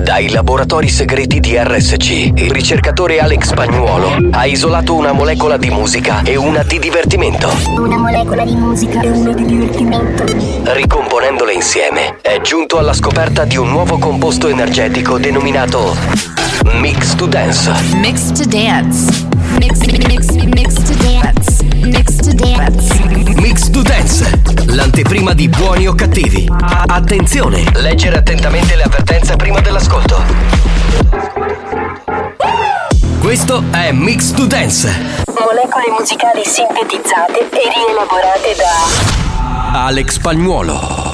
Dai laboratori segreti di RSC, il ricercatore Alex Spagnuolo ha isolato una molecola di musica e una di divertimento. Una molecola di musica e una di divertimento. Ricomponendole insieme, è giunto alla scoperta di un nuovo composto energetico denominato Mix to Dance. Mix to Dance. Mix to Dance. Mix to Dance. Mix to Dance, l'anteprima di Buoni o Cattivi. Attenzione, leggere attentamente le avvertenze prima dell'ascolto. Questo è Mix to Dance. Molecole musicali sintetizzate e rielaborate da Alex Spagnuolo.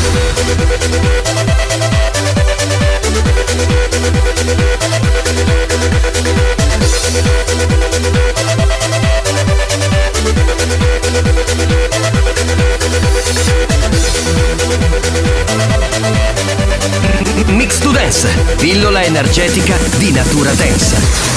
Mix to Dance, pillola energetica di Natura Dance.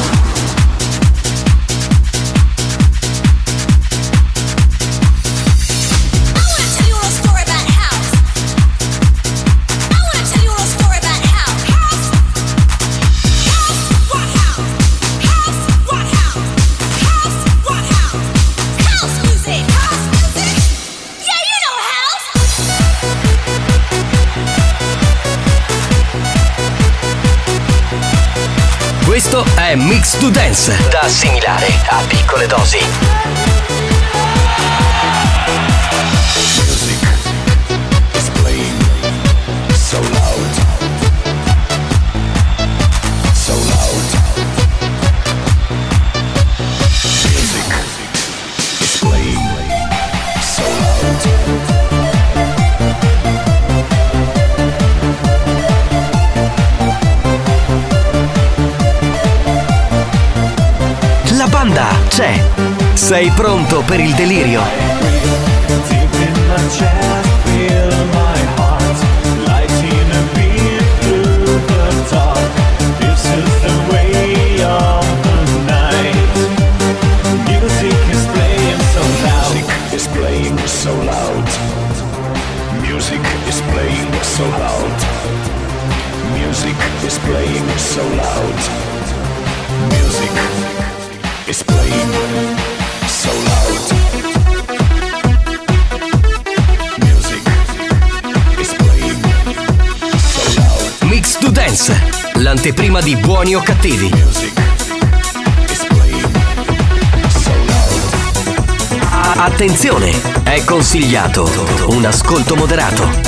Questo è Mix to Dance, da assimilare a piccole dosi. Music is playing so loud, so loud. Music is playing so loud. La banda c'è. Sei pronto per il delirio? Deep in my chest, feel my heart, lighting a beat through the dark. This is the way of the night. Music is playing so loud. Music is playing so loud. Music is playing so loud. Music is playing so loud. Music is playing so loud. Music is playing so loud. Mix to Dance, l'anteprima di Buoni o Cattivi. Music is playing so loud. Attenzione, è consigliato un ascolto moderato.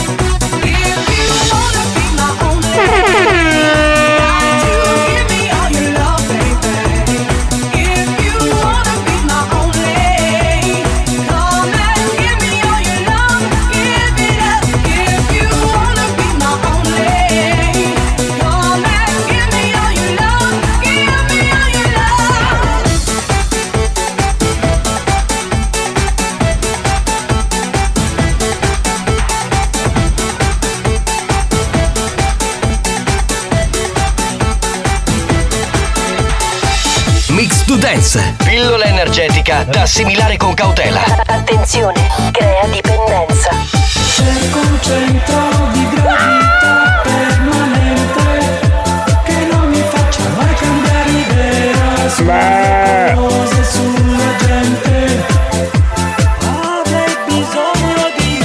Mix to Dance, pillola energetica da assimilare con cautela. Attenzione, crea dipendenza. Cerco un centro di gravità permanente che non mi faccia mai cambiare idea sulle cose, sulla gente. Avrei bisogno di...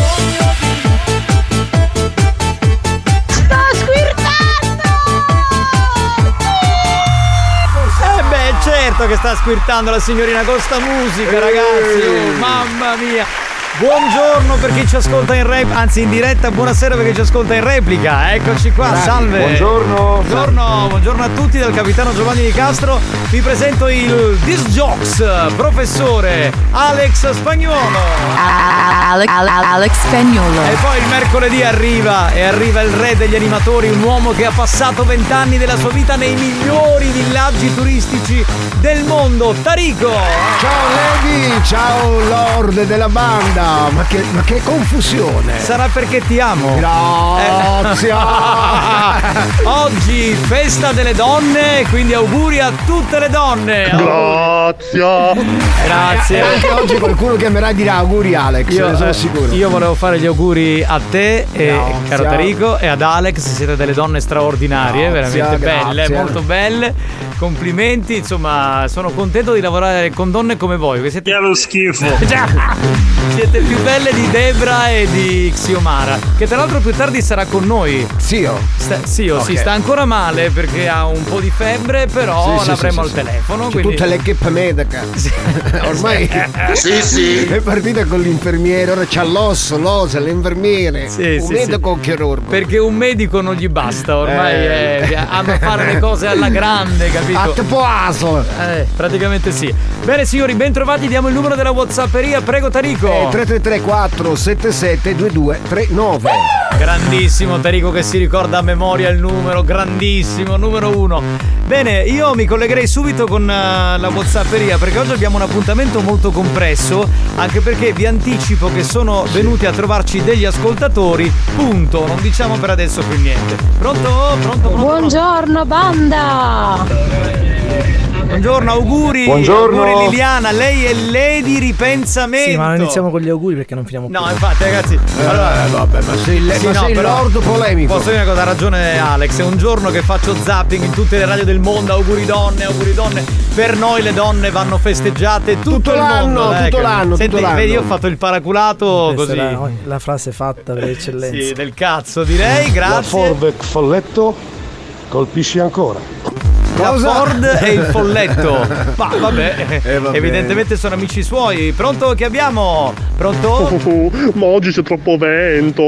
Sto squirtando! Beh, certo che sta squirtando la signorina con sta musica, ragazzi. Oh, mamma mia. Buongiorno per chi ci ascolta in anzi in diretta, buonasera per chi ci ascolta in replica. Eccoci qua, Grazie. salve. Buongiorno a tutti dal capitano Giovanni Di Castro. Vi presento il disc jocks, professore Alex Spagnuolo. Alex Spagnuolo. E poi il mercoledì arriva il re degli animatori, un uomo che ha passato 20 anni della sua vita nei migliori villaggi turistici del mondo, Tarico. Ciao Lady, ciao Lord della banda. Ma che confusione. Sarà perché ti amo. Grazie. Grazie. Oggi festa delle donne, quindi auguri a tutte le donne. Grazie. Anche oggi qualcuno chiamerà e dirà auguri Alex, ne sono sicuro. Io volevo fare gli auguri a te, caro Tarico, e ad Alex. Siete delle donne straordinarie, veramente belle, molto belle. Complimenti, insomma, sono contento di lavorare con donne come voi. Che siete lo schifo. Siete più belle di Debra e di Xiomara, che tra l'altro più tardi sarà con noi. Zio? Sì, sta ancora male perché ha un po' di febbre, però l'avremo al telefono. C'è tutta l'equipe medica. Ormai è partita con l'infermiere, ora c'ha l'osso, l'infermiere, un medico chirurgo. Perché un medico non gli basta, ormai ama fare le cose alla grande, capito? A poaso. Praticamente sì. Bene signori, ben trovati, diamo il numero della WhatsApperia, prego Tarico. 333 477 2239. Grandissimo Tarico che si ricorda a memoria il numero, grandissimo, numero 1. Bene, io mi collegherei subito con la WhatsApperia perché oggi abbiamo un appuntamento molto compresso, anche perché vi anticipo che sono venuti a trovarci degli ascoltatori, punto, non diciamo per adesso più niente. Pronto? Buongiorno banda! Buongiorno, auguri. Buongiorno. Auguri Liliana, lei è Lady Ripensamento. Sì, ma non iniziamo con gli auguri perché non finiamo più. No, infatti ragazzi, vabbè, ma sei lord polemico. Posso dire una cosa, ha ragione Alex, è un giorno che faccio zapping in tutte le radio del mondo, auguri donne. Per noi le donne vanno festeggiate tutto il mondo. Tutto l'anno. Senti, vedi, io ho fatto il paraculato così. La frase fatta per eccellenza. Sì, del cazzo direi, grazie. La Ford Folletto colpisce ancora. La Ford e il folletto. Ma vabbè, evidentemente sono amici suoi. Pronto, che abbiamo? Pronto? Ma oggi c'è troppo vento.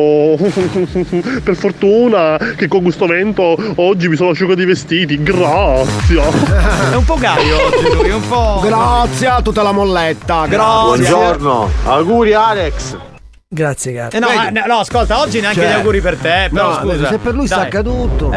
Per fortuna che con questo vento oggi mi sono asciugato i vestiti. Grazie. È un po' gaio oggi lui, un po'. Grazie a tutta la molletta. Grazie. Buongiorno. Auguri Alex. Grazie caro. No, ascolta, oggi neanche gli auguri per te, però scusa. Se per lui stacca tutto.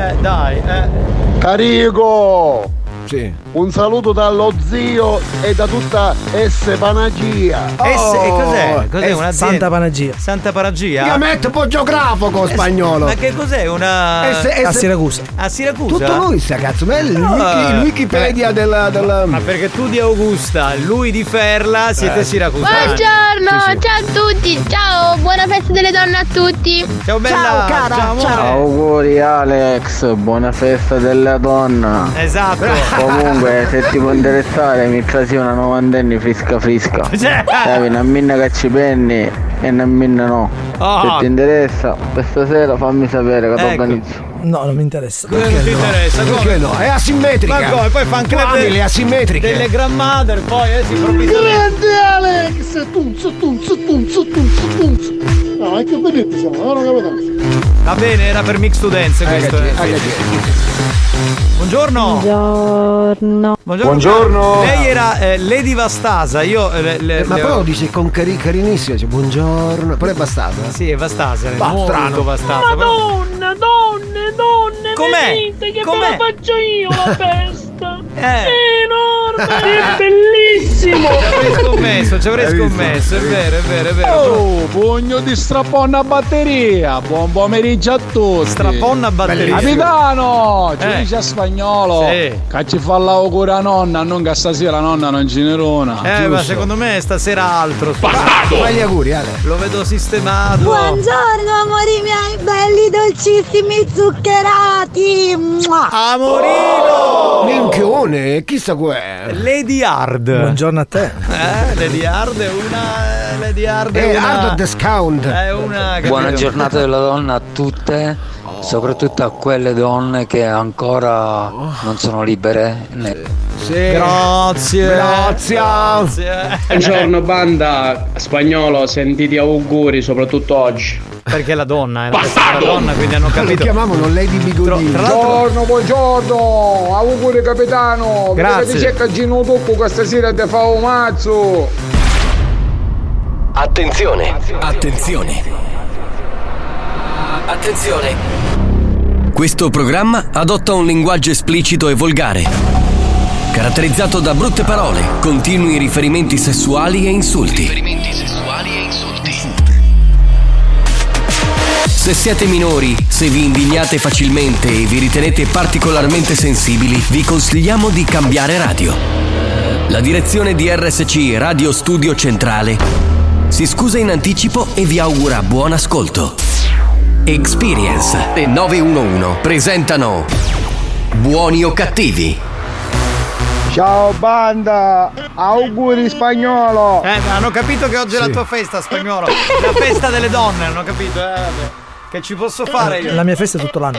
Carico! Sì. Un saluto dallo zio e da tutta S Panagia. Cos'è? Cos'è una Santa Panagia. Santa Panagia? Io metto un po' geografico spagnolo. Ma che cos'è? Una a Siracusa. A Siracusa? Tutto lui sta cazzo, ma è il Wikipedia del. Ma perché tu di Augusta, lui di Ferla, siete siracusani. Buongiorno, ciao a tutti, ciao, buona festa delle donne a tutti. Ciao bella, Ciao, cara, amore. ciao. Auguri Alex, buona festa della donna. Esatto. Comunque se ti può interessare mi trasi una novantenne frisca. Sapi, una minna che ci penni e una minna no. Se ti interessa questa sera fammi sapere che organizzo. No, non mi interessa. Non ti interessa? Perché no? È asimmetrica. Ma come? Poi fa anche le asimmetriche. Delle grandmother, poi si improvvisamente. Grande Alex! Tunz. No, è che vedete siamo, non capito. Va bene, era per Mix to Dance questo. Buongiorno. Buongiorno. Lei era Lady Vastasa. Io ma poi lo dice con carinissimo, dice buongiorno. Però è Vastasa. Sì, è Vastasa. Strano. Vastasa. Madonna, donne, Com'è? venite che ve la faccio io la festa. È enorme, è bellissimo. Ci avrei scommesso, è vero. Oh, pugno di strapponna batteria. Buon pomeriggio a tutti. Strapponna batteria. Capitano, ci dice a spagnolo. Sì. Che ci fa l'auguro a nonna, non che stasera nonna non ce n'erona. Ma secondo me stasera altro. Fai gli auguri, Ale. Lo vedo sistemato. Buongiorno amori miei belli dolcissimi zuccherati. Amorino! Minchione, chissà qu'è. Lady Hard. Buongiorno a te. Lady Hard è una. Lady Hard è una. Hard discount. È una. Buona giornata della donna a tutte, soprattutto a quelle donne che ancora non sono libere. Sì. Grazie. Buongiorno banda, spagnolo, sentiti auguri soprattutto oggi. Perché la donna è la donna, quindi hanno capito. Lo chiamavano Lady Bigodini. Buongiorno, auguri capitano. Grazie. Ti cerca Gino Tocco questa sera ti fa un mazzo. Attenzione. Questo programma adotta un linguaggio esplicito e volgare, caratterizzato da brutte parole, continui riferimenti sessuali e insulti. Se siete minori, se vi indignate facilmente e vi ritenete particolarmente sensibili, vi consigliamo di cambiare radio. La direzione di RSC Radio Studio Centrale si scusa in anticipo e vi augura buon ascolto. Experience e 911 presentano Buoni o Cattivi. Ciao banda, auguri Spagnolo. Hanno capito che oggi è la tua festa, Spagnolo. La festa delle donne, hanno capito? Vabbè. Che ci posso fare io? La mia festa è tutto l'anno.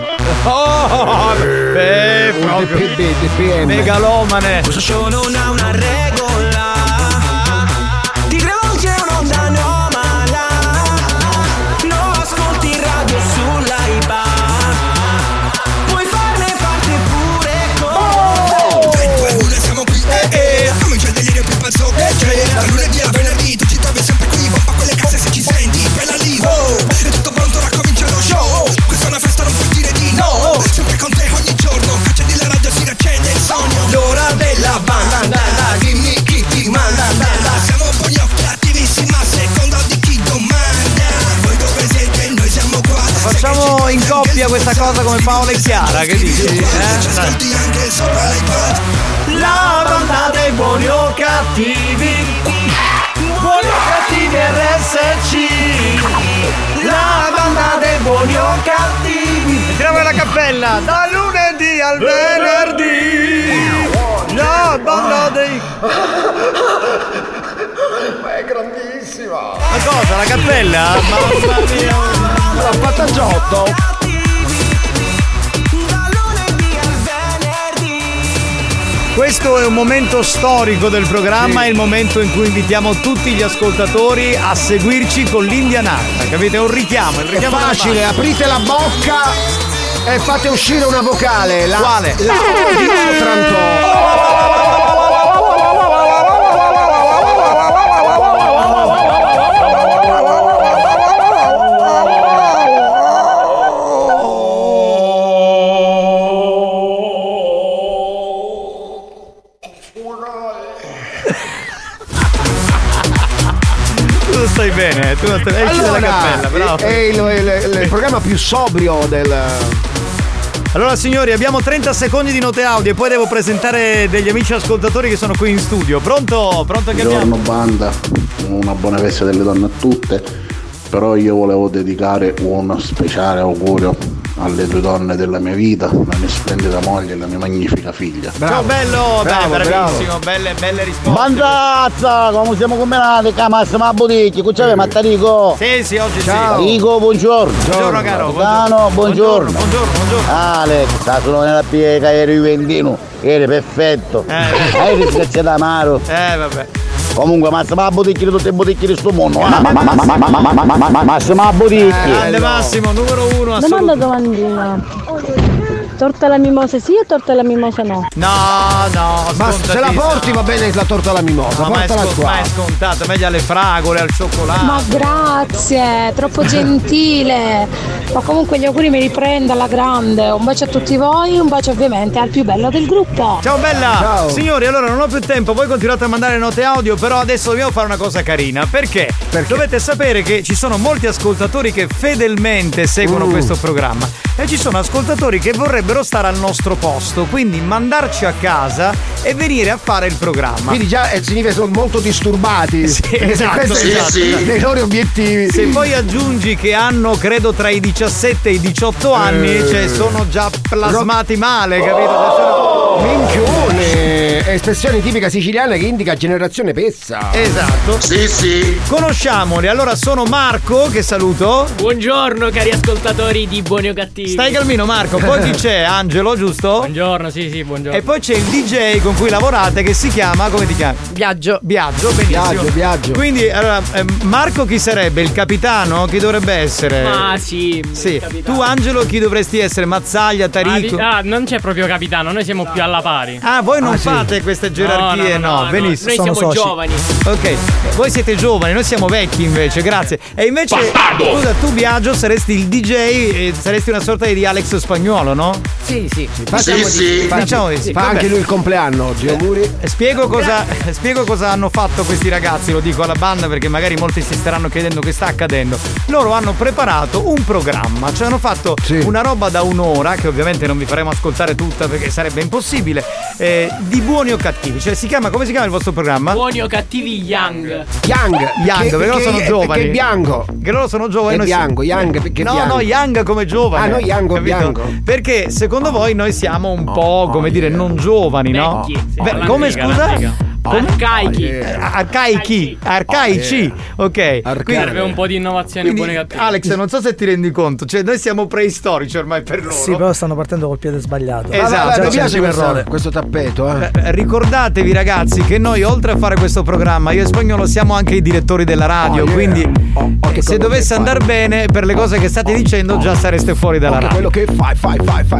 Proprio megalomane. Sono una regola. Ti rivolge un'onda anomala. Non ascolti radio sull'AIBA. Puoi farne parte pure con 3, 2, 1 siamo qui. Comincia il delirio più pazzo che c'è. Da lunedì a venerdì tu ci trovi sempre qui. Pompa quelle case se ci senti. Bella lì, è tutto pronto, raccomincia lo show. Questa è una festa, non puoi dire di no. Sempre con te ogni giorno. Accendi la radio, si riaccende il sogno. L'ora della banda, dimmi chi ti manda. Siamo buoni o cattivissimi a seconda di chi domanda. Voi dove siete? Noi siamo qua. Facciamo in coppia questa cosa come Paola e Chiara, che dici? La banda dei buoni o cattivi. Buoni o cattivi RSC. La banda dei buoni o cattivi. Entriamo nella cappella. Da lunedì al venerdì. La banda dei... Ma è grandissima. Ma cosa? La cappella? Mamma mia. L'ha fatta Giotto. Questo è un momento storico del programma, è il momento in cui invitiamo tutti gli ascoltatori a seguirci con l'indianata, capite? È un richiamo, il richiamo è facile, aprite la bocca e fate uscire una vocale. Quale? La di Otranto. Stai bene, tu esci dalla cappella, bravo. È il programma più sobrio del... Allora signori, abbiamo 30 secondi di note audio e poi devo presentare degli amici ascoltatori che sono qui in studio. Pronto? Pronto che abbiamo? Buongiorno banda, una buona festa delle donne a tutte. Però io volevo dedicare un speciale augurio alle due donne della mia vita, la mia splendida moglie e la mia magnifica figlia. Bravo. Ciao bello, bravo, bravissimo, belle risposte. Bandazza, come siamo combinati, Massimo a Boticchi, qui c'è Mattarico. Sì, oggi ciao. Sì. Rico, buongiorno. Buongiorno caro. Buongiorno. Buongiorno. Alex, sta solo nella piega, eri Juventino, eri perfetto. Eri scherzato amaro. Vabbè. Comunque Massimo a Boticchi, tutte le bottiglie di sto mondo. Massimo a Boticchi. Grande Massimo, numero 1 assoluto. Domandina. Torta alla mimosa sì o torta alla mimosa no? No, ma se la porti va bene la torta alla mimosa, portala qua. Ma è scontata, meglio alle fragole, al cioccolato. Ma grazie, troppo gentile. Ma comunque gli auguri mi riprendo alla grande. Un bacio a tutti voi, un bacio ovviamente al più bello del gruppo. Ciao bella. Ciao. Signori, allora non ho più tempo, voi continuate a mandare note audio, però adesso dobbiamo fare una cosa carina. Perché? Dovete sapere che ci sono molti ascoltatori che fedelmente seguono questo programma e ci sono ascoltatori che vorrebbero stare al nostro posto, quindi mandarci a casa e venire a fare il programma. Quindi già significa che sono molto disturbati. Sì, esatto. Dei loro obiettivi. Se poi aggiungi che hanno credo tra i 17 e i 18 anni, cioè sono già plasmati male, capito? Minchione, espressione tipica siciliana che indica generazione pezza. Esatto. Sì. Conosciamoli. Allora sono Marco, che saluto. Buongiorno cari ascoltatori di Buoni o Cattivi. Stai calmino Marco. Poi chi c'è? Angelo, giusto? Buongiorno, sì, buongiorno. E poi c'è il DJ con cui lavorate che si chiama, come ti chiami? Biagio, benissimo. Biagio. Quindi allora, Marco chi sarebbe? Il capitano? Chi dovrebbe essere? Ah sì. Tu Angelo chi dovresti essere? Mazzaglia, Tarico? Non c'è proprio capitano, noi siamo più alla pari. Ah, voi non fate queste gerarchie? No, benissimo. Noi siamo giovani. Ok, voi siete giovani, noi siamo vecchi invece, grazie. E invece, scusa, tu Biagio saresti il DJ e saresti una sorta di Alex Spagnuolo, no? Sì. Facciamo di sì. Fa anche lui il compleanno oggi, auguri. Spiego cosa hanno fatto questi ragazzi, lo dico alla banda perché magari molti si staranno chiedendo che sta accadendo. Loro hanno preparato un programma, cioè hanno fatto una roba da un'ora, che ovviamente non vi faremo ascoltare tutta perché sarebbe impossibile, di buoni o cattivi. Cioè come si chiama il vostro programma? Buoni o cattivi Young, perché loro sono giovani. Perché è bianco. Che loro sono giovani. È bianco, Young perché no, bianco. No, Young come giovane. No, Young bianco. Perché secondo voi noi siamo un po', come dire, non giovani, no? Vecchi. Come scusa? Arcaici. Ok. Serve un po' di innovazione. Buone cattive. Alex, non so se ti rendi conto, cioè noi siamo preistorici ormai per loro. Sì, però stanno partendo col piede sbagliato. Esatto. Mi piace questo tappeto. Ricordatevi ragazzi che noi oltre a fare questo programma, io e Spagnolo siamo anche i direttori della radio, quindi se dovesse andare bene per le cose che state dicendo già sareste fuori dalla radio. Quello che fai.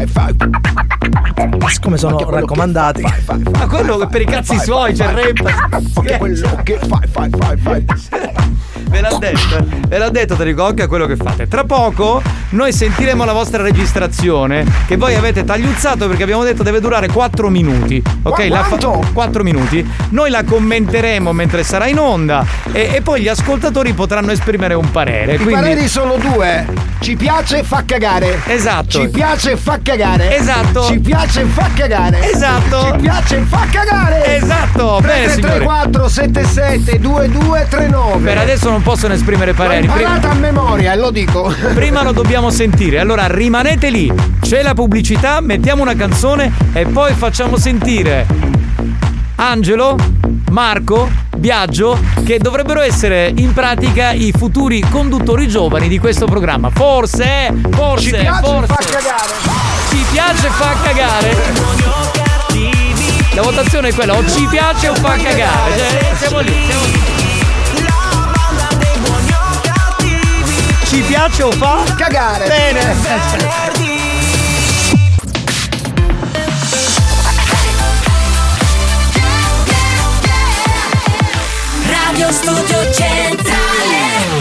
Siccome sono raccomandati. Ma quello che per i cazzi suoi c'è il rap. Quello che fai. Ve l'ha detto, te dico occhio a quello che fate. Tra poco noi sentiremo la vostra registrazione che voi avete tagliuzzato perché abbiamo detto deve durare 4 minuti. Ok? 4 minuti. Noi la commenteremo mentre sarà in onda e poi gli ascoltatori potranno esprimere un parere. I pareri sono 2. Ci piace, fa cagare. Esatto. Ci piace, fa cagare. Esatto. Ci piace, fa cagare. Esatto. Ci piace, fa cagare. Esatto. Bene, 334 77 2239. Per adesso non possono esprimere pareri. L'ho imparata a memoria, lo dico. Prima lo dobbiamo sentire. Allora rimanete lì. C'è la pubblicità, mettiamo una canzone e poi facciamo sentire Angelo, Marco, Biagio, che dovrebbero essere in pratica i futuri conduttori giovani di questo programma. Forse. Ci piace, fa cagare. Ci piace, fa cagare. La votazione è quella, o ci piace o fa cagare. Cioè, siamo lì. Ci piace o fa cagare. Bene. Radio Studio Centrale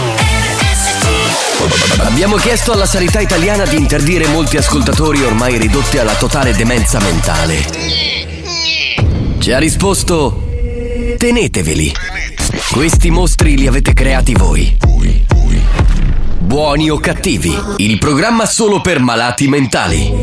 RSC. Abbiamo chiesto alla sanità italiana di interdire molti ascoltatori ormai ridotti alla totale demenza mentale. Ci ha risposto: teneteveli. Questi mostri li avete creati voi. Buoni o cattivi, il programma solo per malati mentali.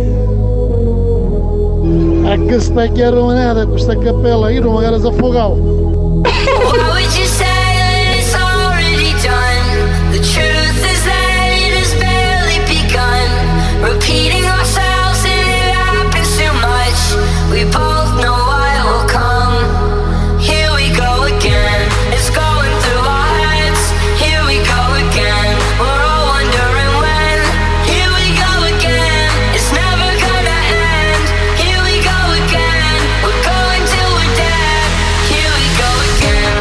A che sta chiaromanata questa cappella? Io magari si affogavo. Why would you say that it's already done? The truth is that it has barely begun. Repeating ourselves and it happens too much. We both know why it will come. Here we go again. It's going through our heads. Here we go again. We're all wondering when. Here we go again. It's never gonna end. Here we go again. We're going till we're dead. Here we go again.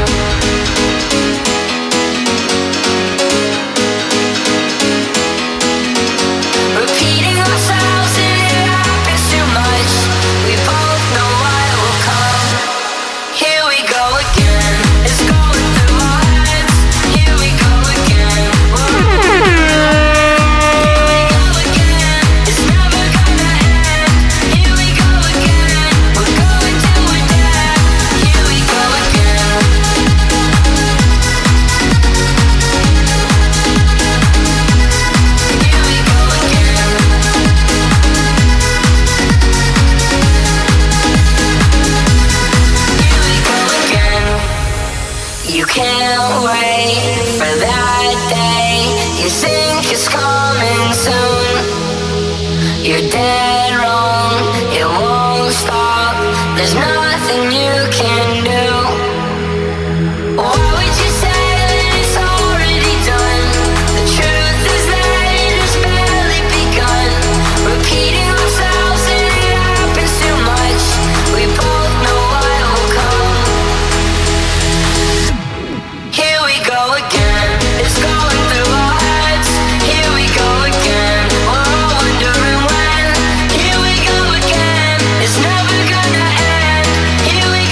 Repeating ourselves and it happens too much. We both know why it will come. Here we go again. It's going through our heads. Here we go again. Here we go again. It's never gonna end. Here we go again. We're going till we're dead. Here we go again. Here we go again. Here we go again. You can't wait for that day. You think it's coming soon. You're dead wrong. It won't stop. There's nothing you can do. Why would you say that it's already done? The truth is that it has barely begun. Repeating ourselves and it happens too much. We both know why it will come. Here we go again. It's going through our heads. Here we go again. We're all wondering when. Here we go again. It's never gonna end. Here we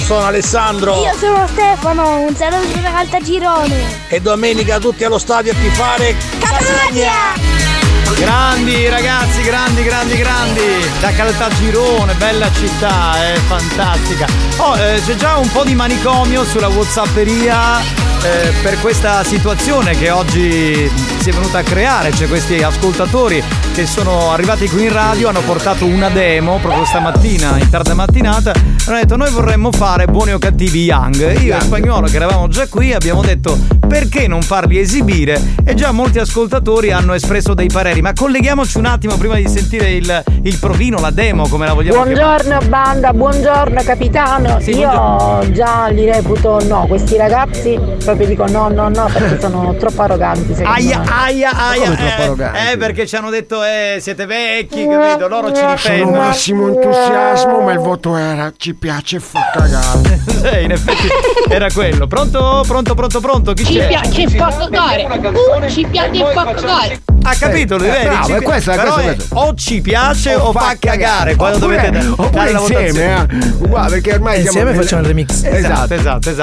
sono Alessandro. Io sono Stefano, un saluto da Caltagirone. E domenica tutti allo stadio a tifare Catania! Grandi ragazzi, grandi. Da Caltagirone, bella città, è fantastica. C'è già un po' di manicomio sulla WhatsApperia per questa situazione che oggi si è venuta a creare. C'è questi ascoltatori che sono arrivati qui in radio, hanno portato una demo proprio stamattina, in tarda mattinata. Hanno detto: noi vorremmo fare Buoni o Cattivi Young. Io e Spagnolo, che eravamo già qui, abbiamo detto: perché non farli esibire? E già molti ascoltatori hanno espresso dei pareri. Ma colleghiamoci un attimo prima di sentire il provino, la demo, come la vogliamo Buongiorno chiamare. banda, buongiorno capitano. Sì, io buongiorno. già li reputo no, questi ragazzi proprio dico no perché sono troppo arroganti secondo me. Come troppo arroganti? Perché ci hanno detto siete vecchi, capito? Loro ci Sono difendono. massimo entusiasmo, ma il voto era ci piace e fa cagare. In effetti era quello. Pronto? Chi Ci c'è? piace e fa cagare. Ci piace e fa cagare. Ha capito lui, vedi? bravo, è questo, però questo. o ci piace o fa cagare. Quando dovete oppure dare la insieme, votazione. Guarda, perché ormai Insieme facciamo il remix. Esatto.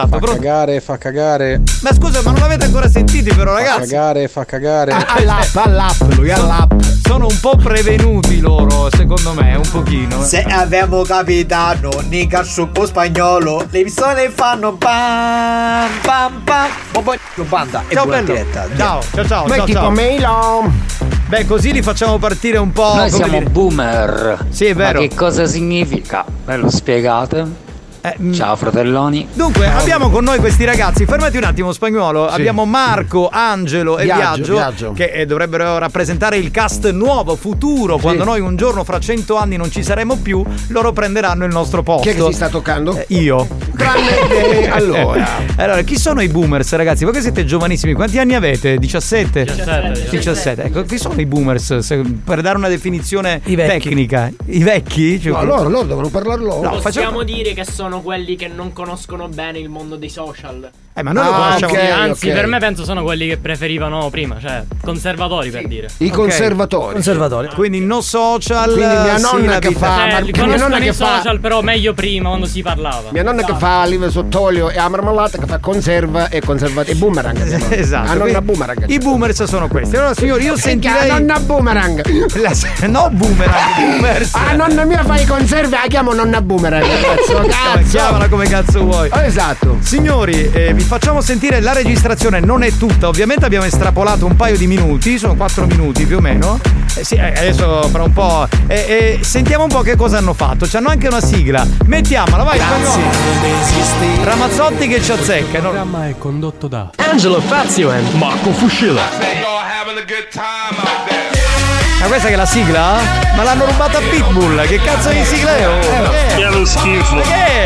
Fa cagare. Ma scusa, ma non l'avete ancora sentiti però, ragazzi? Fa cagare. All'app, lui all'app. Sono un po' prevenuti loro, secondo me, un pochino. Se avevo capitano, mica succo spagnolo, le pistole fanno pam pam pam. Ma poi banda e Ciao buona bello. diretta. Ciao. Metti Pomelo. Beh, così li facciamo partire un po'. Noi come siamo dire- boomer. Sì, è vero. Ma che cosa significa? Me lo spiegate? Ciao fratelloni. Dunque, abbiamo con noi questi ragazzi. Fermati un attimo, Spagnuolo. Abbiamo Marco, Angelo e Viaggio. Che dovrebbero rappresentare il cast nuovo, futuro. Quando noi un giorno fra 100 anni non ci saremo più, loro prenderanno il nostro posto. Chi è che si sta toccando? Io. Allora, chi sono i boomers, ragazzi? Voi che siete giovanissimi, quanti anni avete? 17? 17. Ecco, chi sono i boomers? Per dare una definizione tecnica. I vecchi? Cioè, no, loro devono parlare loro. No, Possiamo dire che sono quelli che non conoscono bene il mondo dei social. Ma noi lo conosciamo. Anzi, per me penso sono quelli che preferivano prima, cioè conservatori per dire. I conservatori. Quindi no social. Quindi mia nonna che fa. Mia nonna che fa social, però meglio prima quando si parlava. Mia nonna che fa lieve sott'olio e la marmellata, che fa conserva e conservati. E boomerang. Esatto. La nonna boomerang. I boomers sono questi. Allora, signori, io sentirei. La nonna boomerang. No, boomerang. Boomers. La nonna mia fa i conserve, la chiamo nonna boomerang. Cazzo. Chiamala come cazzo vuoi. Esatto. Signori, vi facciamo sentire la registrazione. Non è tutta, ovviamente abbiamo estrapolato un paio di minuti. Sono 4 minuti più o meno. Adesso fra un po'. Sentiamo un po' che cosa hanno fatto. C'hanno anche una sigla. Mettiamola, vai. Ramazzotti che ci azzecca. Il programma è condotto da Angelo Fazio e Marco Fuscilla. Ma questa che è la sigla? Ma l'hanno rubata a Pitbull. Che cazzo di sigla è? Che lo schifo.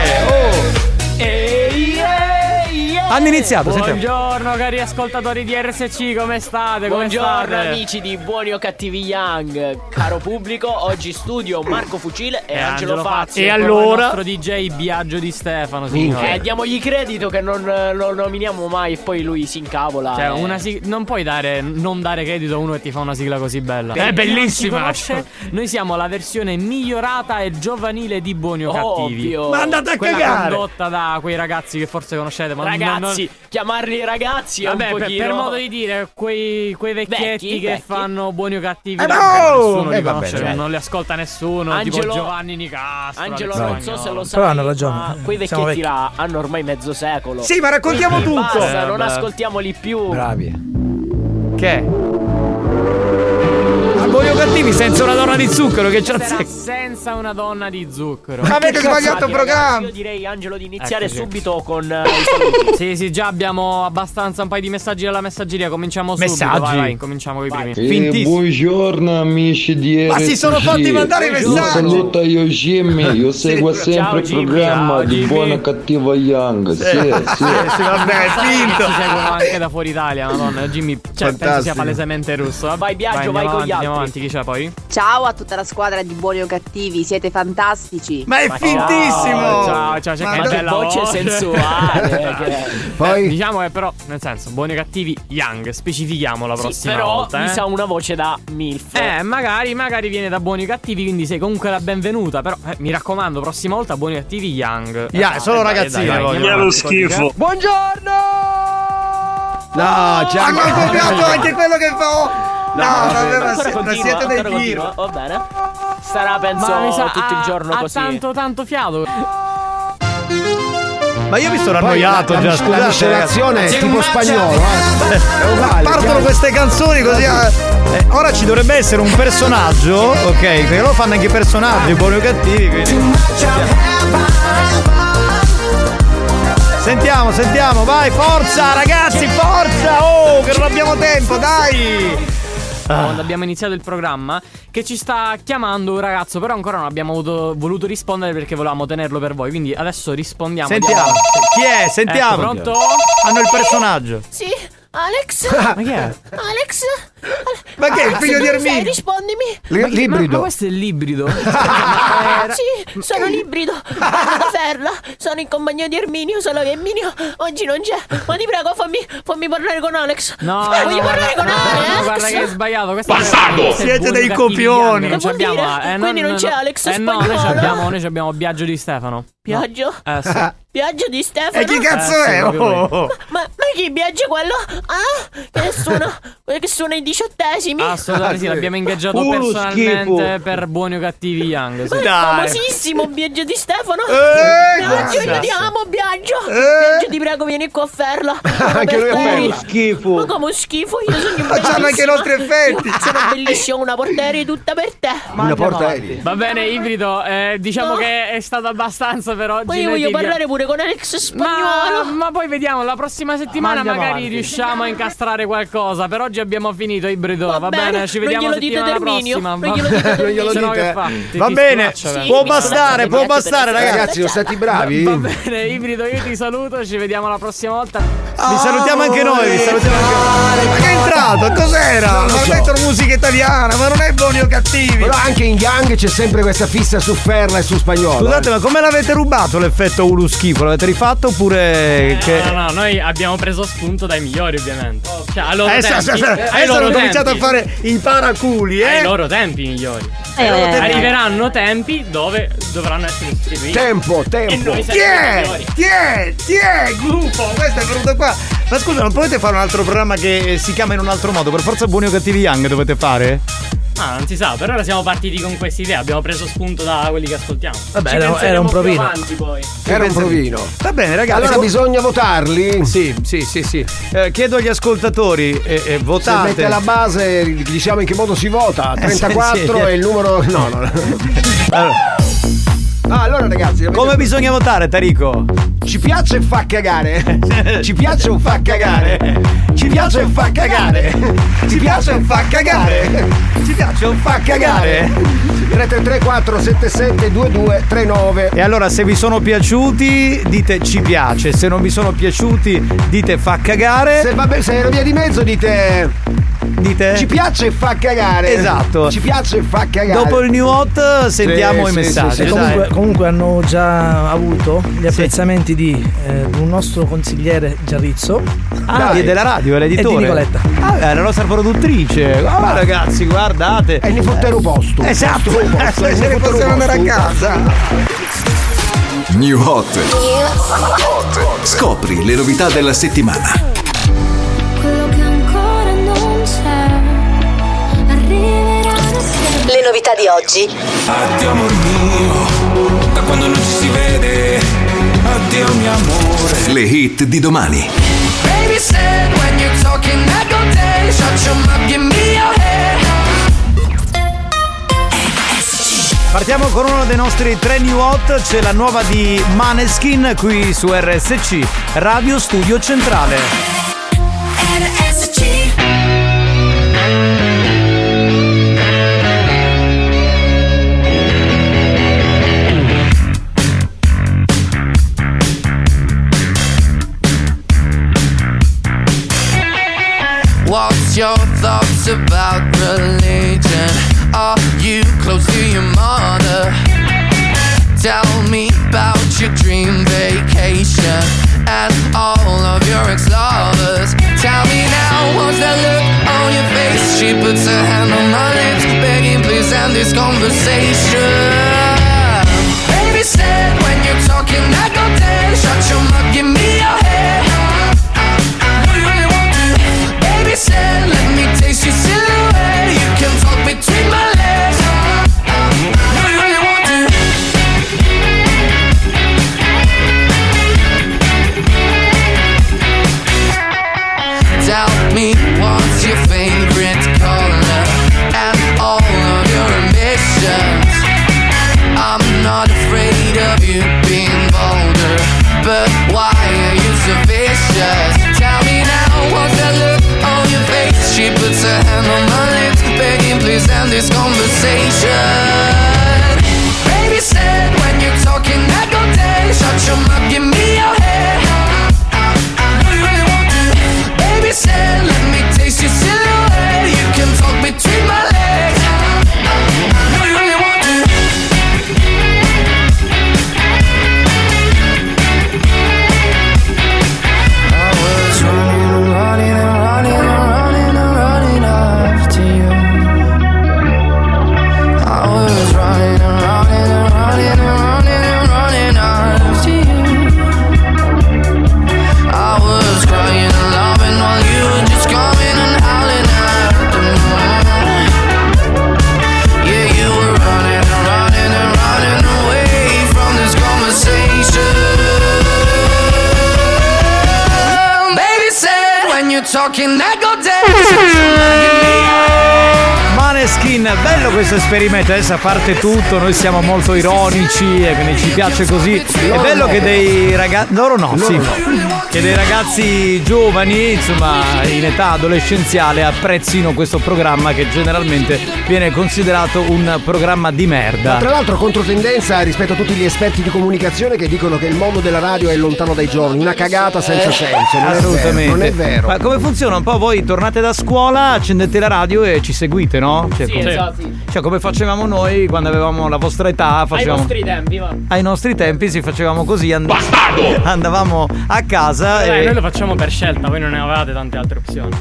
Hanno iniziato, Buongiorno cari ascoltatori di RSC, come state? Buongiorno amici di Buoni o Cattivi Young. Caro pubblico, oggi in studio Marco Fucile e Angelo Fazio. E allora il nostro DJ Biagio di Stefano, signore. Diamogli credito che non lo nominiamo mai e poi lui si incavola. Cioè, non puoi non dare credito a uno che ti fa una sigla così bella. È bellissima. Noi siamo la versione migliorata e giovanile di Buoni o Cattivi. Ovvio. Ma andate a quella cagare. condotta da quei ragazzi che forse conoscete, ma Ragazzi, chiamarli ragazzi è un pochino... per modo di dire, quei vecchietti che fanno Buoni o Cattivi. No! Nessuno li conosce, non li ascolta nessuno. Angelo, tipo Giovanni Nicastro. Angelo, non so se lo sai, Però hanno ragione. ma quei vecchietti là hanno ormai mezzo secolo. Sì, ma raccontiamo Quindi tutto. basta, non ascoltiamoli più. Bravi. Che? Buoni o Cattivi senza una donna di zucchero che ci azzecca. Senza una donna di zucchero. Ma avete sbagliato il programma. Io direi, Angelo, di iniziare Eccoci. subito con i saluti. Sì, già abbiamo abbastanza un paio di messaggi dalla messaggeria. Cominciamo subito. Messaggi? Vai, cominciamo con i primi. Buongiorno amici di Ma si sono fatti mandare i messaggi. Saluta io Jimmy, io seguo sempre Ciao, il Jimmy. programma Ciao, di Jimmy. Buona Cattiva Young. Sì. Vabbè, è finto. Ci seguono anche da fuori Italia, madonna. Jimmy, penso sia palesemente russo. Vai, Biagio, vai con gli altri. avanti, chi c'è poi? Ciao a tutta la squadra di Buoni o Cattivi, siete fantastici. Ma è fintissimo! Ciao, c'è che bella voce sensuale. Poi diciamo che però, nel senso, Buoni o Cattivi Young, specifichiamo la prossima però volta. mi sa una voce da MILF. Magari viene da Buoni o Cattivi, quindi sei comunque la benvenuta. Però mi raccomando, prossima volta Buoni o Cattivi Young. Solo ragazzine voglio. Lo schifo. Buongiorno! no, c'è hanno copiato anche quello che fa. No, vabbè, ma siete dei continua. Va bene. Starà penso mi sa, tutto il giorno così. Tanto fiato. Ma io mi sono annoiato già, scusate. La miscelazione è tipo spagnolo, È uguale. Partono queste canzoni così. Ora ci dovrebbe essere un personaggio, ok? Perché lo fanno anche i personaggi, buoni o cattivi, quindi. Sentiamo, vai, forza ragazzi, forza! Oh, che non abbiamo tempo, dai! Quando abbiamo iniziato il programma, che ci sta chiamando un ragazzo, però ancora non abbiamo voluto rispondere perché volevamo tenerlo per voi. Quindi adesso rispondiamo. Sentiamo. Chi è? Sentiamo. Pronto? Hanno il personaggio. Sì, Alex. Ma chi è? Alex. Ma che è il figlio di Erminio? Rispondimi. L'ibrido. Ma questo è l'ibrido? Sì, sono l'ibrido. Vengo da Ferla. Sono in compagnia di Erminio, solo che Erminio oggi non c'è. Ma ti prego, fammi parlare con Alex. No, voglio parlare con Alex. No, guarda che hai sbagliato. Bastardo! Siete dei copioni. Che vuol dire? Quindi non c'è Alex spagnolo. Noi abbiamo Biagio di Stefano. Biagio? Sì. Viaggio di Stefano? E chi cazzo è? Ma chi viaggia quello? Che suona i 18esimi? Assolutamente sì, l'abbiamo ingaggiato personalmente per Buoni o Cattivi Young. Sì. Famosissimo Biagio di Stefano. Biagio, io ti amo, Biagio. Biagio, ti prego, vieni qua a Ferla. Anche lui è schifo. Ma come schifo? Io sono bellissima. Facciamo anche i nostri effetti. Sono bellissima, una portaerei tutta per te. Una portaerei. Va bene, ibrido, diciamo che è stato abbastanza per oggi. Ma io voglio parlare pure con Alex spagnolo. Ma poi vediamo, la prossima settimana magari riusciamo a incastrare qualcosa. Per oggi abbiamo finito, ibrido. Va bene, ci vediamo la settimana prossima. Non glielo dite. Va bene, può bastare, ragazzi, sono stati bravi. Va bene, ibrido, io ti saluto, ci vediamo la prossima volta. Vi salutiamo anche noi, Ma che è entrato? Cos'era? Ma mettono musica italiana, ma non è Buoni o Cattivi. Però anche in Young c'è sempre questa fissa su Ferla e su spagnolo. Scusate, ma come l'avete rubato l'effetto Ulu schifo? L'avete rifatto oppure che... No, noi abbiamo preso spunto dai migliori, ovviamente. Cioè, a loro tempi. Adesso hanno cominciato a fare i paraculi, ai loro tempi migliori. Arriveranno tempi dove dovranno essere distribuiti. Tempo. Chi è? Gruppo, questo è venuto qua. Ma scusa, non potete fare un altro programma che si chiama in un altro modo? Per forza Buoni o Cattivi Young dovete fare? Ah, non si sa, per ora siamo partiti con questa idea, abbiamo preso spunto da quelli che ascoltiamo. Vabbè, era un provino. Era un provino. Va bene, ragazzi. Allora bisogna votarli? Sì. Chiedo agli ascoltatori, votate. Se mette la base, diciamo in che modo si vota. 34 è il numero. No. Allora ragazzi, come bisogna votare, Tarico? Ci piace e fa cagare. Ci piace o fa cagare. Ci piace o fa cagare. Ci piace o fa cagare. Ci piace o fa cagare. 334-772239. E allora, se vi sono piaciuti dite ci piace, se non vi sono piaciuti dite fa cagare. Se ero via di mezzo dite ci piace e fa cagare. Esatto. Ci piace e fa cagare. Dopo il New Hot sentiamo i messaggi. Comunque hanno già avuto gli apprezzamenti di un nostro consigliere Giarrizzo. Della radio, è l'editore. E di Nicoletta. È la nostra produttrice. Ragazzi, guardate. E ne fottero posto. Esatto. Se ne possiamo andare a casa. New Hot. Scopri le novità della settimana. Le novità di oggi. Addio amor mio, da quando non ci si vede. Addio mio amore. Le hit di domani. Baby said when you're talking I go dead. Shut your mouth, give me your head. Partiamo con uno dei nostri 3 New Hot. C'è la nuova di Maneskin qui su RSC Radio Studio Centrale. RSC. Walks What's your thoughts about religion? Are you close to your mother? Tell me about your dream vacation and all of your ex-lovers. Tell me now, what's that look on your face? She puts her hand on my lips, begging please end this conversation. Baby said when you're talking I go dead. Shut your mouth, give me your head. What do you really want to? Baby said let me taste your silhouette. You can talk between my legs. What do you really want to? Tell me what's your favorite color and all of your ambitions. I'm not afraid of you being bolder, but why are you so vicious? Tell me now, what's that look on your face? She puts her hand on my lips, begging please end this conversation. Baby said when you're talking I go dead. Shut your mouth, give me your head. What do you really want to? Baby said let me taste your silhouette. You can talk between my legs. What do you really want to? I was running after you. I was running after you. I was crying and loving while you were just coming and howling at the moon. Yeah, you were running away from this conversation. Baby said when you're talking I go Maneskin, bello questo esperimento, adesso a parte tutto, noi siamo molto ironici e quindi ci piace così. È bello che dei ragazzi, che dei ragazzi giovani, insomma, in età adolescenziale apprezzino questo programma che generalmente viene considerato un programma di merda. Ma tra l'altro controtendenza rispetto a tutti gli esperti di comunicazione che dicono che il mondo della radio è lontano dai giovani, una cagata senza senso. Assolutamente. Non è vero. Ma come funziona? Un po' voi tornate da scuola, accendete la radio e ci seguite, no? Cioè, Sì, esatto. Cioè, come facevamo noi quando avevamo la vostra età, facevamo... Ai nostri tempi, va. Ai nostri tempi si facevamo così, andavamo a casa e... Noi lo facciamo per scelta, voi non ne avevate tante altre opzioni.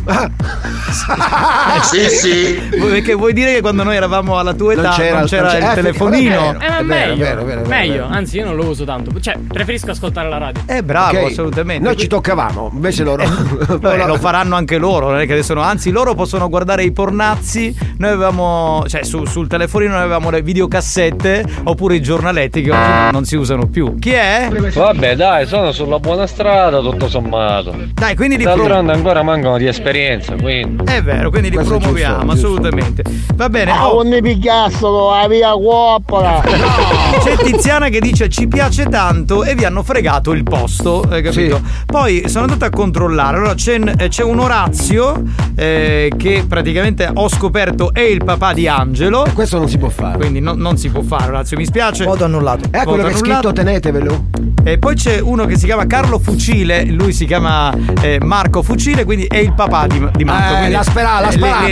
Sì. Perché vuoi dire che quando noi eravamo alla tua età non c'era il telefonino? Meglio, anzi io non lo uso tanto. Cioè, preferisco ascoltare la radio. Bravo, Okay. assolutamente. Noi ci toccavamo, invece loro Vabbè, lo faranno anche loro, non è che adesso no. Anzi, loro possono guardare i pornazzi. Noi avevamo, cioè sul telefonino noi avevamo le videocassette oppure i giornaletti che oggi non si usano più. Chi è? Vabbè, dai, sono sulla buona strada tutto sommato. Dai, quindi d'altronde ancora mancano di esperienza, quindi. È vero, quindi li Questo è promuoviamo, giusto. assolutamente. Va bene. Non mi pigliassero la via coppola. C'è Tiziana che dice ci piace tanto e vi hanno fregato il posto, hai capito? Poi sono andato a controllare. Allora c'è un Orazio che praticamente ho scoperto è il papà di Angelo. E questo non si può fare. Quindi non si può fare, Orazio, mi spiace. Voto annullato. È quello che è scritto, tenetevelo. E poi c'è uno che si chiama Carlo Fucile, lui si chiama Marco Fucile, quindi è il papà di Marco. Quindi- l'ha sparata,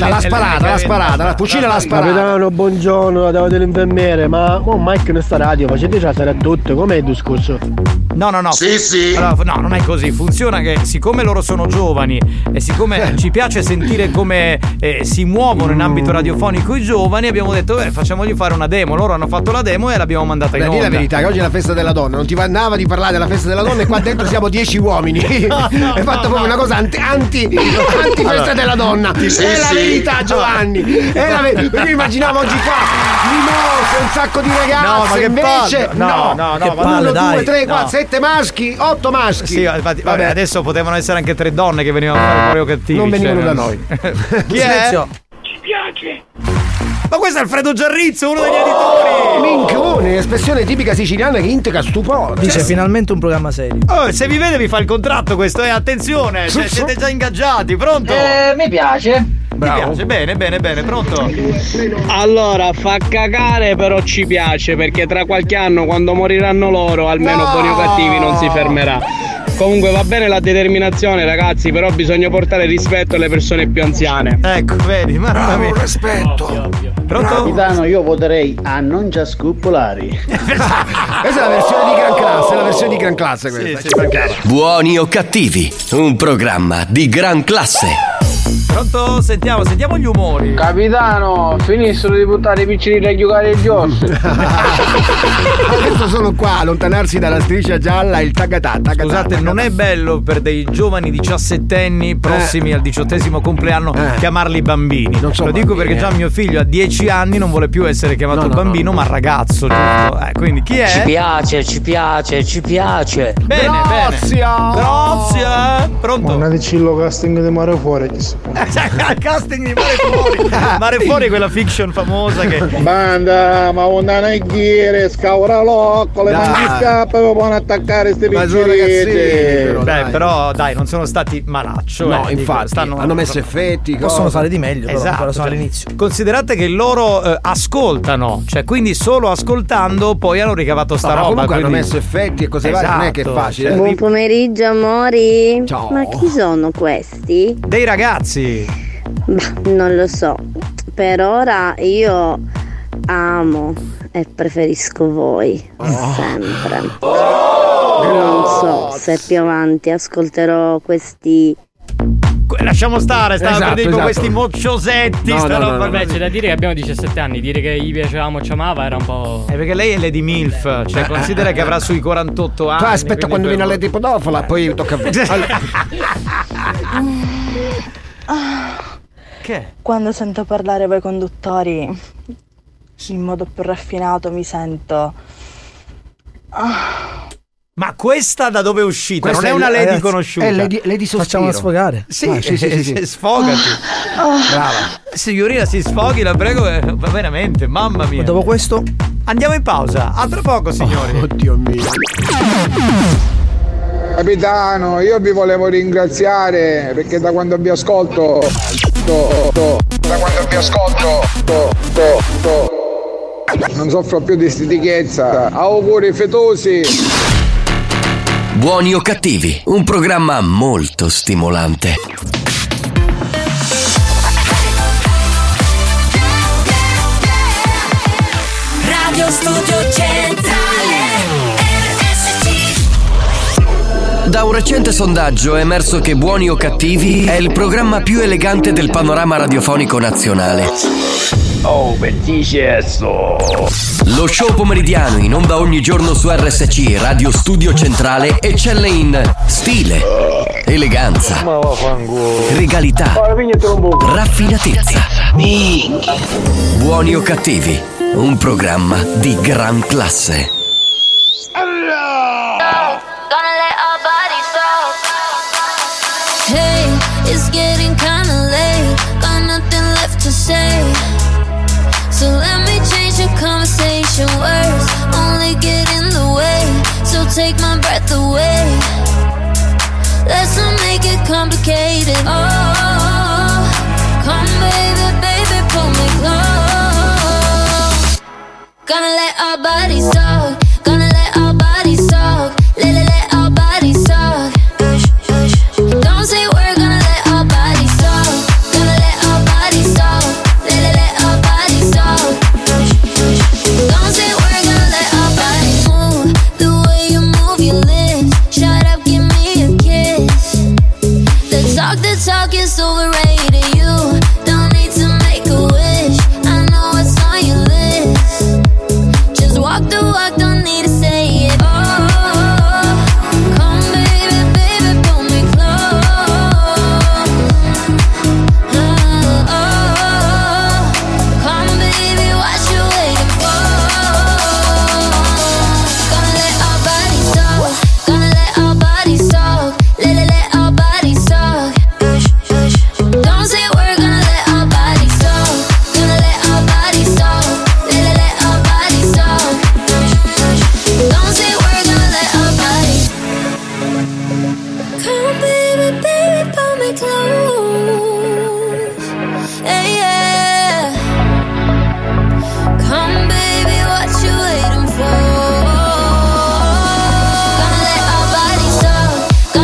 la Fucile l'ha sparata. Capitano, buongiorno, da dell'infermiere, ma Mike in sta radio facete già a tutte, com'è il discorso? No. Sì. Allora, no, non è così. Funziona che siccome loro sono giovani e siccome ci piace sentire come si muovono in ambito radiofonico i giovani, abbiamo detto facciamogli fare una demo. Loro hanno fatto la demo e l'abbiamo mandata in Beh, onda. di la verità che oggi è la festa della donna, non ti andava di parlare della festa della donna e qua dentro siamo 10 uomini. Hai fatto proprio una cosa anti festa della donna. È la verità, Giovanni. Io immaginavo oggi qua limose, un sacco di ragazze. No, ma che invece palle. che palle, 1, 2, 3, 4, 7 maschi, 8 maschi. Sì, infatti, vabbè, adesso potevano essere anche 3 donne che venivano a fare proprio cattivi. Non venivano da noi. Chi è? Ci piace. Ma questo è Alfredo Giarrizzo, uno degli editori. Minchione, espressione tipica siciliana che integra stupore. Dice finalmente un programma serio. Oh, se vi vede vi fa il contratto questo, attenzione, siete già ingaggiati, pronto? Mi piace. Bravo. Mi piace, bene, pronto? Allora, fa cagare però ci piace perché tra qualche anno quando moriranno loro almeno buoni o cattivi non si fermerà. Comunque va bene la determinazione, ragazzi, però bisogna portare rispetto alle persone più anziane. Ecco, vedi, mamma mia. Rispetto. Pronto? Capitano, io voterei a non già scrupolari. Questa è la versione di gran classe, la versione di gran classe questa. Sì, mancava. Buoni o cattivi, un programma di gran classe. Pronto? Sentiamo gli umori. Capitano, finissero di buttare i piccini a giocare il gioco. Adesso sono qua a allontanarsi dalla striscia gialla il tagatà. Scusate, non è bello per dei giovani 17enni prossimi al 18° compleanno chiamarli bambini. Non so, lo dico perché già mio figlio a 10 anni non vuole più essere chiamato bambino, ma ragazzo, giusto? Quindi chi è? Ci piace. Bene. Grazie. Pronto? Una di Cillo casting di Mare Fuori. Casting di Mare Fuori. Mare Fuori è quella fiction famosa che. Banda, ma una neghiere, scaura l'occole, non ci scappa, mi può attaccare ste piccini. Però dai, non sono stati malaccio. No, infatti, hanno messo effetti. Possono fare di meglio, esatto, però sono all'inizio. Considerate che loro ascoltano, cioè quindi solo ascoltando poi hanno ricavato sta roba. Comunque quindi... hanno messo effetti e cose varie, non è che è facile. Buon pomeriggio, amori. Ciao. Ma chi sono questi? Dei ragazzi. Non lo so. Per ora io amo e preferisco voi. Sempre. Non so se più avanti ascolterò questi. Lasciamo stare, stava per dire questi mocciosetti. Vabbè, c'è da dire che abbiamo 17 anni. Dire che gli piacevamo, ci amava era un po'. Perché lei è Lady Milf. Cioè, considera che avrà sui 48 anni. Tu aspetta quando viene a Lady Podofola, poi tocca a Che? Quando sento parlare voi conduttori in modo più raffinato mi sento. Ma questa da dove è uscita? Questa non è una Lady ragazzi, conosciuta. È Lady Sospiro. Facciamola sfogare. Sì, sì. Sfogati. Brava. Signorina, si sfoghi, la prego, veramente, mamma mia. Dopo questo andiamo in pausa. A tra poco, signori. Oddio mio. Capitano, io vi volevo ringraziare perché da quando vi ascolto non soffro più di stitichezza. Auguri fetosi. Buoni o cattivi, un programma molto stimolante. Radio Studio Centrale RSC. Da un recente sondaggio è emerso che Buoni o cattivi è il programma più elegante del panorama radiofonico nazionale. Oh, bellissimo. Lo show pomeridiano in onda ogni giorno su RSC Radio Studio Centrale eccelle in stile, eleganza, regalità, raffinatezza. Buoni o cattivi, un programma di gran classe. Hey, it's getting kinda late. Got nothing left to say. So let me change the conversation. Words only get in the way. So take my breath away. Let's not make it complicated. Oh, come baby, pull me close. Gonna let our bodies talk. Gonna let our bodies talk. Let our bodies talk. Don't say we're gonna let our bodies talk. Gonna let our bodies talk. Let our bodies talk. Don't say we're gonna let our bodies move. The way you move your lips. Shut up, give me a kiss. The talk is overrated. You don't need to make a wish. I know what's on your list. Just walk the walk, don't need to say it. Oh, come baby, pull me close. Oh, come baby, what you waiting for? Gonna let our bodies talk. Gonna let our bodies talk. Let our bodies talk. Don't say we're gonna let our bodies talk. Gonna let our bodies talk. Let our bodies talk. Don't say we're gonna let our bodies. Come baby, pull me close. Hey, yeah. Come baby, what you waiting for? Gonna let our bodies talk.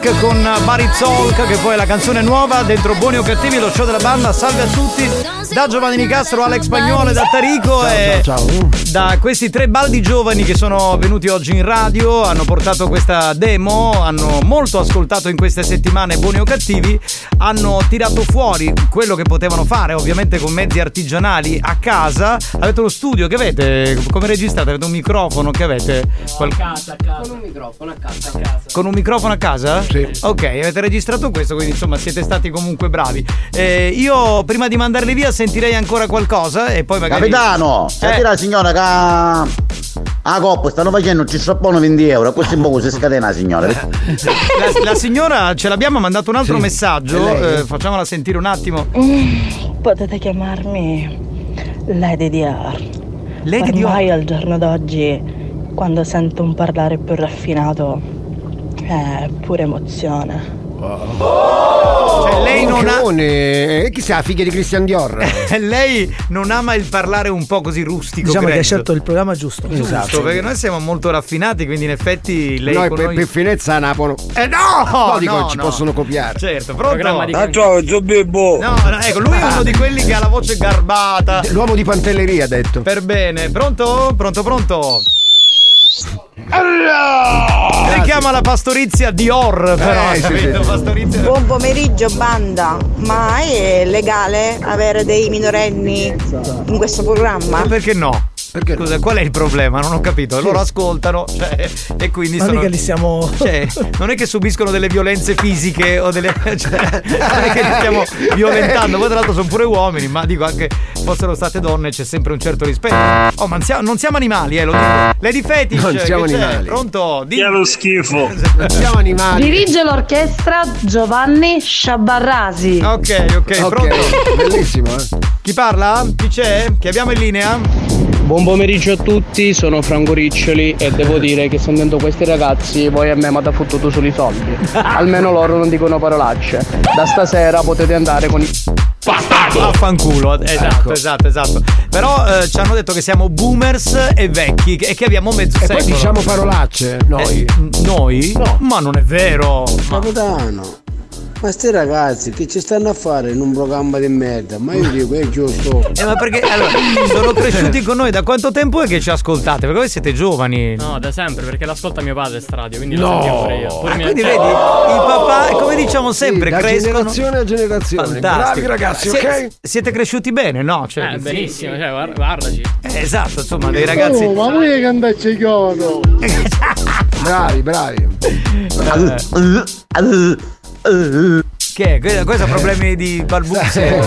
Music con Barizolk, che poi è la canzone nuova dentro Buoni o Cattivi, lo show della banda. Salve a tutti da Giovanni Nicastro, Alex Spagnuolo e da Tarico. Ciao. Da questi tre baldi giovani che sono venuti oggi in radio, hanno portato questa demo, hanno molto ascoltato in queste settimane Buoni o Cattivi, hanno tirato fuori quello che potevano fare, ovviamente con mezzi artigianali a casa. Avete uno studio, che avete? Come registrate? Avete un microfono? Che avete? A casa. Con un microfono a casa. Con un microfono a casa? Sì. Ok, avete registrato questo, quindi insomma siete stati comunque bravi. Io prima di mandarli via sentirei ancora qualcosa e poi magari... Capitano, senti la signora che a coppa stanno facendo ci strappano 20 euro, questo un po' si scatena la signora. La signora ce l'abbiamo, ha mandato un altro messaggio, facciamola sentire un attimo. Potete chiamarmi Lady DR. Lady Ormai al giorno d'oggi, quando sento un parlare più raffinato, è pure emozione. Cioè, lei non ha... Chissà, figlia di Christian Dior. Lei non ama il parlare un po' così rustico. Diciamo credo. che ha scelto il programma giusto. Esatto, perché noi siamo molto raffinati, quindi in effetti lei noi con per finezza Napoli. Ci possono copiare. Certo, pronto? Ciao, Zobibbo. No, ecco, lui è uno di quelli che ha la voce garbata. L'uomo di Pantelleria, ha detto. Per bene. Pronto? Pronto? Richiama la pastorizia Dior, però, capito? Pastorizia... Buon pomeriggio banda, ma è legale avere dei minorenni in questo programma? Perché no? Perché scusa, qual è il problema? Non ho capito. Loro ascoltano, cioè, e quindi ma mica li siamo. Cioè, non è che subiscono delle violenze fisiche o delle. Cioè, non è che li stiamo violentando. Poi, tra l'altro, sono pure uomini, ma dico anche fossero state donne, c'è sempre un certo rispetto. Oh, ma non siamo animali, lo dico. Lady Fetish. Non siamo animali. Pronto? Che è lo schifo. Non siamo animali. Dirige l'orchestra Giovanni Sciabarrasi. Ok, pronto. Bellissimo, Chi parla? Chi c'è? Chi abbiamo in linea? Buon pomeriggio a tutti, sono Franco Riccioli e devo dire che sentendo questi ragazzi voi a me mi avete fottuto solo i soldi. Almeno loro non dicono parolacce. Da stasera potete andare con i bastardo. Affanculo. Esatto. Però ci hanno detto che siamo boomers e vecchi e che abbiamo mezzo secolo. E poi diciamo parolacce, noi. Noi? No. Ma non è vero. Capitano, ma sti ragazzi che ci stanno a fare in un programma di merda? Ma io dico, è giusto. Ma perché allora sono cresciuti con noi? Da quanto tempo è che ci ascoltate? Perché voi siete giovani. No, da sempre, perché l'ascolta mio padre sta radio, quindi lo sentiamo pure io. Quindi vedi, i papà, come diciamo sempre, da crescono. Generazione a generazione. Fantastico. Bravi ragazzi, ok? Siete cresciuti bene, no? Cioè, benissimo, cioè, guardaci. Esatto, insomma, dei ragazzi. Oh, ma voi che andate chiodo. Bravi. Che è? Questo ha problemi di balbuzie.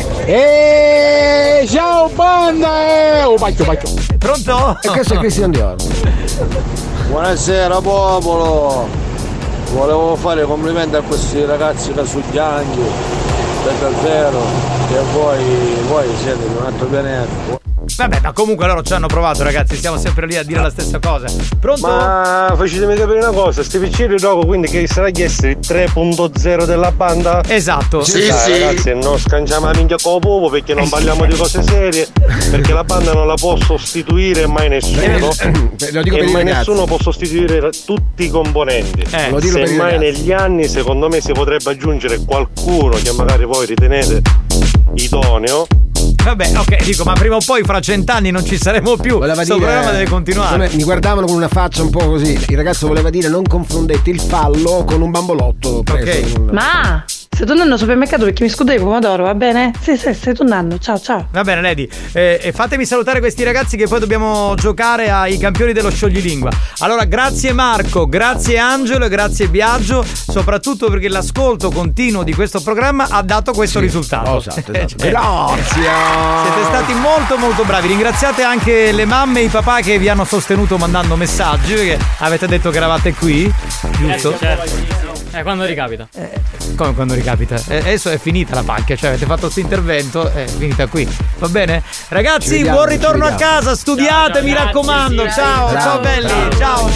Ciao banda! Baccio. Pronto? E questo è Christian Dior. Buonasera popolo! Volevo fare complimenti a questi ragazzi che su Ghianghi, per davvero, che voi siete di un altro pianeta. Vabbè, ma comunque loro ci hanno provato, ragazzi, stiamo sempre lì a dire la stessa cosa. Pronto? Ma facetemi capire una cosa, sti piccini gioco quindi che sarà chiesto il 3.0 della banda? Esatto. Sì. Ragazzi, non scanciamo la minchia con lo popo perché non parliamo di cose serie, perché la banda non la può sostituire mai nessuno. Lo dico e per mai i nessuno può sostituire tutti i componenti. Lo dico per i Semmai ragazzi. negli anni secondo me si potrebbe aggiungere qualcuno che magari voi ritenete idoneo. Vabbè, ok, dico, ma prima o poi fra 100 anni non ci saremo più. Questo programma deve continuare. Mi guardavano con una faccia un po' così. Il ragazzo voleva dire: non confondete il fallo con un bambolotto preso. Ok. Ma stai tornando al supermercato perché mi scudo di pomodoro, va bene? Sì, stai tornando. Ciao. Va bene, Lady. E fatemi salutare questi ragazzi che poi dobbiamo giocare ai campioni dello scioglilingua. Allora, grazie Marco, grazie Angelo e grazie Biagio, soprattutto perché l'ascolto continuo di questo programma ha dato questo risultato. Esatto. Grazie. Siete stati molto molto bravi. Ringraziate anche le mamme e i papà che vi hanno sostenuto mandando messaggi, perché avete detto che eravate qui, giusto? Certo. Quando ricapita. Come quando ricapita? Adesso è finita la pacchia, cioè avete fatto questo intervento, è finita qui. Va bene? Ragazzi, buon ritorno a casa, studiate, mi raccomando. Ciao belli. Ciao.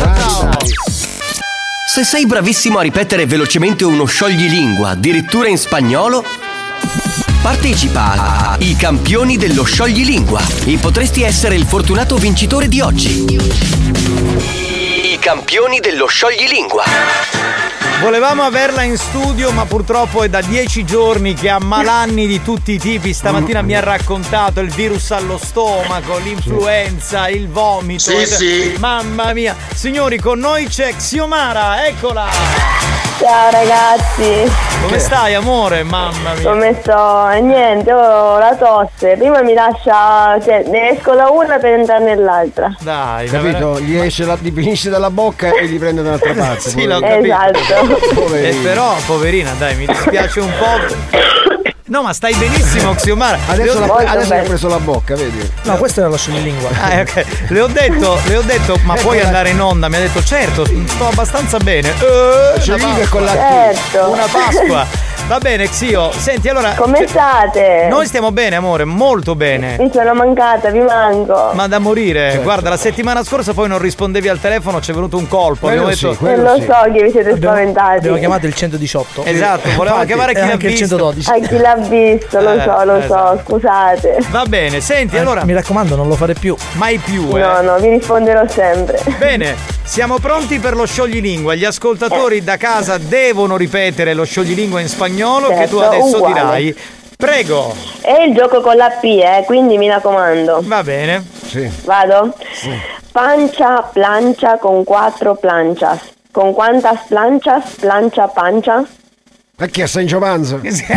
Se sei bravissimo a ripetere velocemente uno scioglilingua, addirittura in spagnolo, partecipa ai campioni dello scioglilingua e potresti essere il fortunato vincitore di oggi. I campioni dello scioglilingua. Volevamo averla in studio, ma purtroppo è da 10 giorni che ha malanni di tutti i tipi. Stamattina mi ha raccontato il virus allo stomaco, l'influenza, il vomito. Sì. Mamma mia. Signori, con noi c'è Xiomara, eccola. Ciao ragazzi. Come stai, amore? Mamma mia. Come sto? Niente, ho la tosse. Prima mi lascia, cioè ne esco da una per entrare nell'altra. Dai, capito? Gli esce gli finisce dalla bocca e gli prende dall'altra parte. Sì, l'ho capito. Esatto. Però, poverina, dai, mi dispiace un po'. No, ma stai benissimo, Xiomara. Adesso gli ha preso la bocca, vedi? No, questo era lo scioglilingua. Ok. Le ho detto, ma puoi andare in onda? Mi ha detto, certo, sto abbastanza bene. Scioglilingua con la Certo. Una Pasqua. Va bene, Xio. Senti, allora. Come state? Noi stiamo bene, amore, molto bene. Mi sono mancata, vi manco. Ma da morire. Certo. Guarda, la settimana scorsa poi non rispondevi al telefono, c'è venuto un colpo. Abbiamo detto. Non lo so che vi siete spaventati. Abbiamo chiamato il 118. Esatto, volevamo chiamare chi l'ha anche il visto. 112. A chi l'ha visto, lo so, scusate. Va bene, senti, allora. Mi raccomando, non lo fare più. Mai più, No, vi risponderò sempre. Bene, siamo pronti per lo scioglilingua. Gli ascoltatori da casa devono ripetere lo scioglilingua in spagnolo, che tu adesso uguale. dirai. Prego. È il gioco con la P, quindi mi raccomando. Va bene. Sì. Vado? Sì. Pancia, plancia con 4 planchas. ¿Con cuántas planchas? Plancha, pancia. Perché a Sancho Panza?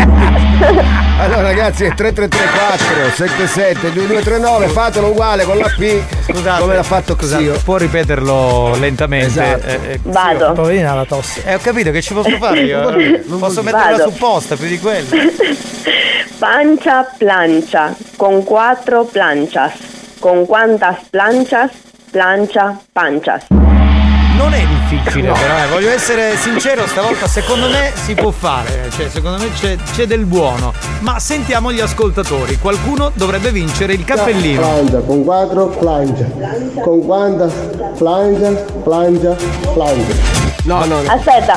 Allora ragazzi, è 3334 77 2239, fatelo uguale con la P. Scusate, come l'ha fatto Xio. Può ripeterlo lentamente? Esatto. Vado. Poverina la tosse. Ho capito, che ci posso fare io? Posso metterla su posta più di quello. Pancia, plancha con 4 planchas. ¿Con cuántas planchas? Plancha, panchas. Non è difficile, però voglio essere sincero, stavolta secondo me si può fare, cioè secondo me c'è del buono. Ma sentiamo gli ascoltatori, qualcuno dovrebbe vincere il cappellino. Plancha, con 4 plancha. Con quantas plancha. No. Aspetta.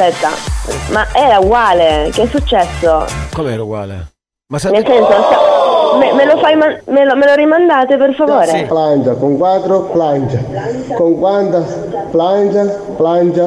Ma era uguale, che è successo? Come era uguale? Ma Nel senso, me lo rimandate per favore? Sì. Plancha, con 4 plancha. Con quantas plancha.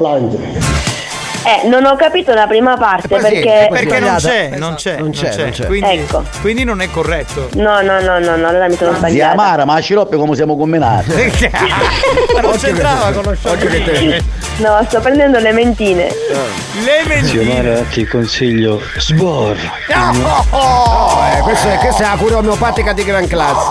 Non ho capito la prima parte perché non c'è. Quindi, ecco. Quindi non è corretto. No, allora mi sono sbagliata. Mara, ma Ciroppe come siamo combinati? Ma non c'entrava con lo scioglilingua. No, sto prendendo le mentine. Le mentine. Xiomara, ti consiglio Sbor. Questa è la cura omeopatica di gran classe.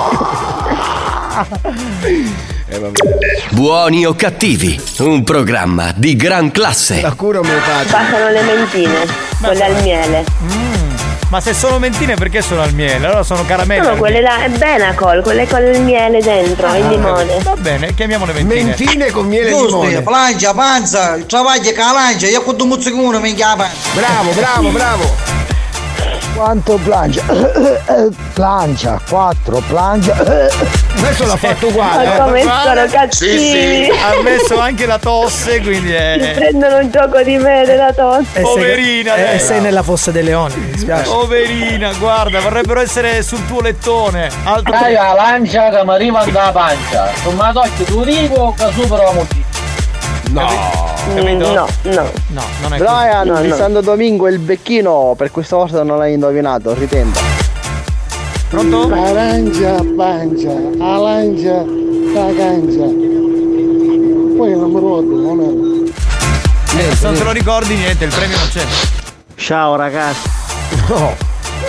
Buoni o cattivi, un programma di gran classe. La cura omeopatica. Passano le mentine, quelle al miele. Ma se sono mentine perché sono al miele? Allora sono caramelle. No, quelle là è Benacol, quelle con il miele dentro, il limone. Va bene, chiamiamole mentine. Mentine con miele e limone. Plancia, panza, travaglia con la lancia, io con due muzzichi uno mi chiama. Bravo. Quanto plancia? Plancia, 4 plancia. Adesso l'ha fatto uguale. Ma come sono cattivi. Sì. Ha messo anche la tosse, quindi Mi prendono un gioco di me della tosse. Poverina. E sei nella fossa dei leoni, mi dispiace. Poverina, guarda, vorrebbero essere sul tuo lettone. Dai, la lancia che mi arriva dalla pancia. Non mi tocchi tu dico che supero la motivazione. Capito? No, non è Brian, così. di Santo Domingo il becchino per questa volta non l'hai indovinato, ritenta. Pronto? Arancia, pancia, arancia, cancia. Poi non mi ricordo, Se non te lo ricordi niente, il premio non c'è. Ciao ragazzi. No.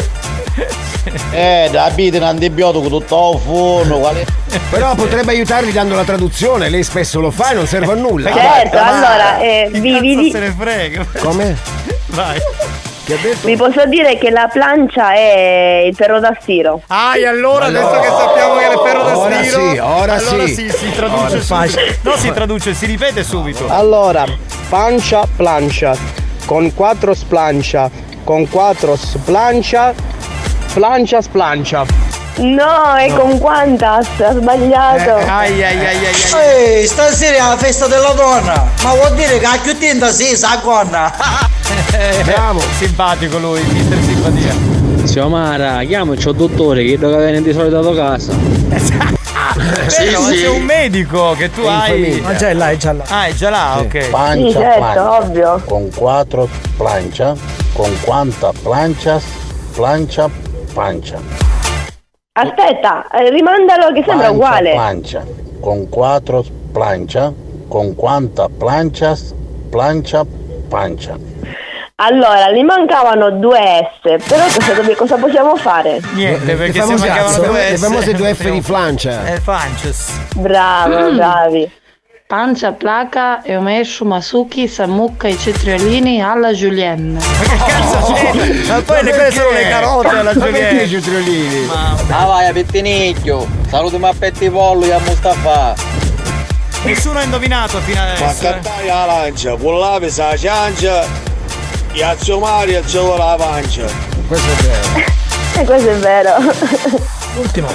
Da bite un antibiotico tutto a forno, quale? Però potrebbe aiutarvi dando la traduzione, lei spesso lo fa e non serve a nulla. Certo, allora, vi se ne frega. Come? Vai. Che ha detto? vi posso dire che la plancia è il ferro da stiro. Allora adesso che sappiamo che è il ferro da stiro. Ora sì, sì. si traduce subito. No, si traduce, si ripete subito. Allora, pancia, plancia, con 4 splancia, con 4 splancia, plancia, splancia. No, è con quantas, ha sbagliato. Stasera è la festa della donna. Ma vuol dire che a più tinta si sa gonna. Bravo, simpatico lui, mister simpatia. Xiomara, chiamaci il dottore che viene di solito da casa. Sei un medico che tu hai. Ma già è là, è già là. Ah, è già là, ok. Sì, certo, ovvio. Con 4 plancia, con quanta plancias, plancia, pancia. Aspetta, rimandalo che sembra uguale. Plancia, con 4 plancia, con quanta plancias, plancia, pancia. Allora, gli mancavano 2 S, però cosa possiamo fare? Niente, perché se mancavano 2 S. Le famose 2 F di Francia. Francias. Bravo, bravi. Pancia, placa, e ho messo Masuki, Sammucca e cetriolini alla Julienne. Ma che cazzo c'è? Ma poi quelle sono le carote alla Julienne. I cetriolini? Ah vai a pettinicchio. Saluto ma petti pollo e a Mustafa. Nessuno ha indovinato fino adesso. Ma cantai la lancia, con l'ave sa ciancia e a zio Mario c'è la pancia. Questo è vero. E questo è vero. Ultimo.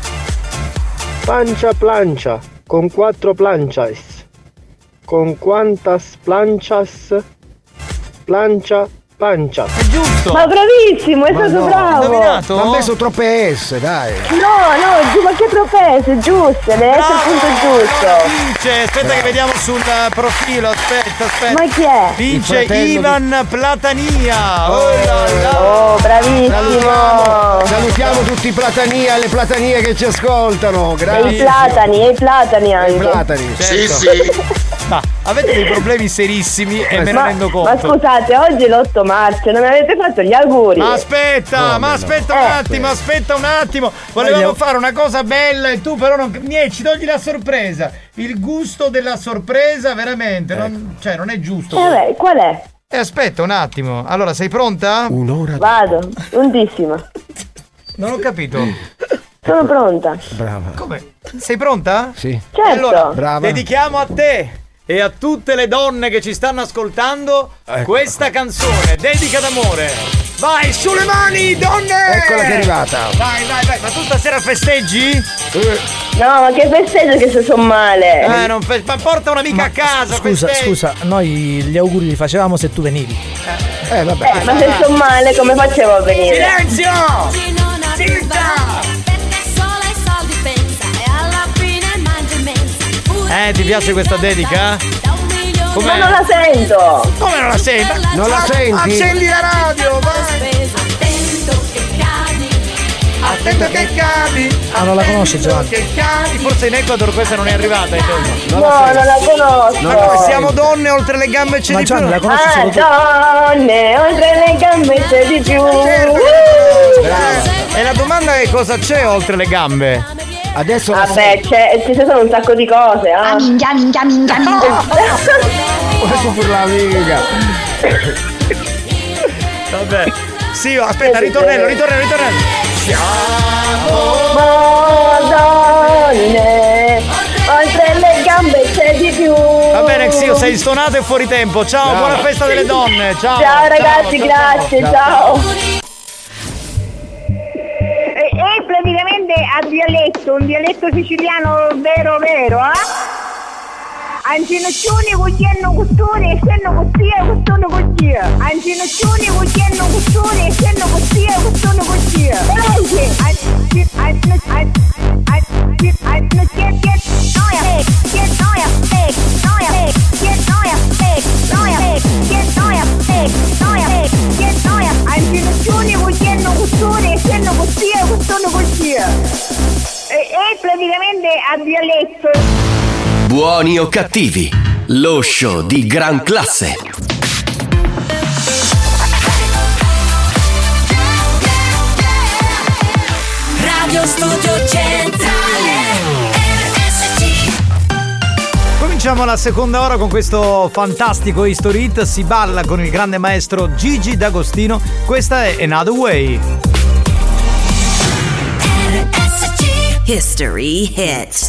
Pancia plancia, con 4 planchas. Con quantas planchas? Plancia, pancia. È giusto. Ma bravissimo, è stato bravo. Indovinato? Ma ha messo troppe S, dai. No, ma che troppe S, giuste, deve essere il punto giusto. Vince, aspetta che vediamo sul profilo, aspetta. Ma chi è? Vince Ivan Platania. Oh, bravissimo. Salutiamo tutti i Platania e le Platanie che ci ascoltano. Grazie. E i platani anche. I platani. Certo. Ma avete dei problemi serissimi e me ne rendo conto. Ma scusate, oggi è l'8 marzo, non mi avete fatto gli auguri. Aspetta un attimo. Volevamo fare una cosa bella e tu però non ci togli la sorpresa. Il gusto della sorpresa veramente non è giusto. Beh, qual è? Aspetta un attimo. Allora, sei pronta? Un'ora. Vado, prontissima. Non ho capito. Sono pronta. Brava. Come? Sei pronta? Sì. Certo. Allora, brava. Dedichiamo a te e a tutte le donne che ci stanno ascoltando questa canzone, dedica d'amore. Vai, sulle mani, donne! Eccola che è arrivata. Vai. Ma tu stasera festeggi? No, ma che festeggio che se sono male. Ma porta un'amica a casa. Scusa, noi gli auguri li facevamo se tu venivi. Vabbè. Ma se sono male come facevo a venire? Silenzio! Zitta! Ti piace questa dedica? Ma non la sento! Come non la senti? Non la senti? Accendi la radio, vai! Attento che cadi! Ah, non la conosci, Giovanni? Che cadi! Forse in Ecuador questa non è arrivata, No, non la conosco! Ma come siamo donne oltre le gambe c'è Ma di più? Giovanni, la conosci solo tu? Donne, oltre le gambe c'è di più! E la domanda è cosa c'è oltre le gambe? Adesso vabbè, ci sono un sacco di cose, Minchia. Questo per l'amica. Vabbè. Sì, aspetta, ritornello. Siamo donne, oltre le gambe c'è di più. Va bene, Xio, sei stonato e fuori tempo. Ciao, buona festa delle donne. Ciao. Ciao ragazzi, grazie, ciao. È praticamente a dialetto, un dialetto siciliano vero, Ancinoccioni cucchiano costone e senno costia e costone costia. Ancinoccioni cucchiano costone e senno costia e costone costia. Ancinoccioni cucchiano costone e senno costia e costone costia. È praticamente a dialetto. Buoni o cattivi, lo show di gran classe. Radio Studio Centrale RSC. Cominciamo la seconda ora con questo fantastico History Hit. Si balla con il grande maestro Gigi D'Agostino. Questa è Another Way. RSC History Hit.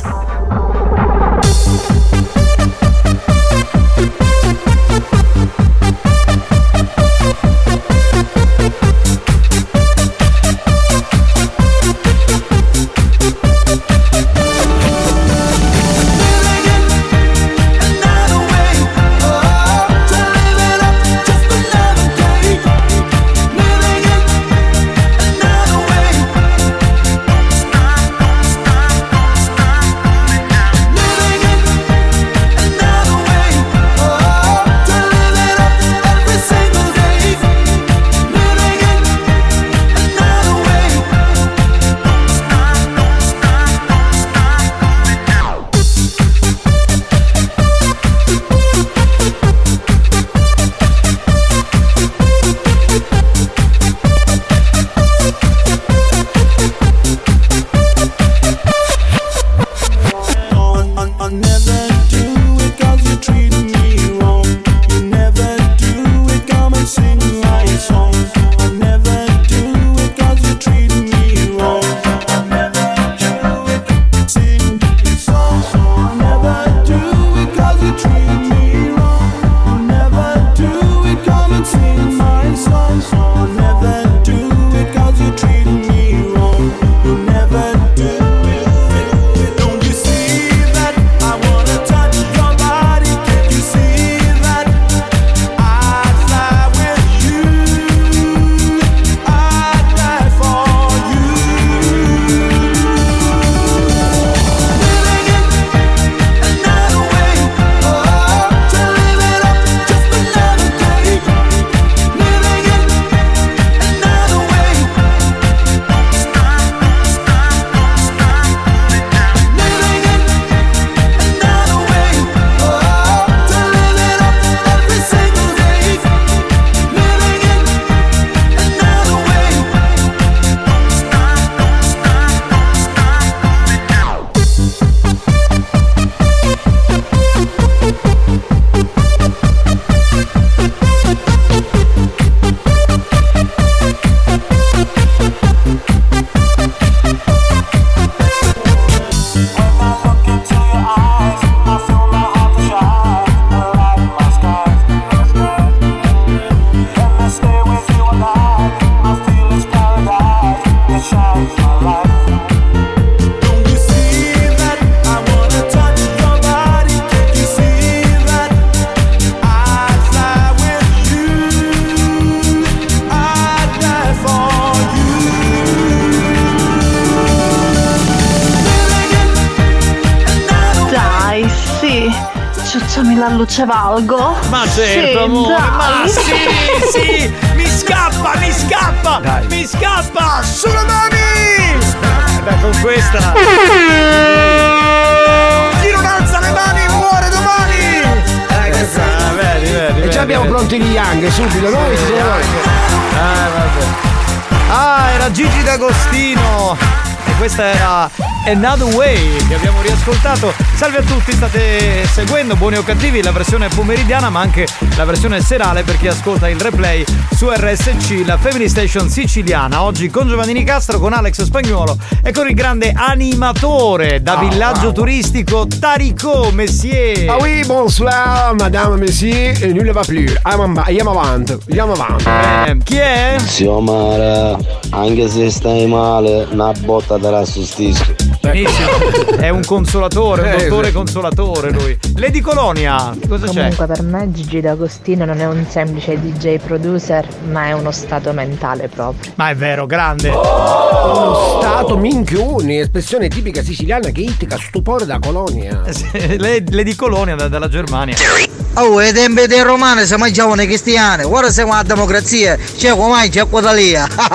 Lasciami la luce, valgo. Ma certo, sì, amore, dai. ma sì, mi scappa, Dai. mi scappa, sulle mani! Dai, con questa. Chi non alza le mani muore domani! Vedi. E già abbiamo pronti gli Young, subito, noi ci siamo. Vabbè. Era Gigi D'Agostino. E questa era Another Way che abbiamo riascoltato. Salve a tutti, state seguendo Buoni o Cattivi, la versione pomeridiana ma anche la versione serale per chi ascolta il replay su RSC, la Family Station siciliana. Oggi con Giovanni Nicastro, con Alex Spagnuolo e con il grande animatore da villaggio turistico Tarico Messier. Ah oui, bonsoir, madame, monsieur, e nulla va più. Andiamo avanti. Chi è? Zio Mara, anche se stai male, una botta te la sostituisco. Benissimo, è un consolatore, un dottore consolatore lui. Lady Colonia, cosa c'è? Comunque per me Gigi D'Agostino non è un semplice DJ producer, ma è uno stato mentale proprio. Ma è vero, grande. Uno stato minchioni, espressione tipica siciliana che indica stupore da colonia. Lady Colonia dalla Germania. Oh, ai tempi dei romani si mangiavano i cristiani, ora siamo alla democrazia, c'è come c'è quella lì.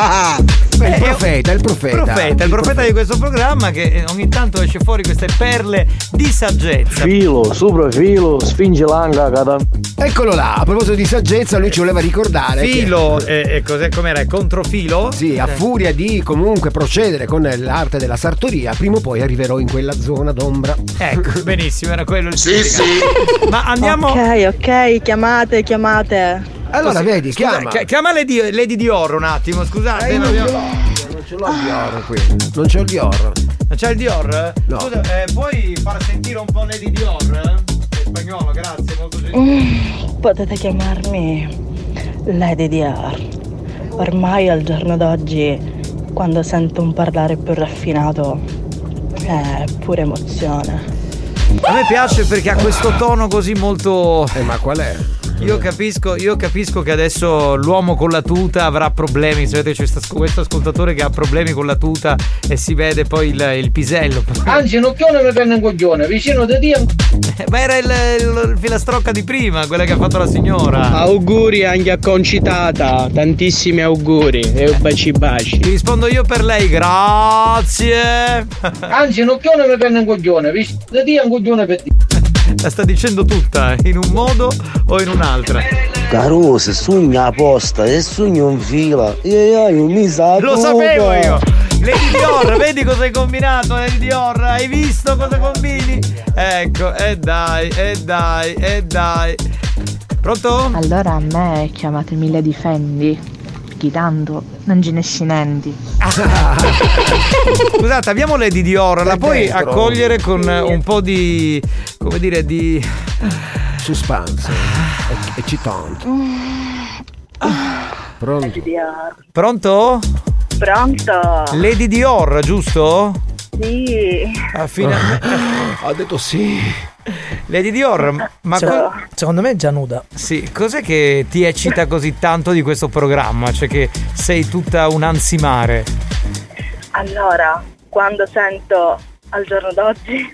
Il profeta. Il profeta di questo programma che ogni tanto esce fuori queste perle di saggezza. Filo, soprafilo, sfinge l'anga, Eccolo là, a proposito di saggezza, lui ci voleva ricordare. Filo, cos'è, com'era? Controfilo? Sì, a furia di comunque procedere con l'arte della sartoria, prima o poi arriverò in quella zona d'ombra. Ecco, benissimo, era quello il Sì. Ma andiamo. Ok, chiamate. Allora, vedi, chiama. Chiama Lady Dior un attimo, scusate. Non ce l'ho il Dior qui. Non c'ho il Dior. Non c'è il Dior? No. Scusa, puoi far sentire un po' Lady Dior? Spagnolo, grazie, molto gentile. Potete chiamarmi Lady Dior. Ormai al giorno d'oggi, quando sento un parlare più raffinato, è pure emozione. A me piace perché ha questo tono così molto. Ma qual è? Io capisco che adesso l'uomo con la tuta avrà problemi. Sapete, c'è questo ascoltatore che ha problemi con la tuta e si vede poi il pisello. Anzi, un occhione mi prende un coglione, vicino di Dio. Ma era il filastrocca di prima, quella che ha fatto la signora. Auguri anche a Concitata, tantissimi auguri e baci. Ti rispondo io per lei, grazie. Anzi, un occhione mi prende un coglione, vicino di Dio un coglione per te. La sta dicendo tutta, in un modo o in un'altra. Caro, se sogna apposta e sogno in fila, io mi sa. Lo sapevo io. Lady Dior, vedi cosa hai combinato, Lady Dior? Hai visto cosa combini? Ecco, dai. Pronto? Allora a me chiamatemi Lady Fendi. Tanto non ce ne scinenti. Scusate, abbiamo Lady Dior, la puoi accogliere con un po' di, come dire, di suspense e citante. Pronto? Lady Dior. Pronto? Pronto? Lady Dior, giusto? Sì. Ha detto sì. Lady Dior, ma secondo me è già nuda. Sì, cos'è che ti eccita così tanto di questo programma? Cioè che sei tutta un'ansimare. Allora, quando sento al giorno d'oggi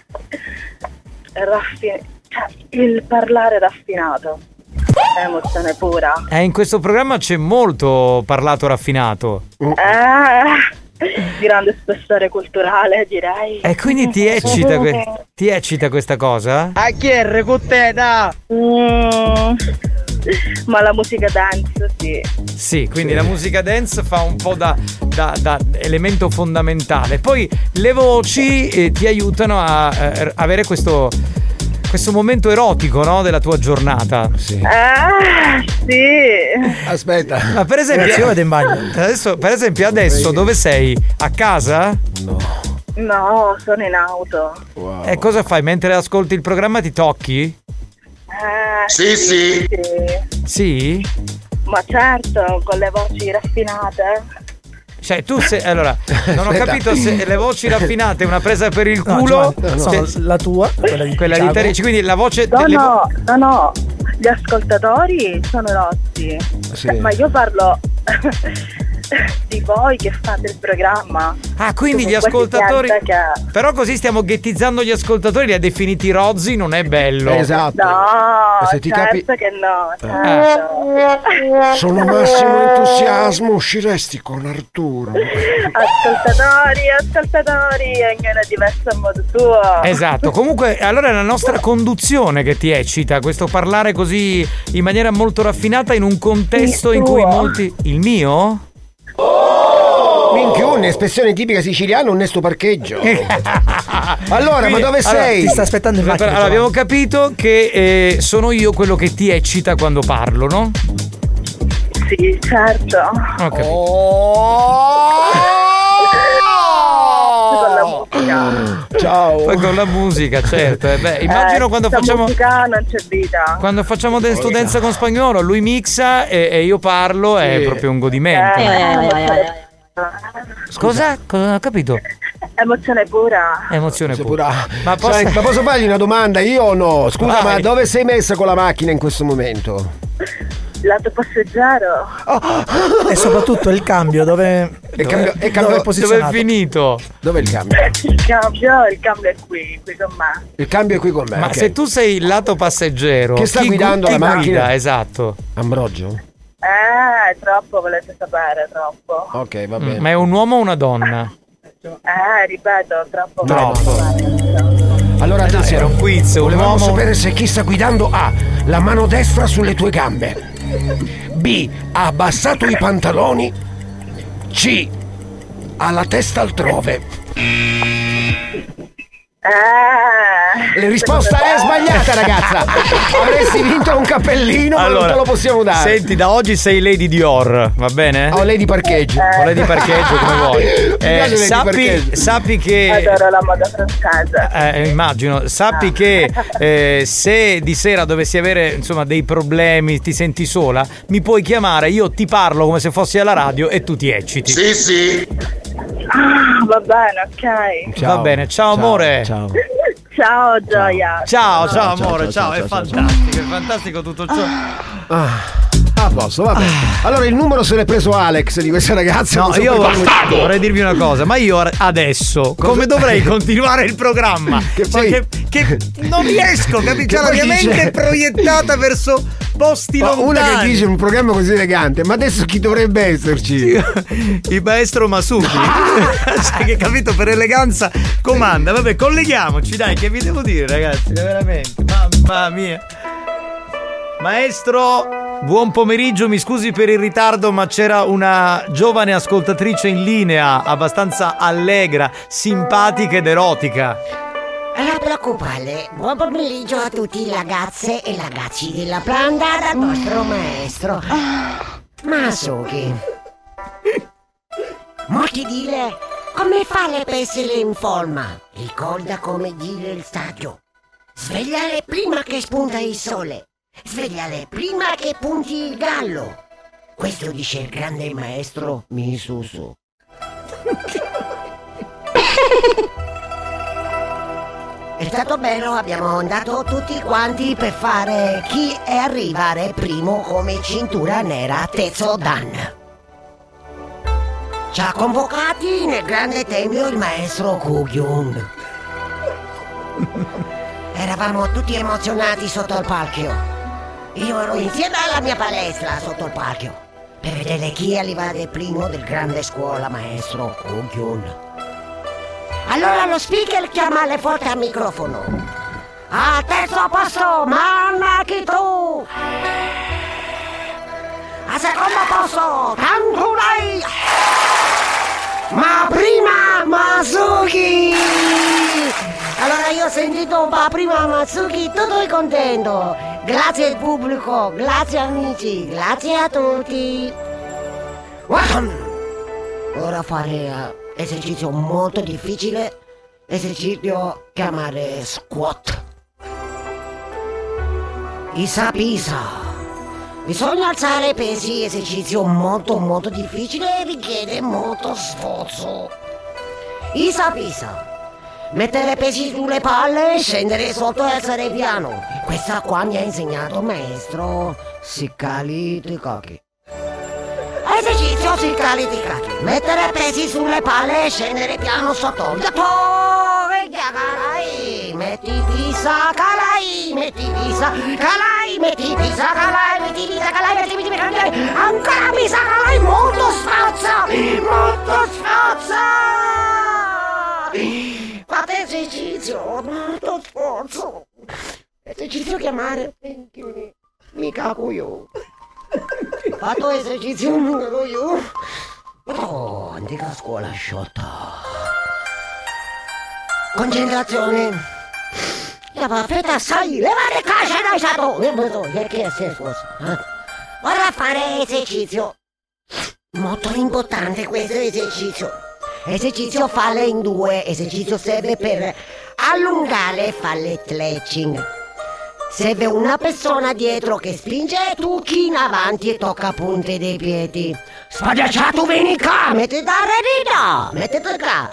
il parlare raffinato è emozione pura. In questo programma c'è molto parlato raffinato. Grande spessore culturale, direi. E quindi ti eccita questa cosa? A chi è recutena? Ma la musica dance, sì. Sì, quindi la musica dance fa un po' da elemento fondamentale. Poi le voci ti aiutano a avere questo momento erotico, no? Della tua giornata. Sì. Aspetta. Ma per esempio, in bagno. Adesso dove sei? A casa? No, sono in auto. Wow. E cosa fai? Mentre ascolti il programma ti tocchi? Sì. Sì? Ma certo, con le voci raffinate. Cioè tu allora non ho capito se le voci raffinate è una presa per il culo. No, la tua, quella di Tarici, quindi la voce no, gli ascoltatori sono rozzi. Sì. Ma io parlo di voi che fate il programma. Ah, quindi Su gli ascoltatori. qualche gente che- Però così stiamo ghettizzando gli ascoltatori, li ha definiti rozzi, non è bello. Esatto. No, se ti certo che no, certo. Sono massimo entusiasmo, usciresti con Arturo. Ascoltatori, ognuno è diverso a modo suo. Esatto, comunque allora è la nostra conduzione che ti eccita, questo parlare così in maniera molto raffinata in un contesto in cui molti... Il mio? Minchione, espressione tipica siciliana, un nesto parcheggio. Allora, Quindi, ma dove sei? Ti sta aspettando in macchina. Allora, abbiamo capito che sono io quello che ti eccita quando parlo, no? Sì, certo. Ho capito. Con la musica. Ciao. Poi con la musica, certo. Beh, immagino quando senza facciamo... musica non c'è vita. Quando facciamo Dance to Dance con Spagnolo, lui mixa e io parlo, è proprio un godimento. Scusa? Cosa ho capito? Emozione pura. Emozione pura. Ma posso fargli una domanda, io o no? Scusa, ma dove sei messa con la macchina in questo momento? Lato passeggero. E soprattutto il cambio, dove Dove è posizionato? Dove è finito? Dov'è il cambio? Il cambio è qui con me. Il cambio è qui con me. Ma ok. se tu sei il lato passeggero, Che sta chi guidando chi la macchina? guida? Esatto. Ambrogio? Troppo volete sapere, troppo. Ok, va bene. Ma è un uomo o una donna? Ripeto, troppo. Allora attenzione, era un quiz, un volevamo uomo- sapere se chi sta guidando ha la mano destra sulle tue gambe, B ha abbassato i pantaloni, C ha la testa altrove. La risposta è sbagliata, ragazza. Avresti vinto un cappellino, ma non te lo possiamo dare. Senti, da oggi sei Lady Dior, va bene? O Lady Parcheggio. O Lady Parcheggio, come vuoi. Mi piace Lady Parcheggio. Sappi che... Adoro la moda francese. Immagino, sappi che se di sera dovessi avere insomma dei problemi, ti senti sola, mi puoi chiamare, io ti parlo come se fossi alla radio e tu ti ecciti. Sì. Va bene, ok. Va bene, ciao amore. Ciao. Ciao Gioia. Ciao amore, ciao, è fantastico, è fantastico tutto ciò. A posto, vabbè. Allora il numero se l'è preso Alex di questa ragazza. No, non so io per quale- vorrei dirvi una cosa, ma io adesso come dovrei continuare il programma? Che poi- che non riesco, capisci? Che La poi mia dice- mente è proiettata verso posti Ma lontani. una che dice un programma così elegante, ma adesso chi dovrebbe esserci? Il maestro Masuki. Sai che capito, per eleganza comanda. Vabbè, colleghiamoci, dai, che vi devo dire, ragazzi, veramente. Mamma mia. Maestro, buon pomeriggio, mi scusi per il ritardo, ma c'era una giovane ascoltatrice in linea, abbastanza allegra, simpatica ed erotica. Non preoccupare, buon pomeriggio a tutti i ragazze e ragazzi della planta dal nostro maestro Masuki. Molti dire come fare per essere in forma. Ricorda come dire il saggio. Svegliare prima che spunta il sole. Svegliare prima che punti il gallo. Questo dice il grande maestro Misusu. È stato bello, abbiamo andato tutti quanti per fare chi è arrivare primo come cintura nera Terzo Dan. Ci ha convocati nel grande tempio il maestro Kugyun. Eravamo tutti emozionati sotto il palco. Io ero insieme alla mia palestra sotto il palco per vedere chi arrivava primo del grande scuola maestro Kugyun. Allora lo speaker chiama le forte al microfono. Al terzo posto, Manaki tu! Al secondo posto, Tanturai! Ma prima Masuki! Allora io ho sentito un po' prima Masuki, tutto contento. Grazie al pubblico, grazie amici, grazie a tutti. Ora fare esercizio molto difficile, esercizio chiamare squat. Isa pisa. Bisogna alzare pesi, esercizio molto difficile e richiede molto sforzo. Isa pisa. Mettere pesi sulle palle, scendere sotto e alzare piano. Questa qua mi ha insegnato maestro Siccali Tricocchi. esercizio si cali. Mettere pesi sulle palle e scendere piano sotto. Metti pisa, calai, metti pisa, calai, metti pisa, calai, metti pisa, calai, metti pisa, calai, ancora pisa, calai, molto sforzo. Fate esercizio, molto sforzo. Esercizio chiamare, mica io. Fatto esercizio, mica io. Oh, antica scuola sciotta. Concentrazione. Aspetta, sai, levate cascia dai sato. Che è scusa? Ora fare esercizio. Molto importante questo esercizio. Esercizio falle in due. Esercizio serve per allungare e fare stretching. Serve una persona dietro che spinge e tu chi in avanti e tocca punte dei piedi. Spadacciato, vieni qua, mettete da redina. Mettete qua,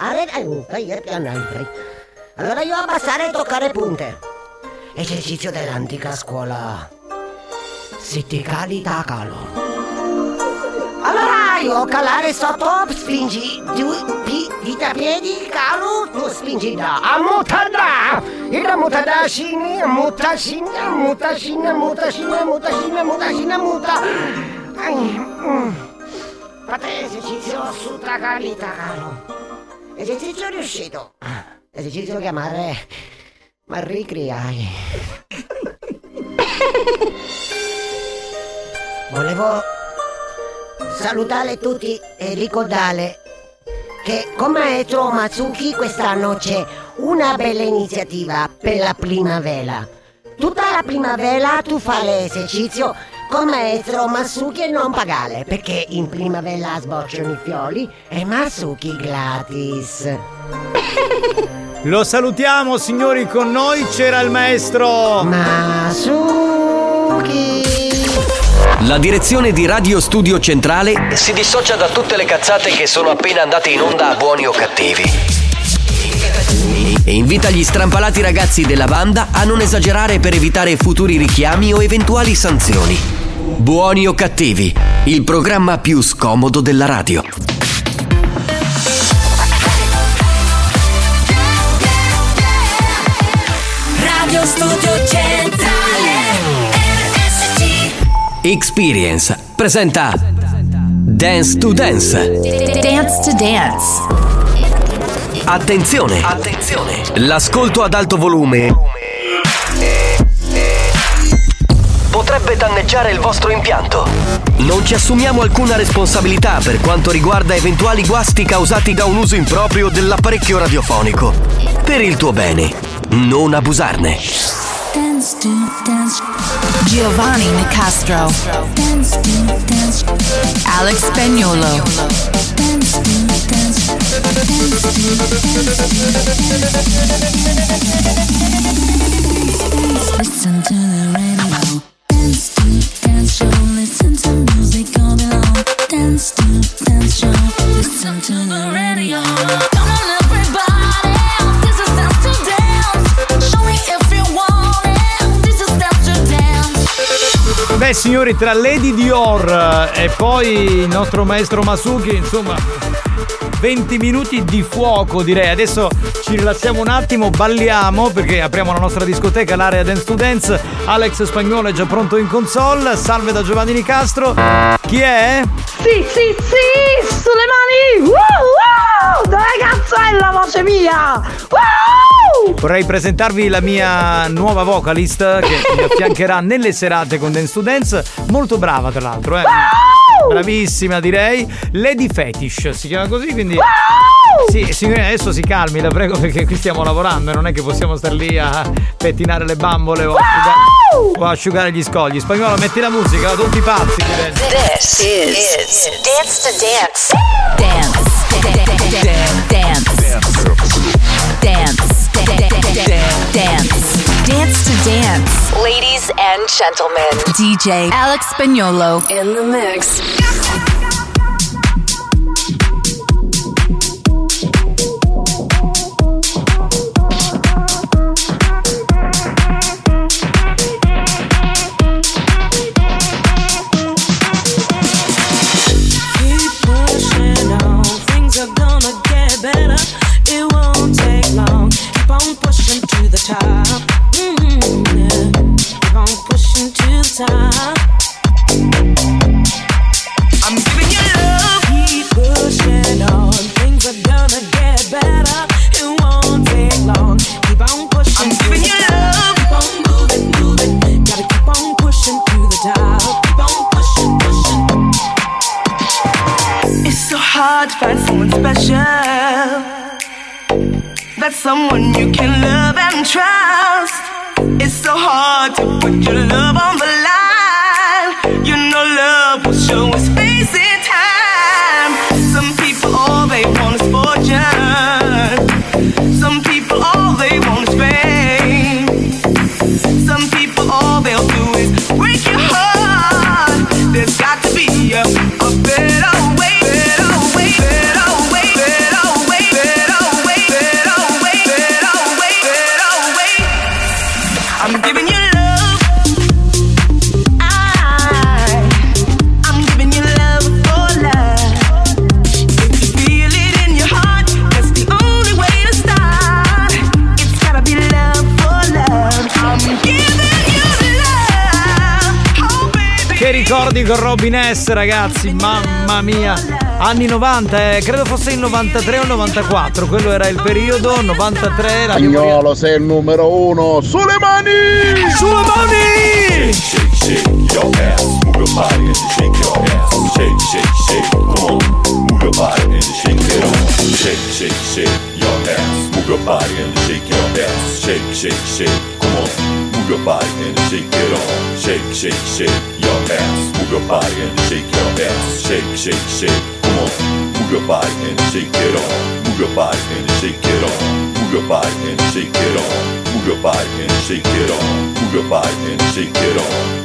allora io abbassare e toccare punte. Esercizio dell'antica scuola. Se ti cali, tacalo. Allora io calare sotto, spingi dita piedi, calo, tu spingi da. Ammutada! Il mutadashini, muta. Fate esercizio su tacali, tacalo. Esercizio riuscito. Esercizio chiamare Marie Criai. Volevo salutare tutti e ricordare che con maestro Matsuki quest'anno c'è una bella iniziativa per la primavera. Tutta la primavera tu fai l'esercizio con maestro Matsuki e non pagare, perché in primavera sbocciano i fiori e Matsuki gratis. Lo salutiamo, signori, con noi c'era il maestro Matsuki. La direzione di Radio Studio Centrale si dissocia da tutte le cazzate che sono appena andate in onda a Buoni o Cattivi e invita gli strampalati ragazzi della banda a non esagerare per evitare futuri richiami o eventuali sanzioni. Buoni o Cattivi, il programma più scomodo della radio. Radio Studio Centrale RSC. Experience presenta Dance to Dance. Dance to Dance. Attenzione, l'ascolto ad alto volume potrebbe danneggiare il vostro impianto. Non ci assumiamo alcuna responsabilità per quanto riguarda eventuali guasti causati da un uso improprio dell'apparecchio radiofonico. Per il tuo bene, non abusarne. Dance to Dance. Giovanni Nicastro. Dance to Dance. Alex Spagnuolo. Dance to Dance. Listen to the radio. Dance to Dance show. Listen to music all day long. Dance to Dance show. Listen to the radio. Come on everybody, this is Dance to Dance. Show me if you want it. This is Dance to Dance. Beh, signori, tra Lady Dior e poi il nostro maestro Matsuki, insomma, 20 minuti di fuoco, direi. Adesso ci rilassiamo un attimo, balliamo perché apriamo la nostra discoteca, l'area Dance to Dance. Alex Spagnuolo è già pronto in console. Salve da Giovanni Nicastro. Chi è? Sì, sulle mani! Dove cazzo è la voce mia? Vorrei presentarvi la mia nuova vocalist che mi affiancherà nelle serate con Dance to Dance. Molto brava, tra l'altro, bravissima, direi. Lady Fetish si chiama così, quindi sì, signori, adesso si calmi, la prego, perché qui stiamo lavorando e non è che possiamo star lì a pettinare le bambole o asciugare gli scogli. Spagnolo, metti la musica, tutti pazzi. This is Dance to Dance. Dance. Dance to Dance. Ladies and gentlemen, DJ Alex Spagnuolo in the mix. Feel pushing to the top. Yeah. Keep on pushing to the top. I'm giving you love. Keep pushing on. Things are gonna get better. It won't take long. Keep on pushing. I'm giving you love. Keep on moving, moving. Gotta keep on pushing to the top. Keep on pushing, pushing. It's so hard to find someone special. That's someone you can love and trust. It's so hard to put your love on the line. You know love will show its face in time. Some people all they want is fortune. Some people all they want is fame. Some people all they'll do is break your heart. There's got to be a better way. I'm giving you love. I'm giving you love for love. If you feel it in your heart, that's the only way to start. It's gotta be love for love. I'm giving you love. Oh baby. Che ricordi con Robin S, ragazzi, mamma mia. Anni 90, credo fosse il 93 o il 94, quello era il periodo, 93 la Agnolo, sei il numero uno, sulle mani! Sulle mani! Shake, shake, your ass, move your body and shake your ass. Shake, shake, shake, come on, move your body and shake it on. Shake, shake, shake, your ass, move your body and shake your ass. Shake, shake, shake, come on, move your body and shake it on. Shake, shake, shake, your ass, move your body and shake your ass. Shake, shake, shake, come on, move your body and shake it on. Move your body and shake it on. Move your body and shake it on. Move your body and shake it on. Move your body and shake it on.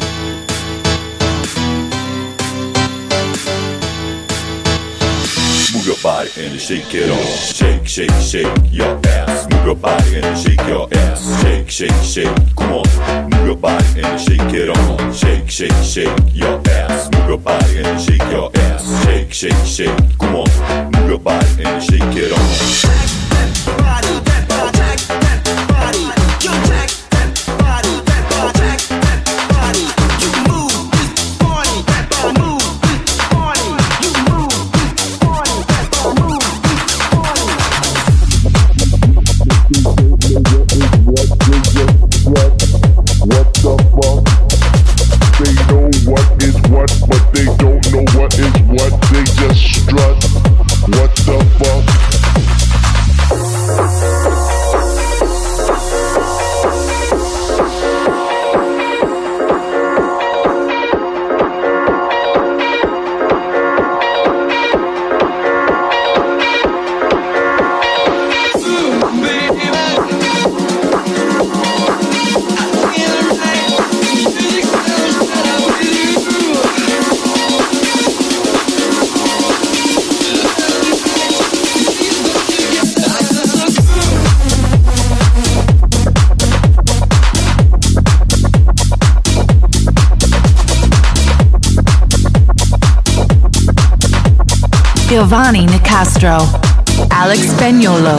Move your body and shake it on. Shake, shake, shake your ass. Move your body and shake your ass. Shake, shake, shake. Come on. Move your body and shake it on. Shake, shake, shake your ass. Move your body and shake your ass. Shake, shake, shake. Come on. Move your body and shake it on. Giovanni Nicastro, Alex Spagnolo.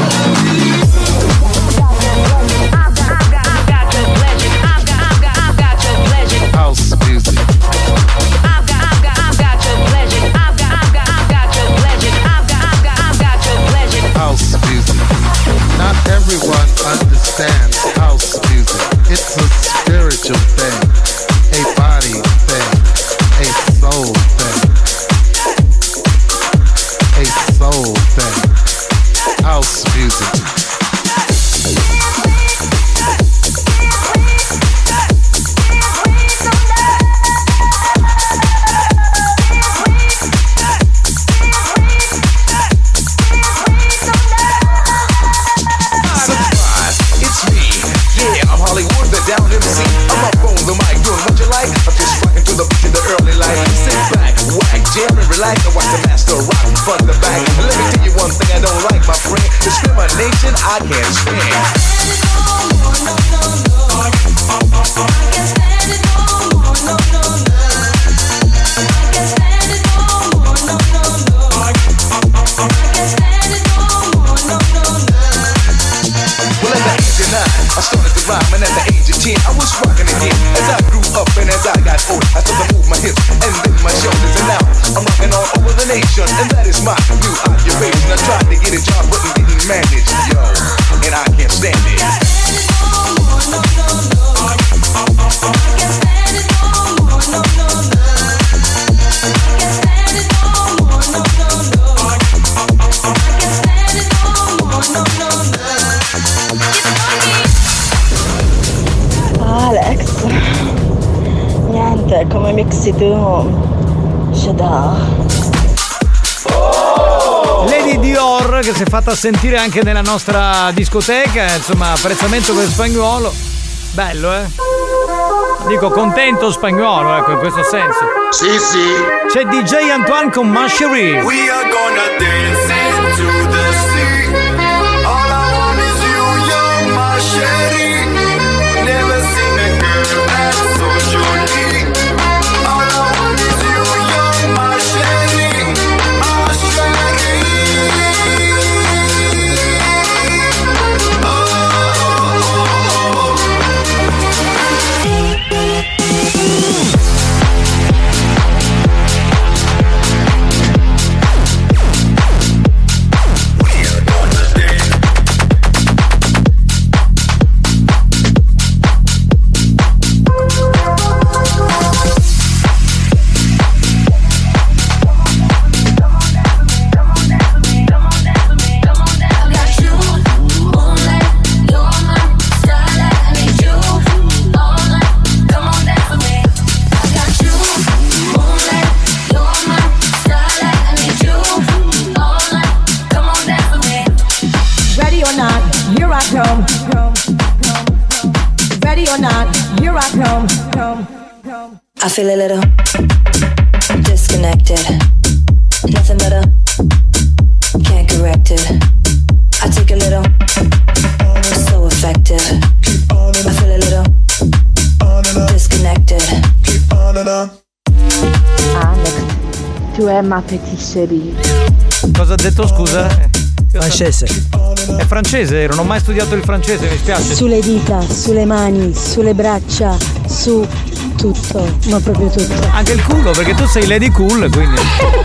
House music. House music. Not everyone understands house music. It's a spiritual thing, a body thing, a soul thing. A soul thing. House music. Surprise, it's me. Yeah, I'm Hollywood, the down MC. I'm up on the mic doing what you like. I'm just rocking to the beat in the early light. Sit back, whack, jam and relax and watch the master rock from the back. And let me tell you one thing I don't like, my friend. Discrimination I can't stand. rhyming at the age of 10. I was rocking again. As I grew up and as I got old, I started to move my hips and then my shoulders. And now I'm rocking all over the nation. And that is my new occupation. I tried to get a job but didn't manage, yo. And I can't stand it. Alex, niente, come mixi tu, c'è da... Lady Dior che si è fatta sentire anche nella nostra discoteca, insomma apprezzamento per Spagnuolo, bello dico contento Spagnuolo, ecco, in questo senso. Sì. C'è DJ Antoine con Mashery. We are gonna dance into the sea. All I want is you, young Mashery. Never seen a girl that's so jolly. All I want is you, young Mashery. Mashery. I feel a little disconnected. Nothing better, can't correct it. I take a little, so effective. I feel a little disconnected. Alex, tu è ma patisserie. Cosa ha detto, scusa? Francese. È francese, non ho mai studiato il francese, mi spiace. Sulle dita, sulle mani, sulle braccia, su tutto, ma proprio tutto. Anche il culo, perché tu sei Lady Cool, quindi.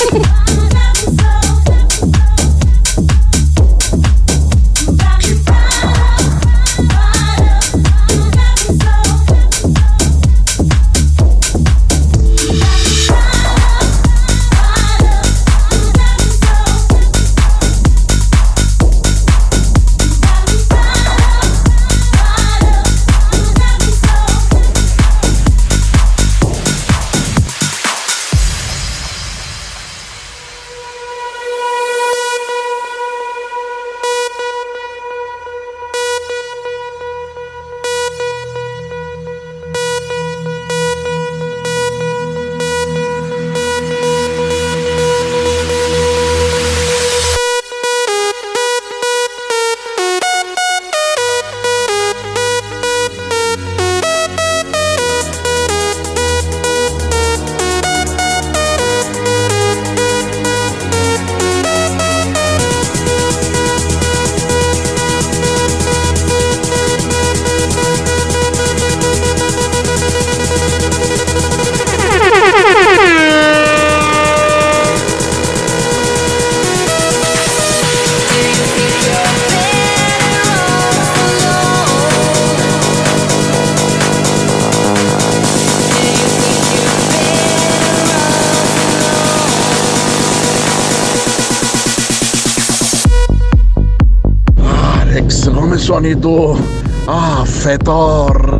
Come suoni tu? Fetor.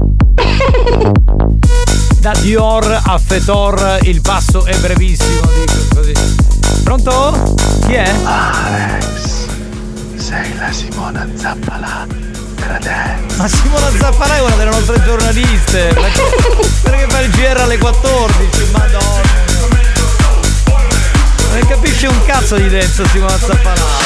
Da Dior a Fetor il passo è brevissimo, dico così. Pronto? Chi è? Alex, sei la Simona Zappalà credente. Ma Simona Zappalà è una delle nostre giornaliste. Perché fa il GR alle 14? Madonna. Non ne capisce un cazzo di dentro Simona Zappalà.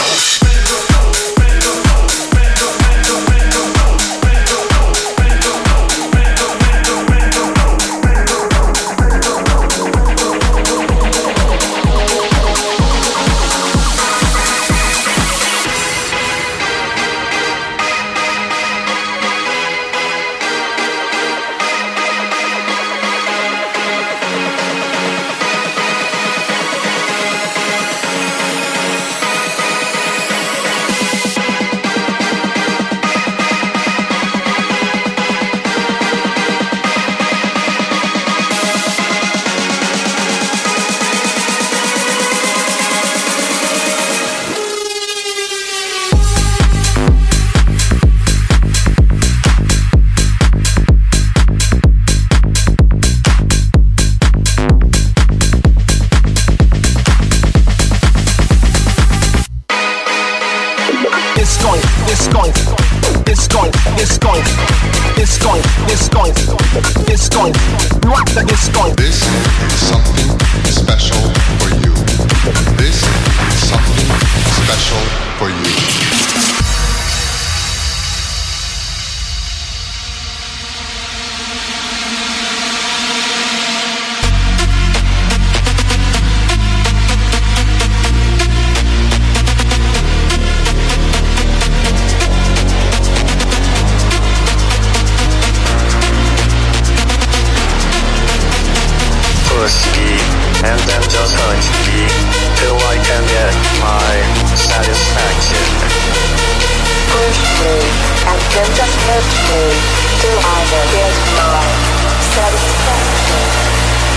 disco, disco, disco, what the disco. This is something special for you. This is something special for you. And then just touch me till I can get my satisfaction. Push me and then just hurt me till I can get my satisfaction.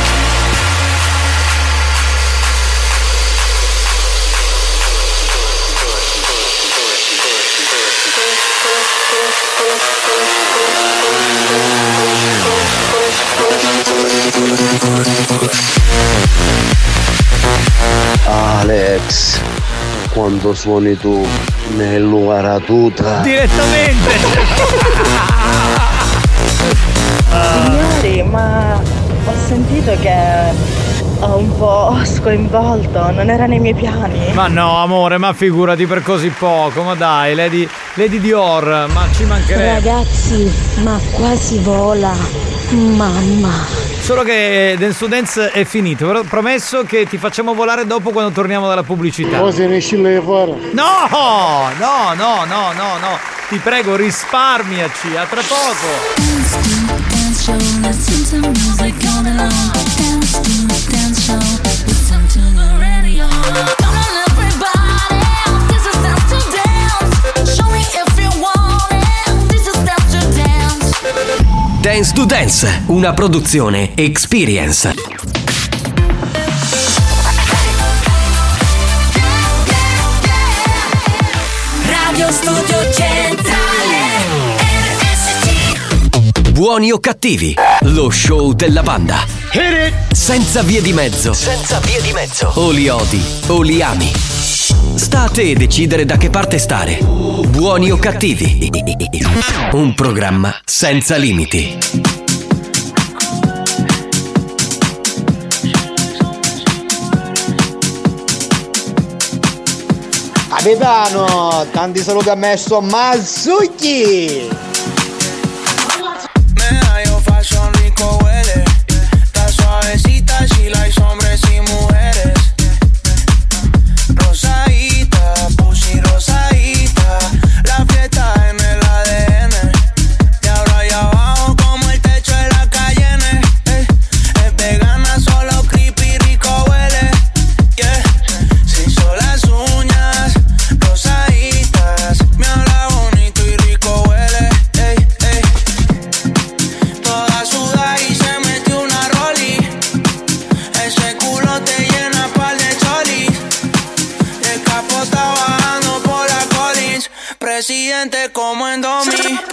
Alex, quando suoni tu nell'uaratuta direttamente. Signori, ma ho sentito che ho un po' scoinvolto, non era nei miei piani. Ma no, amore, ma figurati, per così poco, ma dai, Lady Dior, ma ci mancherebbe. Ragazzi, ma quasi vola, mamma. Solo che Dance to Dance è finito, però promesso che ti facciamo volare dopo quando torniamo dalla pubblicità. Cosa ne scille fuori? No, ti prego, risparmiaci, a tra poco. Dance to Dance, una produzione Experience. Radio Studio Centrale RSC. Buoni o cattivi, lo show della banda. Senza vie di mezzo. O li odi o li ami. Sta a te decidere da che parte stare. Buoni o cattivi. Un programma senza limiti. Capitano, tanti saluti a me, sto Mazzucchi. Medallo fashion rico huele. Está suavecita, she likes hombres y mujeres. Rosadita, pussy rosadita. La fiesta en el ADN. De ahora y abajo como el techo de la Cayenne. Es vegana, solo creepy, rico huele. Yeah. Se hizo las uñas rosaditas. Me habla bonito y rico huele. Toda suda y se metió una roli. Ese culo te llena pal de cholis. El capo está bajando por la Collins. Presidente como en Domi.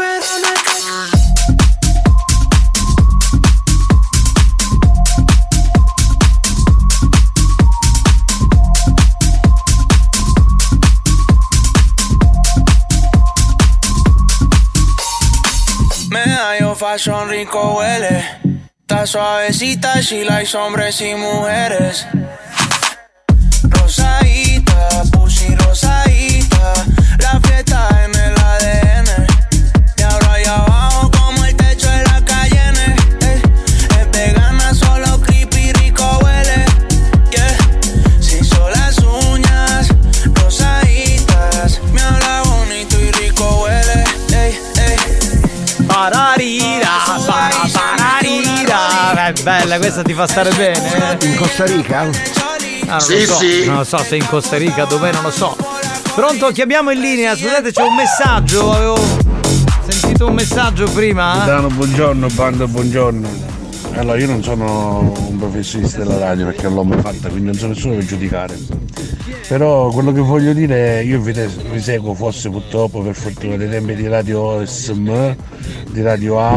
Medallo fashion rico huele. Está suavecita, she likes hombres y mujeres. Rosadita, pussy rosadita. La fiesta en el ADN. De ahora y abajo como el techo de la Cayenne. Es vegana, solo creepy, rico huele. Yeah. Se hizo las uñas rosaditas. Me habla bonito y rico huele. Pararira. Bella, questa ti fa stare bene. In Costa Rica? Non lo so se in Costa Rica, dov'è non lo so. Pronto, chiamiamo in linea, scusate, c'è un messaggio, avevo sentito un messaggio prima. Dano, buongiorno, banda, buongiorno. Allora, io non sono un professionista della radio perché non l'ho mai fatta, quindi non sono nessuno per giudicare. Però quello che voglio dire è, io vi seguo forse purtroppo per fortuna dei tempi di Radio SM, di Radio A,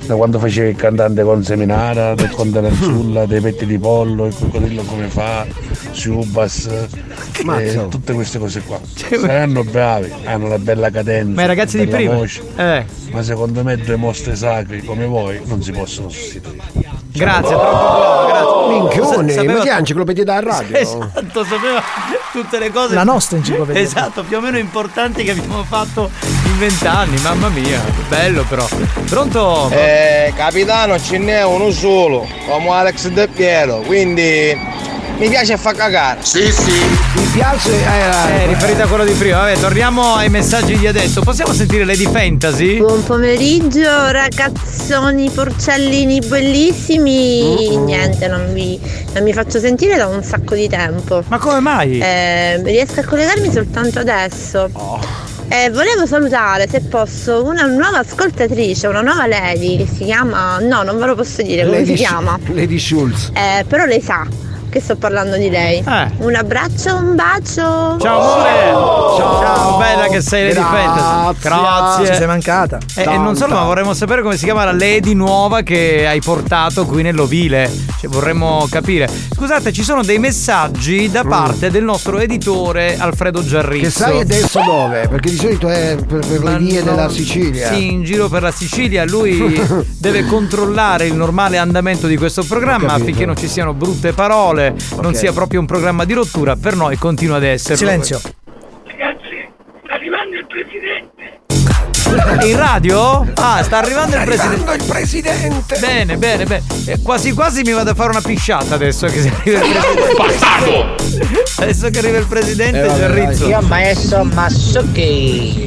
da quando facevi il cantante con Seminara, del Conte Nazzulla, dei petti di pollo, il coccodrillo come fa, Subas, tutte queste cose qua. Saranno bravi, hanno una bella cadenza, ma i ragazzi una di bella prima voce, ma secondo me due mostri sacri come voi non si possono sostituire. Grazie, troppo buono, grazie. Minchione, ma che enciclopedia da radio? Esatto, sapeva tutte le cose. La nostra enciclopedia. Esatto, più o meno importanti che abbiamo fatto in 20 anni, mamma mia, bello però. Pronto? Capitano, ce n'è uno solo, come Alex De Piero, quindi mi piace far cagare. Sì. Mi piace. Riferita a quello di prima. Vabbè, torniamo ai messaggi di adesso. Possiamo sentire Lady Fantasy? Buon pomeriggio, ragazzoni porcellini bellissimi. Niente, non mi faccio sentire da un sacco di tempo. Ma come mai? Riesco a collegarmi soltanto adesso. Volevo salutare, se posso, una nuova ascoltatrice, una nuova lady che si chiama. No, non ve lo posso dire come si chiama. Lady Schultz. Però lei sa che sto parlando di lei. Un abbraccio, un bacio. Ciao amore. Ciao, bella che sei Lady Fantasy. Grazie. Ci sei mancata. E non solo, ma vorremmo sapere come si chiama la lady nuova che hai portato qui nell'ovile. Vorremmo capire. Scusate, ci sono dei messaggi da parte del nostro editore Alfredo Giarrizzo. Che sai adesso dove? Perché di solito è per le vie della Sicilia. Sì, in giro per la Sicilia. Lui deve controllare il normale andamento di questo programma affinché non ci siano brutte parole, non sia proprio un programma di rottura. Per noi continua ad essere. Silenzio. Ragazzi, sta arrivando il presidente. In radio? Sta arrivando il presidente. Il presidente. Bene. Quasi mi vado a fare una pisciata adesso che arriva il presidente. Bastardo! Adesso che arriva il presidente Giarrizzo. Io maestro Massucchi.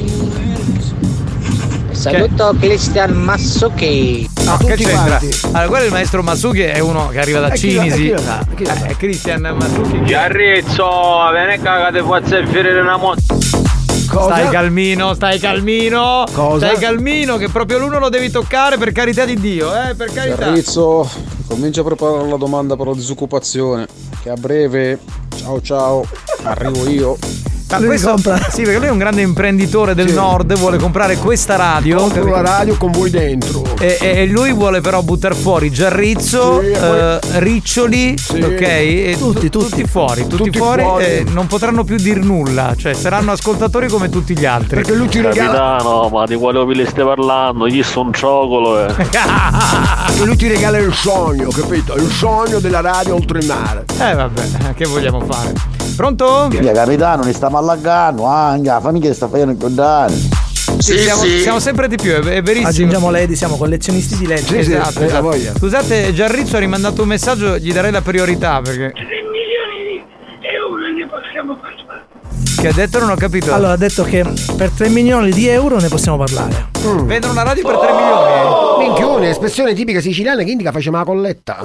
Saluto Cristian Massucchi. No, che c'entra? Allora, quello è il maestro Masuki, è uno che arriva da Cinisi. Chi lo sa? È Cristian Masuki. Giarrizzo, vieni cagate faccia ferire una moto. Stai calmino. Cosa? Stai calmino, che proprio l'uno lo devi toccare, per carità di Dio, per carità. Giarrizzo, comincia a preparare la domanda per la disoccupazione, che a breve, ciao, arrivo io. Ma questo, sì, perché lui è un grande imprenditore del nord, vuole comprare questa radio. Compro la radio con voi dentro. E lui vuole però buttare fuori Giarrizzo, Riccioli, ok? E tutti fuori. Non potranno più dir nulla, cioè saranno ascoltatori come tutti gli altri. Perché lui ti regala. Capitano, ma di quale ovile stai parlando? Gli sono un ciocolo, Lui ti regala il sogno, capito? Il sogno della radio oltre il mare. Vabbè, che vogliamo fare? Pronto? Capitano, ne stiamo allagando, anche la famiglia sta facendo i danni. Siamo sempre di più, è verissimo. Aggiungiamo LED, siamo collezionisti di LED. Esatto. Scusate, Giarrizzo ha rimandato un messaggio, gli darei la priorità perché 3 milioni di euro ne possiamo parlare. Che ha detto? Non ho capito. Allora, ha detto che per 3 milioni di euro ne possiamo parlare. Vendono una radio per 3 milioni. Minchione, espressione tipica siciliana che indica faceva la colletta.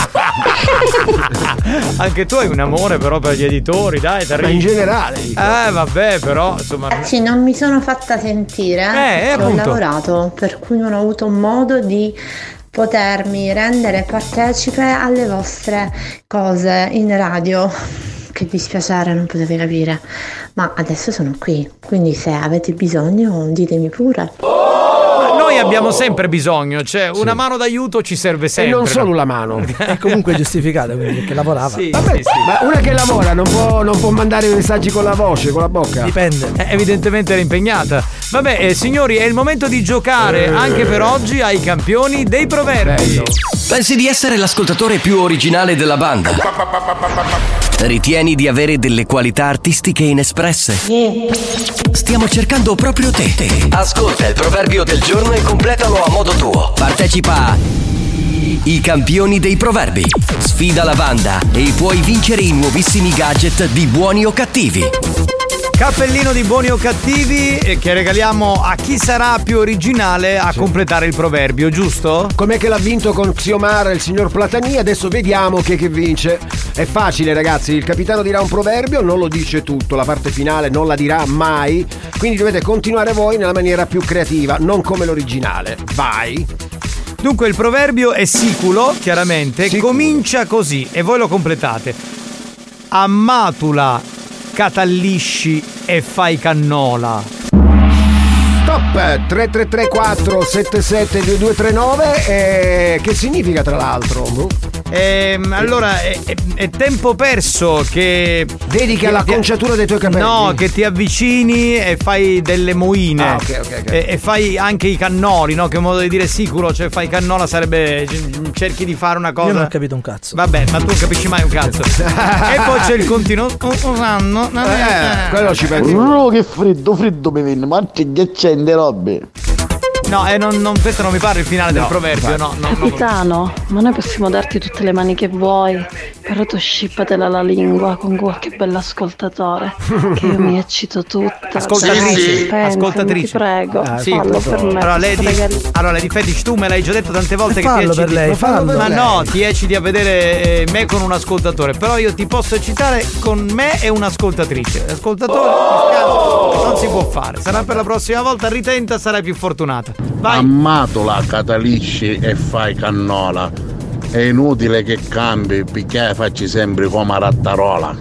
Anche tu hai un amore però per gli editori, dai, ma in generale dico. Vabbè, però insomma. Ragazzi, non mi sono fatta sentire. Ho lavorato, per cui non ho avuto modo di potermi rendere partecipe alle vostre cose in radio. Che dispiacere, non potete capire. Ma adesso sono qui, quindi se avete bisogno ditemi pure. Noi abbiamo sempre bisogno, cioè una mano d'aiuto ci serve sempre. E non solo la mano. È comunque giustificata, quindi, perché lavorava. Sì. Ma una che lavora non può mandare messaggi con la voce, con la bocca. Dipende. Evidentemente era impegnata. Vabbè, signori, è il momento di giocare anche per oggi ai campioni dei proverbi. Pensi di essere l'ascoltatore più originale della banda? Ritieni di avere delle qualità artistiche inespresse? Stiamo cercando proprio te. Ascolta il proverbio del giorno e completalo a modo tuo. Partecipa a I campioni dei proverbi. Sfida la banda e puoi vincere i nuovissimi gadget di Buoni o Cattivi. Cappellino di Buoni o Cattivi che regaliamo a chi sarà più originale a completare il proverbio, giusto? Com'è che l'ha vinto con Xiomara il signor Platani? Adesso vediamo che vince. È facile, ragazzi, il capitano dirà un proverbio, non lo dice tutto, la parte finale non la dirà mai, quindi dovete continuare voi nella maniera più creativa, non come l'originale. Vai! Dunque il proverbio è siculo, chiaramente, comincia così e voi lo completate. Ammatula, catallisci e fai cannola. Stop 3334 77 2239 che significa tra l'altro? Allora è tempo perso che dedichi all'acconciatura dei tuoi capelli. No, che ti avvicini e fai delle moine. Ok. E fai anche i cannoli, no? Che modo di dire sicuro, cioè fai cannola sarebbe cerchi di fare una cosa. Io non ho capito un cazzo. Vabbè, ma tu non capisci mai un cazzo. E poi c'è il continuo usando. Quello ci pensi. No, che freddo mi viene, ma c'è ghiacciante robe. No, questo non mi pare il finale del proverbio, no. Capitano, ma noi possiamo darti tutte le mani che vuoi, però tu scippatela la lingua con qualche bell'ascoltatore, che io mi eccito tutta. Ascoltatrice. Ti prego, sì, fallo per me. Allora, Lady Fetish, tu me l'hai già detto tante volte che ti ecciti. Per lei, fallo. Ma no, ti ecciti a vedere me con un ascoltatore, però io ti posso eccitare con me e un'ascoltatrice. L'ascoltatore, non si può fare. Sarà per la prossima volta, ritenta, sarai più fortunata. Vai. Ammatola, catalisci e fai cannola. È inutile che cambi, perché facci sempre come rattarola.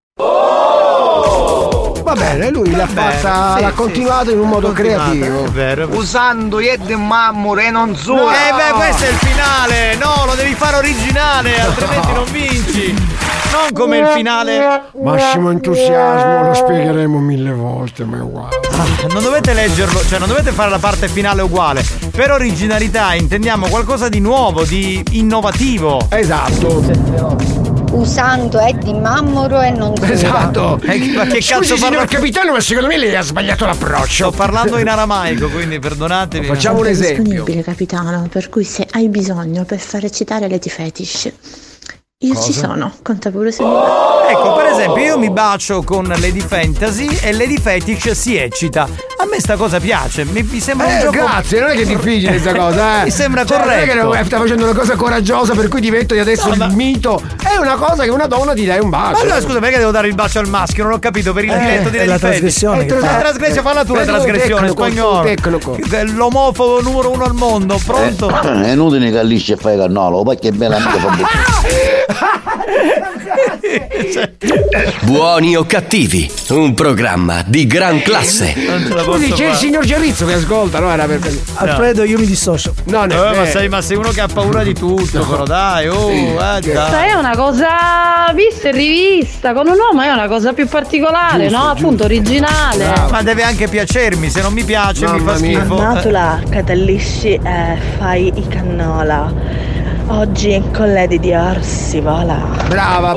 Va bene, lui l'ha fatta, l'ha continuato in un modo creativo. Usando Ed Mammur e non solo. Questo è il finale. No, lo devi fare originale, altrimenti non vinci. Non come il finale. Massimo entusiasmo, lo spiegheremo 1000 volte, ma è uguale. Non dovete leggerlo, cioè non dovete fare la parte finale uguale. Per originalità intendiamo qualcosa di nuovo, di innovativo. Esatto. Usando Eddie Mammoro e non solo. Esatto. Ma che cazzo signor capitano, ma secondo me lei ha sbagliato l'approccio. Sto parlando in aramaico, quindi perdonatemi. Facciamo un esempio. Disponibile, capitano, per cui se hai bisogno per far eccitare Lady Fetish, io ci sono, conta pure se mi va. Ecco, per esempio, io mi bacio con Lady Fantasy e Lady Fetish si eccita. A me sta cosa piace, mi sembra un gioco. Grazie, non è che è difficile questa cosa, Mi sembra corretto. Non è che sta facendo una cosa coraggiosa per cui divento adesso il mito. È una cosa che una donna ti dai un bacio. Ma allora scusa, perché devo dare il bacio al maschio? Non ho capito, per il diretto di Lady la Fetish. trasgressione. La trasgressione, falla tu la trasgressione, spagnolo. L'omofobo numero 1 al mondo, pronto? È inutile che lisci e fai cannolo, perché è bella amica fa Buoni o cattivi, un programma di gran classe. Scusi, c'è il signor Giarrizzo che ascolta, no? Era per... Alfredo, io mi dissocio. No, ma sei uno che ha paura di tutto, però dai, dai. Questa è una cosa vista e rivista, con un uomo è una cosa più particolare, Giusto, no? Appunto originale. Ma deve anche piacermi, se non mi piace mi fa schifo. Matula, catallisci e fai i cannola. Oggi con Lady Dior si vola. Brava.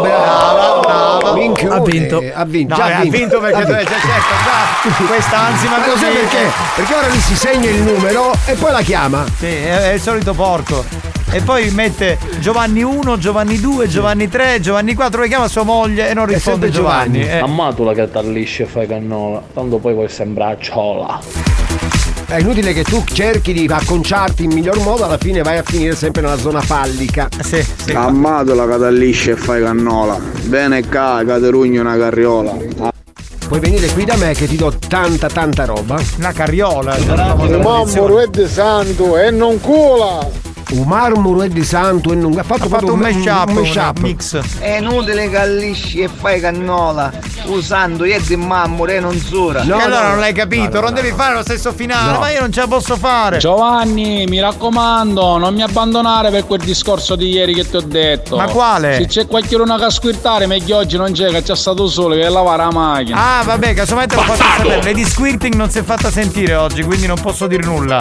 Ha vinto. Ha vinto perché certo, già questa ansima ma così. Perché ora lui si segna il numero e poi la chiama. Sì, è il solito porco. E poi mette Giovanni 1, Giovanni 2, Giovanni 3, Giovanni 4, poi chiama sua moglie e non risponde Giovanni. Ammatula che t'allisci e fai cannola, tanto poi vuoi sembrare ciola. È inutile che tu cerchi di acconciarti in miglior modo, alla fine vai a finire sempre nella zona fallica. Sì. Ammatola che t'allisci e fai cannola. Bene che te rugni una carriola. Puoi venire qui da me che ti do tanta roba. Una carriola. Il marmoro è di santo e non cola. Un marmoro è di santo e non ha fatto un mashup, un mix. È inutile che allisci e fai cannola usando Ed di Mammoro e non sura. No, allora non l'hai capito, non devi fare lo stesso finale, ma io non ce la posso fare. Giovanni, mi raccomando, non mi abbandonare per quel discorso di ieri che ti ho detto. Ma quale? Se c'è qualcuno che squirtare, meglio oggi non c'è, che c'è stato solo che lavare la macchina. Ah, vabbè, casomai te lo faccio sapere. Lady Squirting non si è fatta sentire oggi, quindi non posso dire nulla.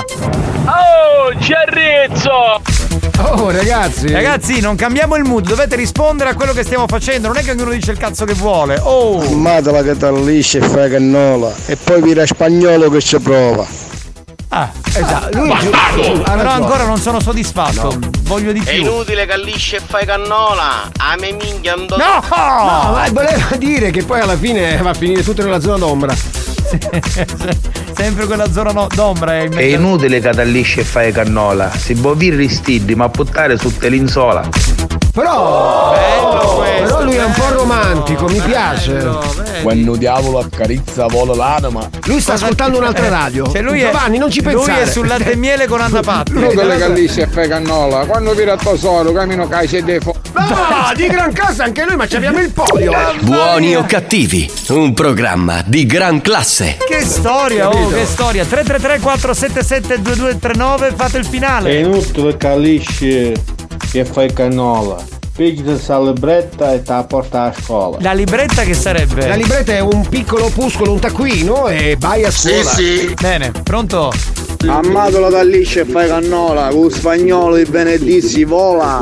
Oh, Giarrizzo! Oh, ragazzi, non cambiamo il mood, dovete rispondere a quello che stiamo facendo, non è che ognuno dice il cazzo che vuole. Oh, Ammatela che t'allisci e fai cannola e poi vira spagnolo che ci prova. Ah, esatto. Però ancora non sono soddisfatto. Voglio di più. È inutile che allisci e fai cannola. A me minchia non do... No, ma voleva dire che poi alla fine va a finire tutto nella zona d'ombra. Sempre quella zona d'ombra è inutile che t'allisci e fai cannola. Si può virri stiddi ma buttare su te l'insola. Però lui è un po' romantico, mi piace. Quando diavolo accarezza vola l'anima. Lui sta ascoltando un'altra radio. Cioè Giovanni, non ci pensare. Lui è sul latte e miele con Anna Patti. Lui delle gallisce e fai cannola. Quando vira il tesoro, cammino cai defo. No, di gran classe anche noi, ma ci abbiamo il podio. Buoni o cattivi, un programma di gran classe. Che storia, che storia. 333-477-2239, fate il finale. È inutile callisce che fai cannola. Pigli la libretta e te la porta a scuola. La libretta che sarebbe? La libretta è un piccolo opuscolo, un taccuino e vai a scuola. Sì. Bene, pronto? Ammatelo da liscia e fai cannola, con spagnolo il venerdì si vola.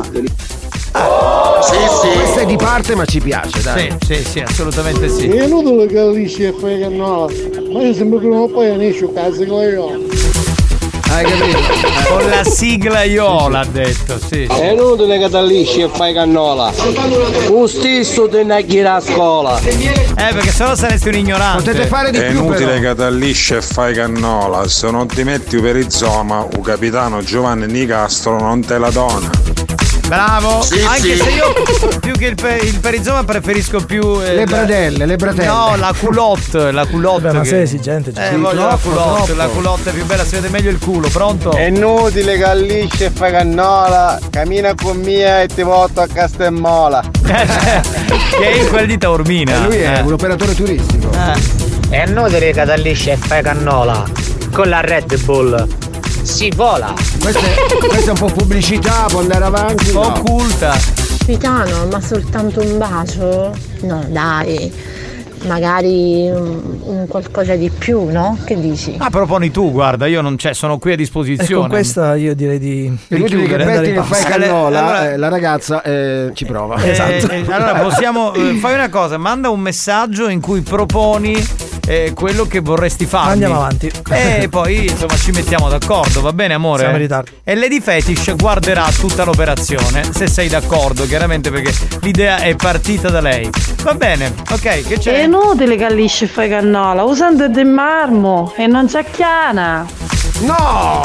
Sì. Questa è di parte ma ci piace, dai. Sì, assolutamente sì. È inutile callisce e fai cannola. Ma io sempre prima o poi ne esco cazzo con io. Hai capito? Con la sigla io l'ha detto, sì. È inutile che tallisci e fai cannola. Un stesso te ne a scuola. Perché sennò saresti un ignorante. Potete fare di È più, inutile però. che tallisci e fai cannola. Se non ti metti per il zoma, il capitano Giovanni Nicastro non te la dona. Bravo, anche se io più che il perizoma preferisco più le bratelle. No, la culotte. Beh, ma sei esigente. Voglio la culotte è più bella, si vede meglio il culo, pronto? È inutile che allisce e fai cannola. Cammina con mia e ti porto a Castelmola. Che è in quel di Taormina. Lui è un operatore turistico. È inutile che allisce e fai cannola. Con la Red Bull si vola. Questa è un po' pubblicità, può andare avanti. Occulta. Capitano, ma soltanto un bacio? No, dai. Magari un qualcosa di più, no? Che dici? Proponi tu, guarda, io non sono qui a disposizione. E con questa io direi di Inutile che Betty che fai cannola, allora, la ragazza ci prova. Esatto. Allora possiamo fai una cosa, manda un messaggio in cui proponi quello che vorresti farmi. Andiamo avanti. E poi insomma ci mettiamo d'accordo, va bene amore? Siamo in ritardo. E Lady Fetish guarderà tutta l'operazione, se sei d'accordo, chiaramente, perché l'idea è partita da lei. Va bene, ok, che c'è? È inutile che allisci e fai cannola, usando del marmo e non s'acchiana. No,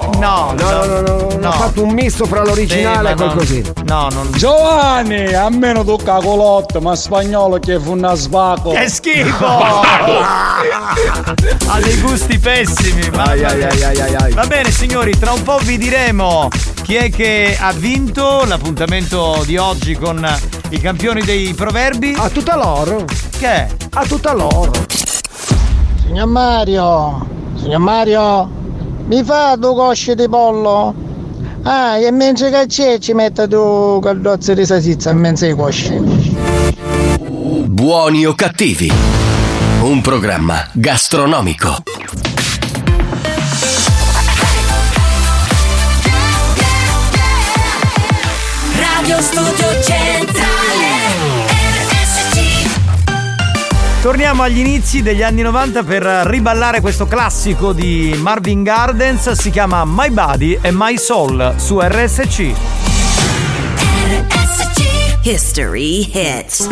ho fatto un misto fra l'originale e quel così. No, non. Giovanni, a me non tocca la colotta, ma spagnolo che fu una svaco. Che schifo! Ha dei gusti pessimi. Va bene signori, tra un po' vi diremo chi è che ha vinto l'appuntamento di oggi con i campioni dei proverbi. A tutta loro. Che è? A tutta loro. Signor Mario, mi fa due cosce di pollo? E mentre che c'è ci mette due caldozze di salsiccia in mezzo ai cosci. Buoni o cattivi, un programma gastronomico. Radio Studio Centrale RSC. Torniamo agli inizi degli anni 90 per riballare questo classico di Marvin Gardens, si chiama My Body and My Soul su RSC. RSC History Hits.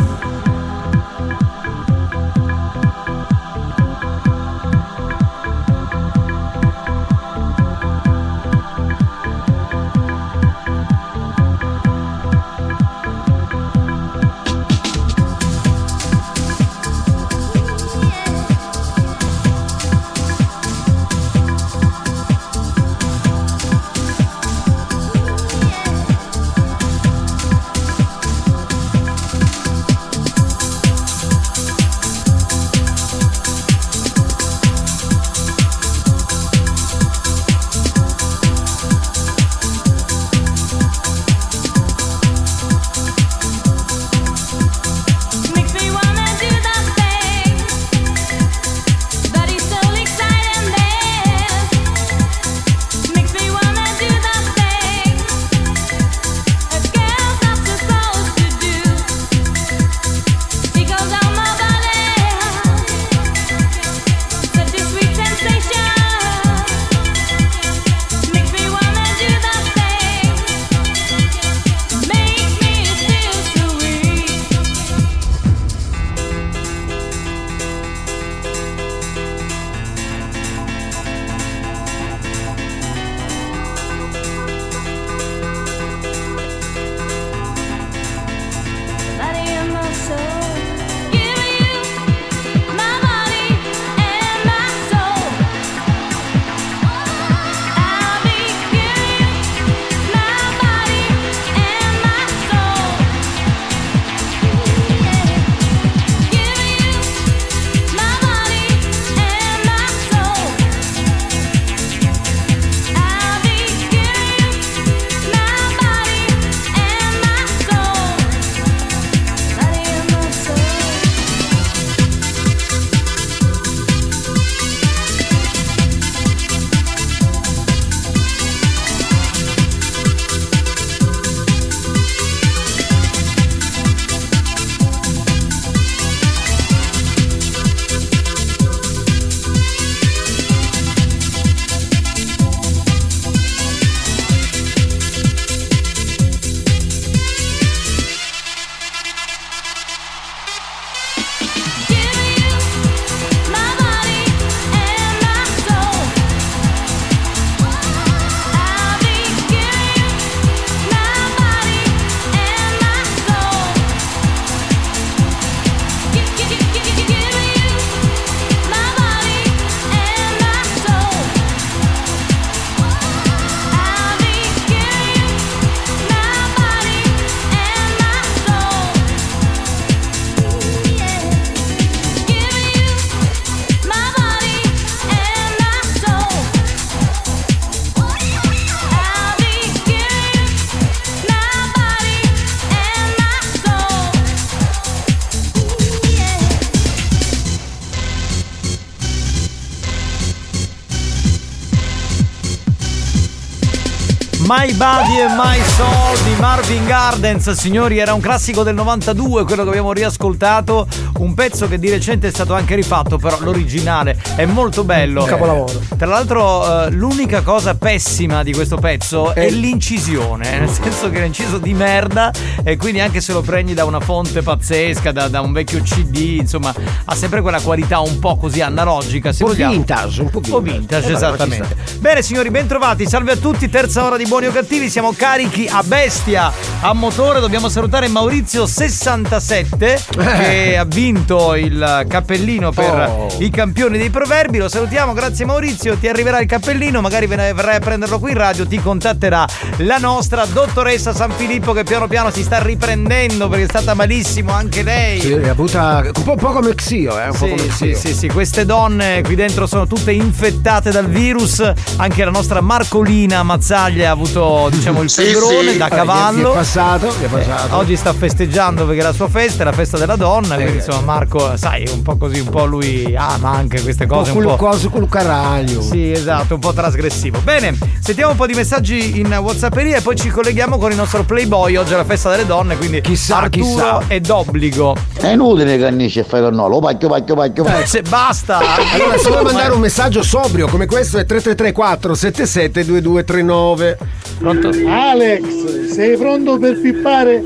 My Body and My Soul di Marvin Gardens. Signori, era un classico del 92, quello che abbiamo riascoltato, un pezzo che di recente è stato anche rifatto, però l'originale è molto bello. Un capolavoro. Tra l'altro l'unica cosa pessima di questo pezzo è l'incisione, nel senso che è inciso di merda, e quindi anche se lo prendi da una fonte pazzesca, da un vecchio CD, insomma ha sempre quella qualità un po' così analogica, se vogliamo. Un po' vintage, esattamente. Bene signori, ben trovati, salve a tutti, terza ora di Buoni o Cattivi, siamo carichi a bestia, a motore. Dobbiamo salutare Maurizio 67 che ha vinto il cappellino per i campioni dei proverbi. Lo salutiamo, grazie Maurizio, ti arriverà il cappellino, magari verrai a prenderlo qui in radio, ti contatterà la nostra dottoressa San Filippo, che piano piano si sta riprendendo perché è stata malissimo anche lei. Sì, è avuta un po' come Xio, un po' come Xio. Sì, queste donne qui dentro sono tutte infettate dal virus. Anche la nostra Marcolina Mazzaglia ha avuto, diciamo, il febbrone da cavallo. Gli è passato. Oggi sta festeggiando perché la sua festa è la festa della donna, quindi insomma Marco, sai, un po' così, un po' lui ama anche queste cose un po' col caraglio. Sì, esatto, un po' trasgressivo. Bene, sentiamo un po' di messaggi in WhatsApperia e poi ci colleghiamo con il nostro Playboy. Oggi è la festa delle donne, quindi Arturo è d'obbligo. È inutile che annisci e fai cannolo, pacchio. Basta. Allora, se vuoi mandare un messaggio sobrio come questo è 3334 77 2239. Pronto? Alex, sei pronto per pippare?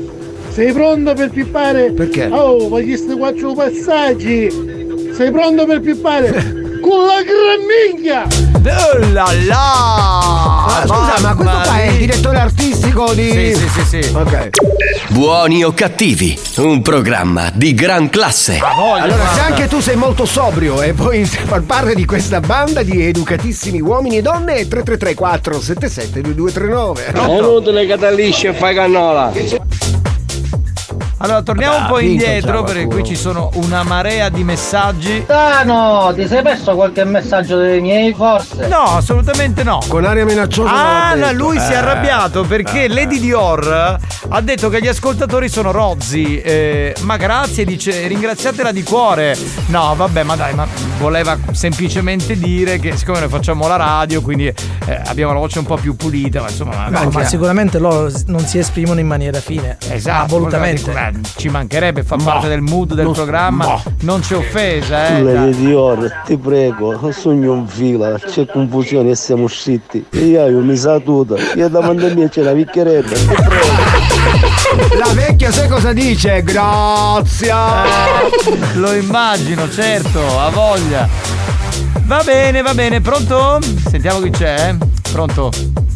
Perché? Oh, ma gli sti 4 passaggi. Sei pronto per pippare? Con la gran minchia! Scusa, ma questo qua è il direttore artistico di... Sì. Ok. Buoni o Cattivi, un programma di gran classe. Allora, se anche tu sei molto sobrio e vuoi far parte di questa banda di educatissimi uomini e donne, 3334 77 2239. È inutile che te lisci e fai cannola. Allora torniamo un po' indietro perché qui ci sono una marea di messaggi. No, ti sei perso qualche messaggio dei miei forse? No, assolutamente no. Con aria minacciosa. No, lui si è arrabbiato perché Lady Dior ha detto che gli ascoltatori sono rozzi. Ma grazie, dice, ringraziatela di cuore. No, vabbè, ma dai, ma voleva semplicemente dire che siccome noi facciamo la radio, quindi abbiamo la voce un po' più pulita, ma insomma. Ma sicuramente loro non si esprimono in maniera fine. Esatto, volutamente. Ci mancherebbe, fa parte del mood del programma. Non c'è offesa, Lady Dior, ti prego, sogno un fila, c'è confusione e siamo usciti. E io mi sa tutta, io davanti a me c'è la picchierebbe, ti prego. La vecchia sai cosa dice? Grazie. Lo immagino, certo, ha voglia. Va bene, pronto? Sentiamo chi c'è. Pronto?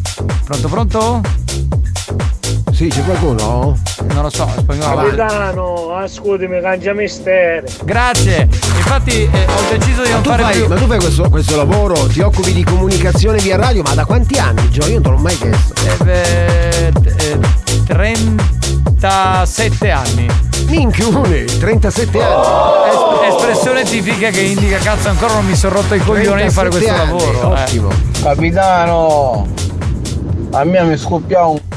Sì, c'è qualcuno? Non lo so, spagnolo. Capitano, ascoltami, cangia mistero. Grazie. Infatti ho deciso di non fare più. Ma tu fai questo lavoro, ti occupi di comunicazione via radio, ma da quanti anni, Gio? Io non te l'ho mai chiesto. 37 anni. Minchione, 37 anni. Espressione tipica che indica cazzo ancora non mi sono rotto i coglioni di fare questo lavoro. Ottimo. Capitano, a me mi scoppia un...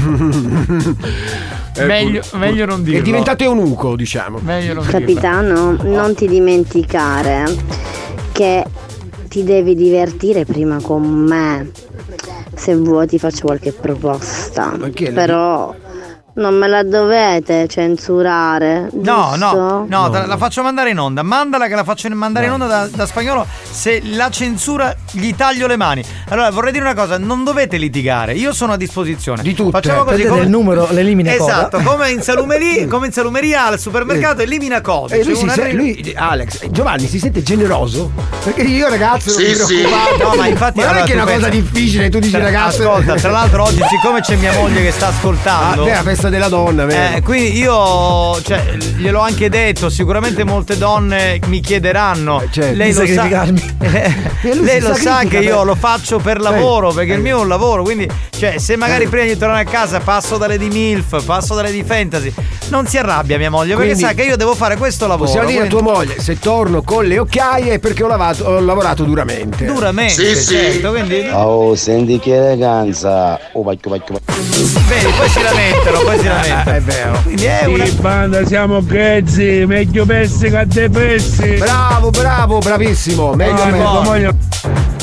meglio non dirlo. È diventato eunuco, diciamo. Meglio non Capitano, non ti dimenticare che ti devi divertire prima con me. Se vuoi ti faccio qualche proposta. Però non me la dovete censurare. No, giusto? la faccio mandare in onda. Mandala che la faccio mandare in onda da spagnolo. Se la censura gli taglio le mani. Allora vorrei dire una cosa, non dovete litigare. Io sono a disposizione. Di tutte. Facciamo così. Il numero l'elimina esatto, coda. come in salumeria al supermercato elimina code. Lui, Alex, Giovanni si sente generoso? Perché io ragazzo non mi preoccupate. No, ma infatti non è che è una cosa difficile, tu dici ragazzo. Ascolta, tra l'altro oggi siccome c'è mia moglie che sta ascoltando. È la festa della donna, vero? Quindi io gliel'ho anche detto, sicuramente molte donne mi chiederanno. Lei lo sa. Lei lo sa che io lo faccio per lavoro, perché il mio è un lavoro, quindi se magari prima di tornare a casa passo dalle di MILF, passo dalle di Fantasy, non si arrabbia mia moglie, perché sa che io devo fare questo lavoro. Possiamo dire a tua moglie, se torno con le occhiaie è perché ho lavorato duramente. Sì, certo, quindi. Oh, senti che eleganza. Vedi, poi si lamentano. È vero. Quindi è una banda, siamo grezzi, meglio pessi che te pessi. Bravo, bravissimo. Meglio.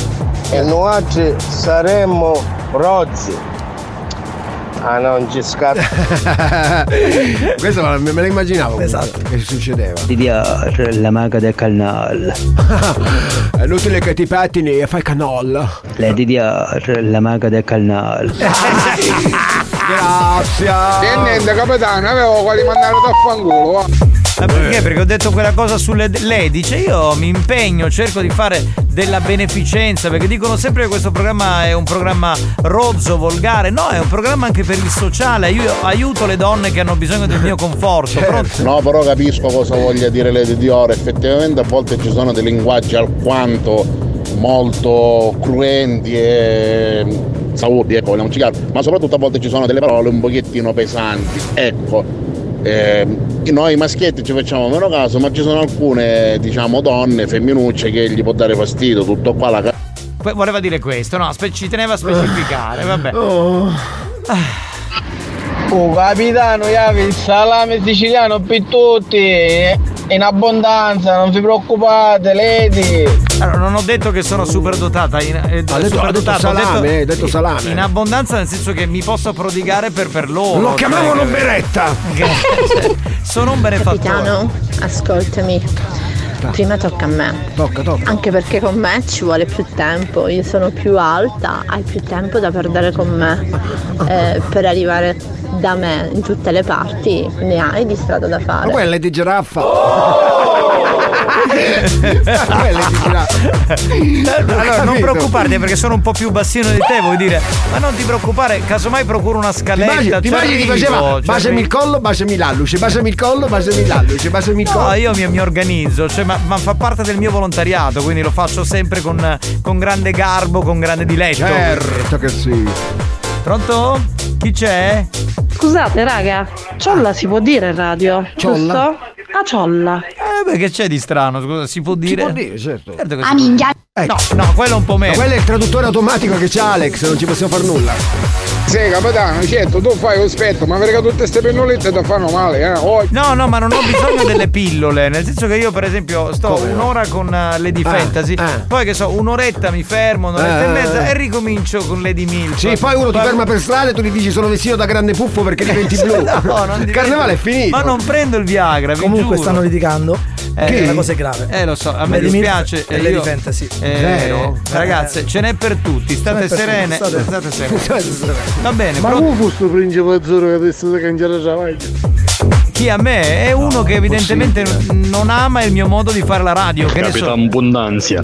e noi saremmo rozzi. Ah, non ci scatta. Questo me lo immaginavo. Esatto. Che succedeva. Ti piace la maga del canale. È inutile che ti pettini e fai canal. Le ti piace la maga del canale. Grazie. E niente, capitano, avevo quali mandare da fanculo, va. Ma perché? Perché ho detto quella cosa sulle. Lei dice io mi impegno, cerco di fare della beneficenza, perché dicono sempre che questo programma è un programma rozzo, volgare. No, è un programma anche per il sociale. Io aiuto le donne che hanno bisogno del mio conforto. Pronto? No, però capisco cosa voglia dire Lady Dior. Effettivamente a volte ci sono dei linguaggi alquanto molto cruenti e saurdi, ecco, vogliamoci chiaro, ma soprattutto a volte ci sono delle parole un pochettino pesanti, ecco. Noi maschietti ci facciamo meno caso, ma ci sono alcune, diciamo, donne, femminucce che gli può dare fastidio, tutto qua la voleva dire questo, no, ci teneva a specificare, vabbè. Capitano, il salame siciliano per tutti in abbondanza, non vi preoccupate, Lady. Allora, non ho detto che sono superdotata, ha detto salame. In abbondanza, nel senso che mi posso prodigare per loro. Lo chiamavano beretta. Sono un benefattore. Capitano, ascoltami. Prima tocca a me. Tocca. Anche perché con me ci vuole più tempo. Io sono più alta, hai più tempo da perdere con me. Per arrivare da me in tutte le parti ne hai di strada da fare. Ma quella è di giraffa. Allora non preoccuparti, perché sono un po' più bassino di te, vuoi dire, ma non ti preoccupare, casomai procuro una scaletta. Ti faceva baciami il collo, baciami l'alluce, baciami il collo, baciami l'alluce, baciami il collo. No, io mi organizzo, cioè, ma fa parte del mio volontariato, quindi lo faccio sempre con grande garbo, con grande diletto. Certo che sì. Pronto? Chi c'è? Scusate raga, ciolla si può dire in radio, Ciolla? giusto? Ah, ciolla. Beh, che c'è di strano? Scusa, si può dire? Si può dire, certo. Ah, minchia. No, quello è un po' meno. Ma quello è il traduttore automatico che c'ha Alex, non ci possiamo far nulla. Sì, capitano, certo, tu fai aspetta, ma perché tutte ste pennolette ti fanno male, Oh. No, ma non ho bisogno delle pillole, nel senso che io per esempio sto un'ora con Lady Fantasy, poi che so, un'oretta mi fermo, un'oretta e mezza e ricomincio con Lady Milf. Sì, poi uno ti ferma per strada e tu gli dici sono vestito da grande puffo perché diventi blu. No, non il carnevale è finito. Ma non prendo il Viagra, comunque giuro. stanno litigando. Che la cosa è grave. Lo so, a me dispiace. E Lady Fantasy. Vero? Ragazze, ce n'è per tutti, state serene. State serene. Va bene, ma come fu sto principe azzurro che adesso si cangiare la travaglia? Chi a me? È uno che evidentemente non ama il mio modo di fare la radio. Che Capitan Abbondanzia.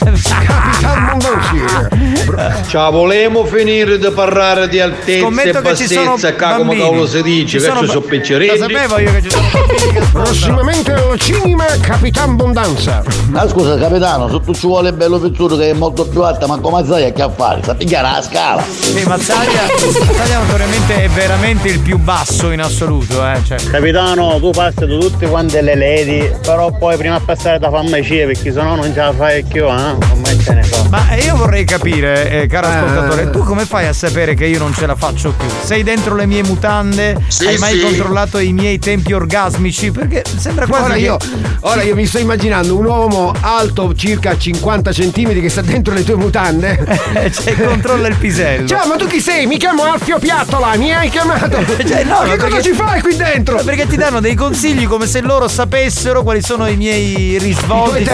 Capitan Abbondanzia. Ciao, volevamo finire di parlare di altezza e bassezza, come cavolo si dice, che ci sono picceretti. Lo sapevo io che ci sono bambini che prossimamente al cinema Capitan Abbondanza. Ah, scusa capitano, se tu ci vuole bello pizzuto che è molto più alta, ma come Zaglia che a fare? Sa pigliare la scala. Sì, ma Zaglia notoriamente è veramente il più basso in assoluto, cioè. Capitano, tu passi da tutte quante le lady, però poi prima a passare da farmacia, perché sennò non ce la fai più, Ormai ce ne so. Ma io vorrei capire, caro ascoltatore, tu come fai a sapere che io non ce la faccio più? Sei dentro le mie mutande? Sì, hai mai controllato i miei tempi orgasmici? Perché sembra quasi ora io mi sto immaginando un uomo alto circa 50 centimetri che sta dentro le tue mutande. Controlla il pisello. Ciao, ma tu chi sei? Mi chiamo Alfio Piattola, mi hai chiamato? No, che cosa ci fai qui dentro? Perché ti danno dei consigli come se loro sapessero quali sono i miei risvolti.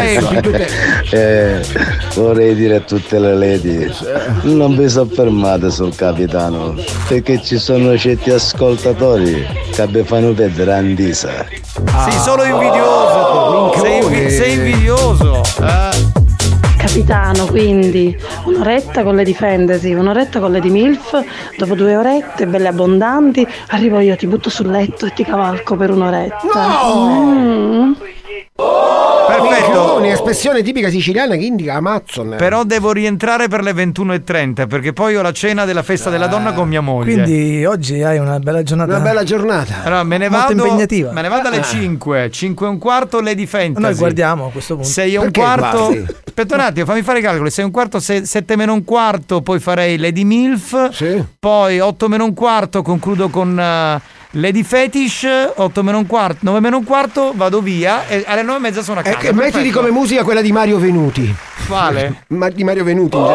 Vorrei dire a tutte le lady, non vi soffermate sul capitano, perché ci sono certi ascoltatori che vi fanno perdere Andisa. Sei solo invidioso tu. Sei invidioso. Capitano, quindi un'oretta con Lady Fantasy, un'oretta con Lady Milf, dopo 2 orette belle abbondanti arrivo io, ti butto sul letto e ti cavalco per un'oretta. No! Perfetto. Un'espressione tipica siciliana che indica Amazon. Però devo rientrare per le 21:30 perché poi ho la cena della festa della donna con mia moglie. Quindi oggi hai una bella giornata. Una bella giornata. Allora me ne molto vado impegnativa. Me ne vado alle 5 e un quarto Lady Fantasy. Noi guardiamo a questo punto. 6 e un quarto. Aspetta un attimo, fammi fare i calcoli. 6 e un quarto, 7 meno un quarto, poi farei Lady Milf. Sì. Poi 8 meno un quarto concludo con Lady Fetish 8 meno un quarto, 9 meno un quarto, vado via e alle 9:30 sono a casa. Mettiti come musica quella di Mario Venuti. Quale? Di Mario Venuti in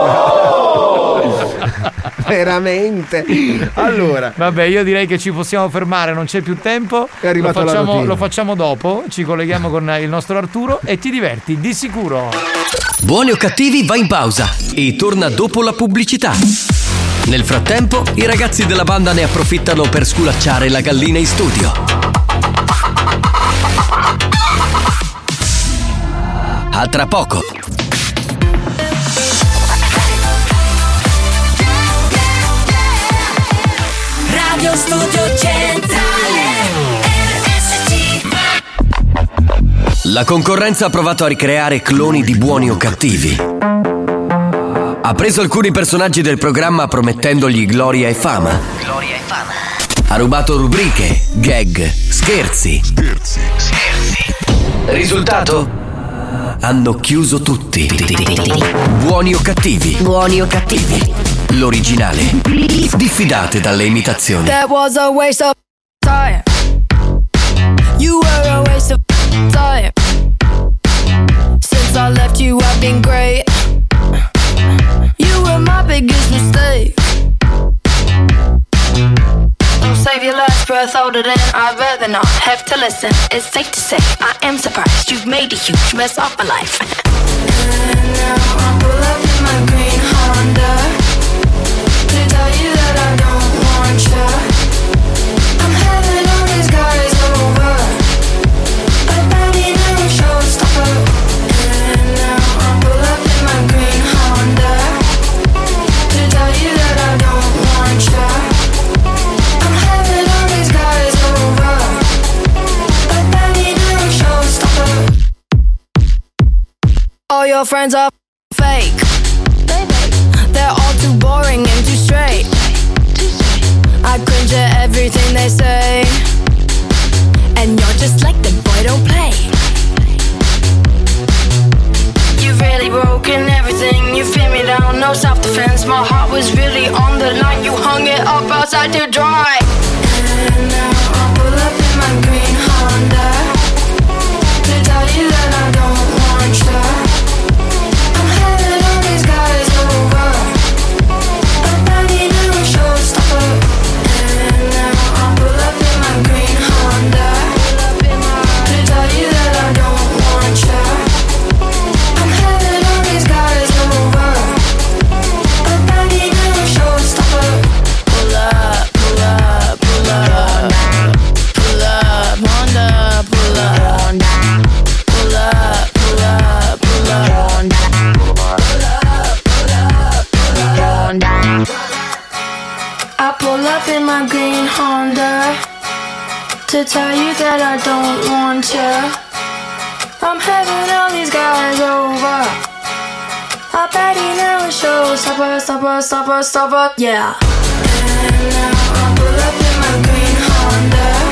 veramente. Allora, vabbè, io direi che ci possiamo fermare, non c'è più tempo. È arrivato lo facciamo dopo. Ci colleghiamo con il nostro Arturo e ti diverti di sicuro. Buoni o cattivi va in pausa e torna dopo la pubblicità. Nel frattempo, i ragazzi della banda ne approfittano per sculacciare la gallina in studio. A tra poco. Radio Studio Centrale RSC. La concorrenza ha provato a ricreare cloni di Buoni o cattivi. Ha preso alcuni personaggi del programma promettendogli gloria e fama. Ha rubato rubriche, gag, scherzi. Risultato? Hanno chiuso tutti. Buoni o cattivi? Buoni o cattivi? L'originale. Diffidate dalle imitazioni. That was a waste of time. You were a waste of time. Since I left you, I've been great. You were my biggest mistake. Don't save your last breath, hold it in. I'd rather not have to listen. It's safe to say I am surprised you've made a huge mess of my life. And now I pull up in my green Honda to tell you that I don't want you. I'm having all these guys over, but that ain't no showstopper. And now I pull up in my green Honda to tell you that I don't want you. I'm having all these guys over, but that ain't no showstopper. All your friends are fake. They're all too boring and too straight. I cringe at everything they say, and you're just like them, boy, don't play. You've really broken everything, you pinned me down, no self-defense. My heart was really on the line, you hung it up outside to dry. And now I pull up in my green Honda to tell you that I don't want you. I'm having all these guys over, but that ain't no showstopper. And now I pull up in my green Honda to tell you that I don't want you. I'm having all these guys over, but that ain't no showstopper. Pull up, pull up, pull up, pull up, Honda, pull up, pull up, pull up, pull up, I pull up in my green Honda to tell you that I don't want you. I'm having all these guys over, I bet he never shows. Stopper, yeah. And now I pull up in my green Honda.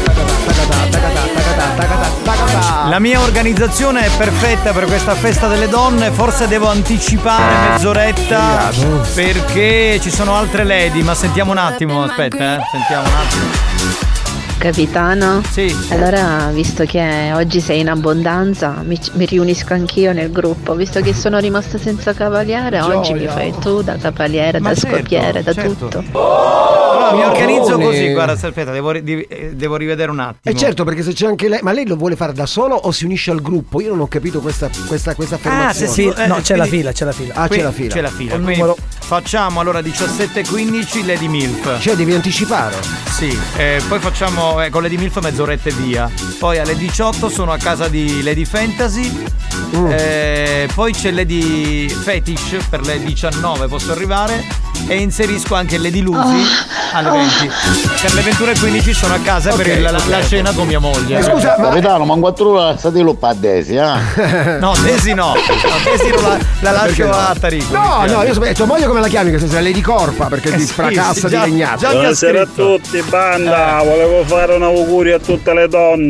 La mia organizzazione è perfetta per questa festa delle donne. Forse devo anticipare mezz'oretta perché ci sono altre lady. Ma sentiamo un attimo, aspetta, sentiamo un attimo. Capitano? Sì. Allora, visto che oggi sei in abbondanza, mi riunisco anch'io nel gruppo. Visto che sono rimasta senza cavaliere, oggi mi fai tu da cavaliere, da scoppiere, da tutto. Allora, mi organizzo così, guarda, aspetta, devo rivedere un attimo. Certo, perché se c'è anche lei, ma lei lo vuole fare da solo o si unisce al gruppo? Io non ho capito questa affermazione. Sì, no, c'è la fila. Ah, c'è la fila. C'è la fila. Quindi facciamo allora 17:15 Lady Milf. Cioè devi anticipare. Sì, poi facciamo con Lady Milf mezz'oretta e via. Poi alle 18 sono a casa di Lady Fantasy. Poi c'è Lady Fetish per le 19 posso arrivare. E inserisco anche Lady Lucy alle 20. Per le 21:15 sono a casa per la cena con mia moglie. Scusa, capitano, ma in 4 ore statelo a Desi, No, Desi no. Desi la lascio a Tarico. No, io so, tua moglie come la chiami questa sera? Lady Corpa, perché ti fracassa di legnato. Buonasera a tutti, banda. Volevo fare un augurio a tutte le donne.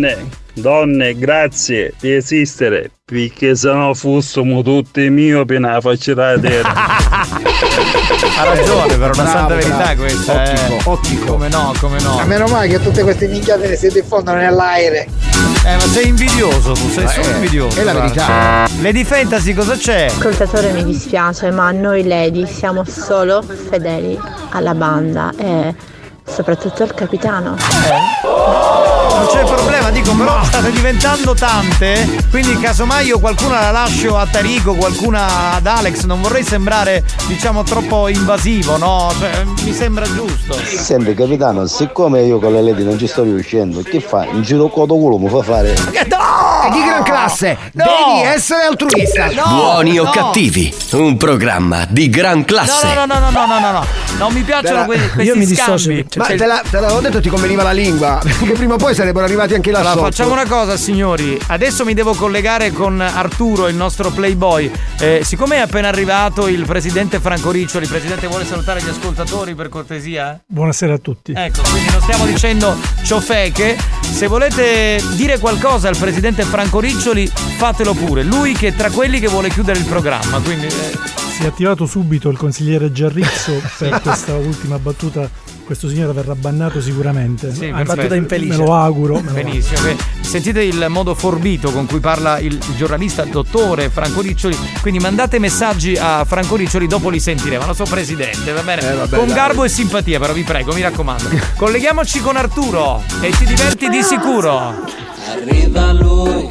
Donne, grazie di esistere, perché se no fossimo tutti miopi nella faccia della terra. Ha ragione, però una santa verità questa. Ottico. Come no. A meno male che tutte queste minchiate si diffondono nell'aereo. Ma sei invidioso tu, sei solo invidioso. È la verità. Lady Fantasy, cosa c'è? Ascoltatore, mi dispiace, ma noi lady siamo solo fedeli alla banda e soprattutto al capitano. Non c'è problema, dico, però state diventando tante, quindi casomai io qualcuna la lascio a Tarico, qualcuna ad Alex, non vorrei sembrare, diciamo, troppo invasivo, no? Cioè, mi sembra giusto. Senti capitano, siccome io con le lady non ci sto riuscendo, che fa? In giro codo culo mi fa fare? No! È di gran classe! No! Devi essere altruista! No! Buoni o cattivi, un programma di gran classe. No, non mi piacciono questi io mi scambi. Ma te l'avevo detto, ti conveniva la lingua, perché prima o poi sarebbero arrivati anche là allora, sotto. facciamo una cosa, signori, adesso mi devo collegare con Arturo, il nostro playboy. Siccome è appena arrivato il presidente Franco Riccioli, il presidente vuole salutare gli ascoltatori per cortesia? Buonasera a tutti. Ecco, quindi non stiamo dicendo ciofeche. Se volete dire qualcosa al presidente Franco Riccioli, fatelo pure. Lui che è tra quelli che vuole chiudere il programma, quindi Si è attivato subito il consigliere Giarrizzo per questa ultima battuta. Questo signore verrà bannato sicuramente. Sì, battuta infelice. Me lo auguro. Benissimo. Sentite il modo forbito con cui parla il giornalista dottore Franco Riccioli. Quindi mandate messaggi a Franco Riccioli, dopo li sentiremo. Nostro presidente, va bene? Con garbo e simpatia, però vi prego, mi raccomando. Colleghiamoci con Arturo e ti diverti di sicuro. Arriva lui,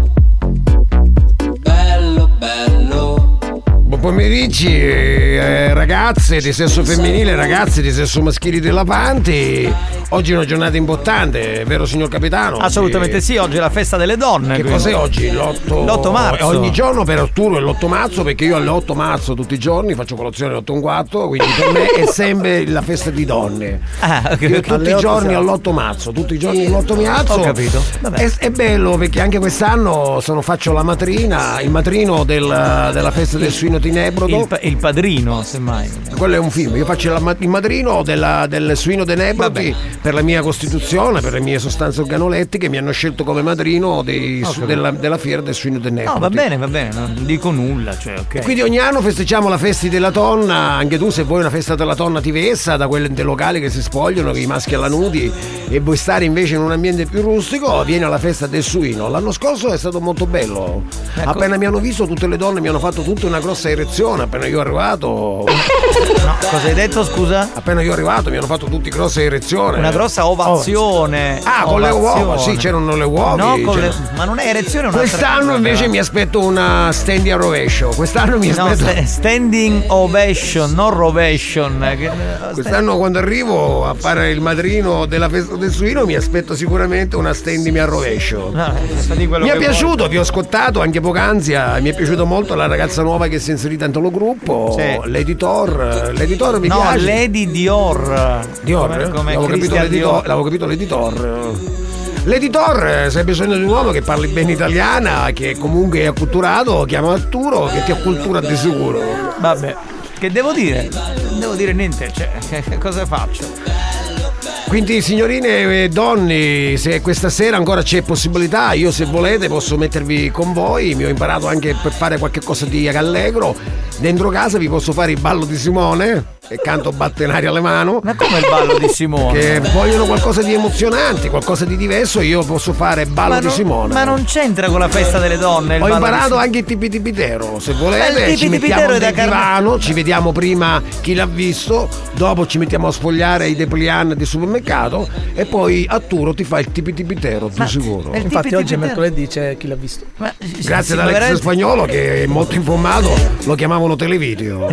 bello bello. Buon pomeriggio, ragazze di sesso femminile, ragazzi di sesso maschile rilevanti. Oggi è una giornata importante, vero signor capitano? Assolutamente sì, oggi è la festa delle donne. Che quindi. cos'è oggi? L'8 marzo. Ogni giorno per Arturo è l'8 marzo, perché io all'8 marzo tutti i giorni faccio colazione all'8 un 4, quindi per me è sempre la festa di donne. Io tutti i giorni all'8 marzo, tutti i giorni all'8 marzo. Ho capito. È bello perché anche quest'anno faccio la matrina, il matrino della festa del suino tenebrodo. Il padrino, semmai. Quello è un film, io faccio il madrino del suino tenebroti per la mia costituzione, per le mie sostanze organolettiche, mi hanno scelto come madrino della fiera del suino tenebroti. No, va bene, non dico nulla, cioè, ok. E quindi ogni anno festeggiamo la festa della donna, anche tu se vuoi una festa della donna ti vessa, da quelle dei locali che si spogliano, che i maschi alla nudi, e vuoi stare invece in un ambiente più rustico, vieni alla festa del suino. L'anno scorso è stato molto bello. Ecco. Appena mi hanno visto tutte le donne mi hanno fatto tutta una grossa erezione, appena io arrivato. No, cosa hai detto, scusa? Appena io arrivato mi hanno fatto tutti grossa erezione. Una grossa ovazione. Con le uova, sì, c'erano le uova. No, ma non è erezione, quest'anno invece mi aspetto una standing a rovescio. Quest'anno mi aspetto standing ovation, non rovation. Quest'anno quando arrivo a fare il madrino della festa del suino mi aspetto sicuramente una standing a rovescio. Mi è piaciuto, vuoi. Vi ho ascoltato anche poc'anzi, mi è piaciuto molto la ragazza nuova che si è inserita in lo gruppo, sì. L'editor mi piace. No, Lady Dior. Come l'avevo capito l'editor. L'editor, se hai bisogno di un uomo che parli bene italiana, che comunque è acculturato, chiama Arturo, che ti accultura di sicuro. Vabbè, che devo dire? Non devo dire niente, cioè, cosa faccio? Quindi signorine e donne, se questa sera ancora c'è possibilità, io se volete posso mettervi con voi, mi ho imparato anche per fare qualche cosa di allegro. Dentro casa vi posso fare il ballo di Simone e canto battenari alle mani. Ma come il ballo di Simone? Che vogliono qualcosa di emozionante, qualcosa di diverso, io posso fare ballo di Simone. Ma non c'entra con la festa delle donne. Ho imparato anche il tipitipitero, se volete ci mettiamo nel divano, ci vediamo prima chi l'ha visto, dopo ci mettiamo a sfogliare i dépliant del supermercato e poi Arturo ti fa il tipitipitero, di sicuro. Infatti oggi è mercoledì, c'è chi l'ha visto. Grazie ad Alex Spagnolo che è molto informato, lo chiamavano televideo.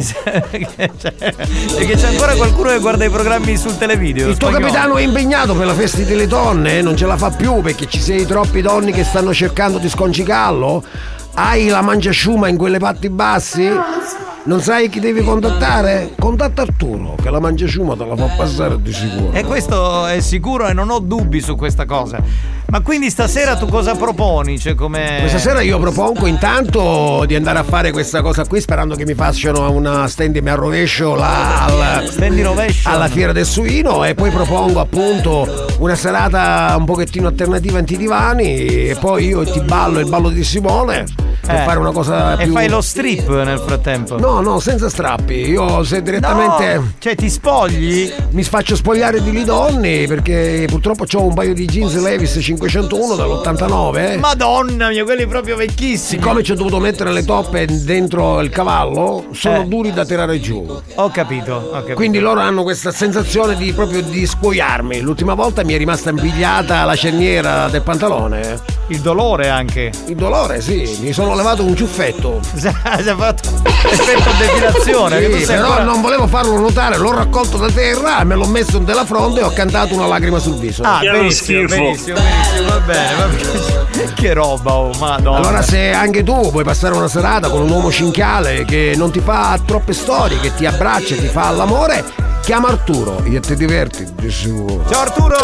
Perché c'è ancora qualcuno che guarda i programmi sul televideo. Il tuo capitano è impegnato per la festa delle donne, non ce la fa più perché ci sei troppi donne che stanno cercando di sconcicarlo. Hai la mangiasciuma in quelle parti bassi? Non sai chi devi contattare? Contatta Arturo, che la mangiasciuma te la fa passare di sicuro. E questo è sicuro e non ho dubbi su questa cosa. Ma quindi stasera tu cosa proponi? Cioè, come... Questa sera io propongo intanto di andare a fare questa cosa qui, sperando che mi facciano una standing a rovescio alla Fiera del Suino, e poi propongo appunto una serata un pochettino alternativa antidivani, e poi io ti ballo il ballo di Simone per fare una cosa più... E fai lo strip nel frattempo? No, senza strappi. Io se direttamente... No, cioè ti spogli? Mi faccio spogliare di lidonni, perché purtroppo ho un paio di jeans Levi's 501 dall'89. Madonna mia, quelli proprio vecchissimi. Siccome ci ho dovuto mettere le toppe dentro il cavallo, sono duri da tirare giù. Ho capito. Quindi loro hanno questa sensazione di proprio di scuoiarmi. L'ultima volta mi è rimasta impigliata la cerniera del pantalone. Il dolore anche. Il dolore, sì, mi sono levato un ciuffetto. Si è fatto effetto depilazione. Sì, però ancora... non volevo farlo notare, l'ho raccolto da terra, me l'ho messo nella fronte e ho cantato una lacrima sul viso. Benissimo, va bene. Che roba, madonna. Allora, se anche tu vuoi passare una serata con un uomo cincale che non ti fa troppe storie, che ti abbraccia e ti fa l'amore, chiama Arturo e ti diverti. Ciao Arturo!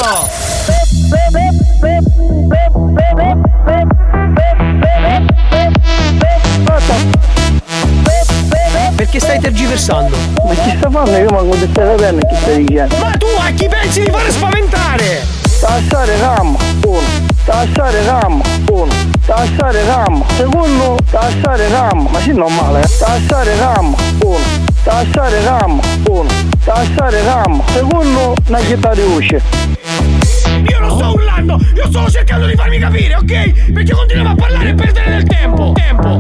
Perché stai tergiversando? Ma chi sta facendo? Io mi contestai la penna, chi stai dicendo? Ma tu a chi pensi di fare spaventare? Tassare RAM, 1. Tassare RAM, 1. Tassare RAM, secondo. Tassare RAM, ma sì non male. Tassare RAM, 1. Tassare RAM, 1. Tassare RAM, secondo. Una chietta di usce. Io non sto urlando, io sto cercando di farmi capire, ok? Perché continuiamo a parlare e perdere del tempo.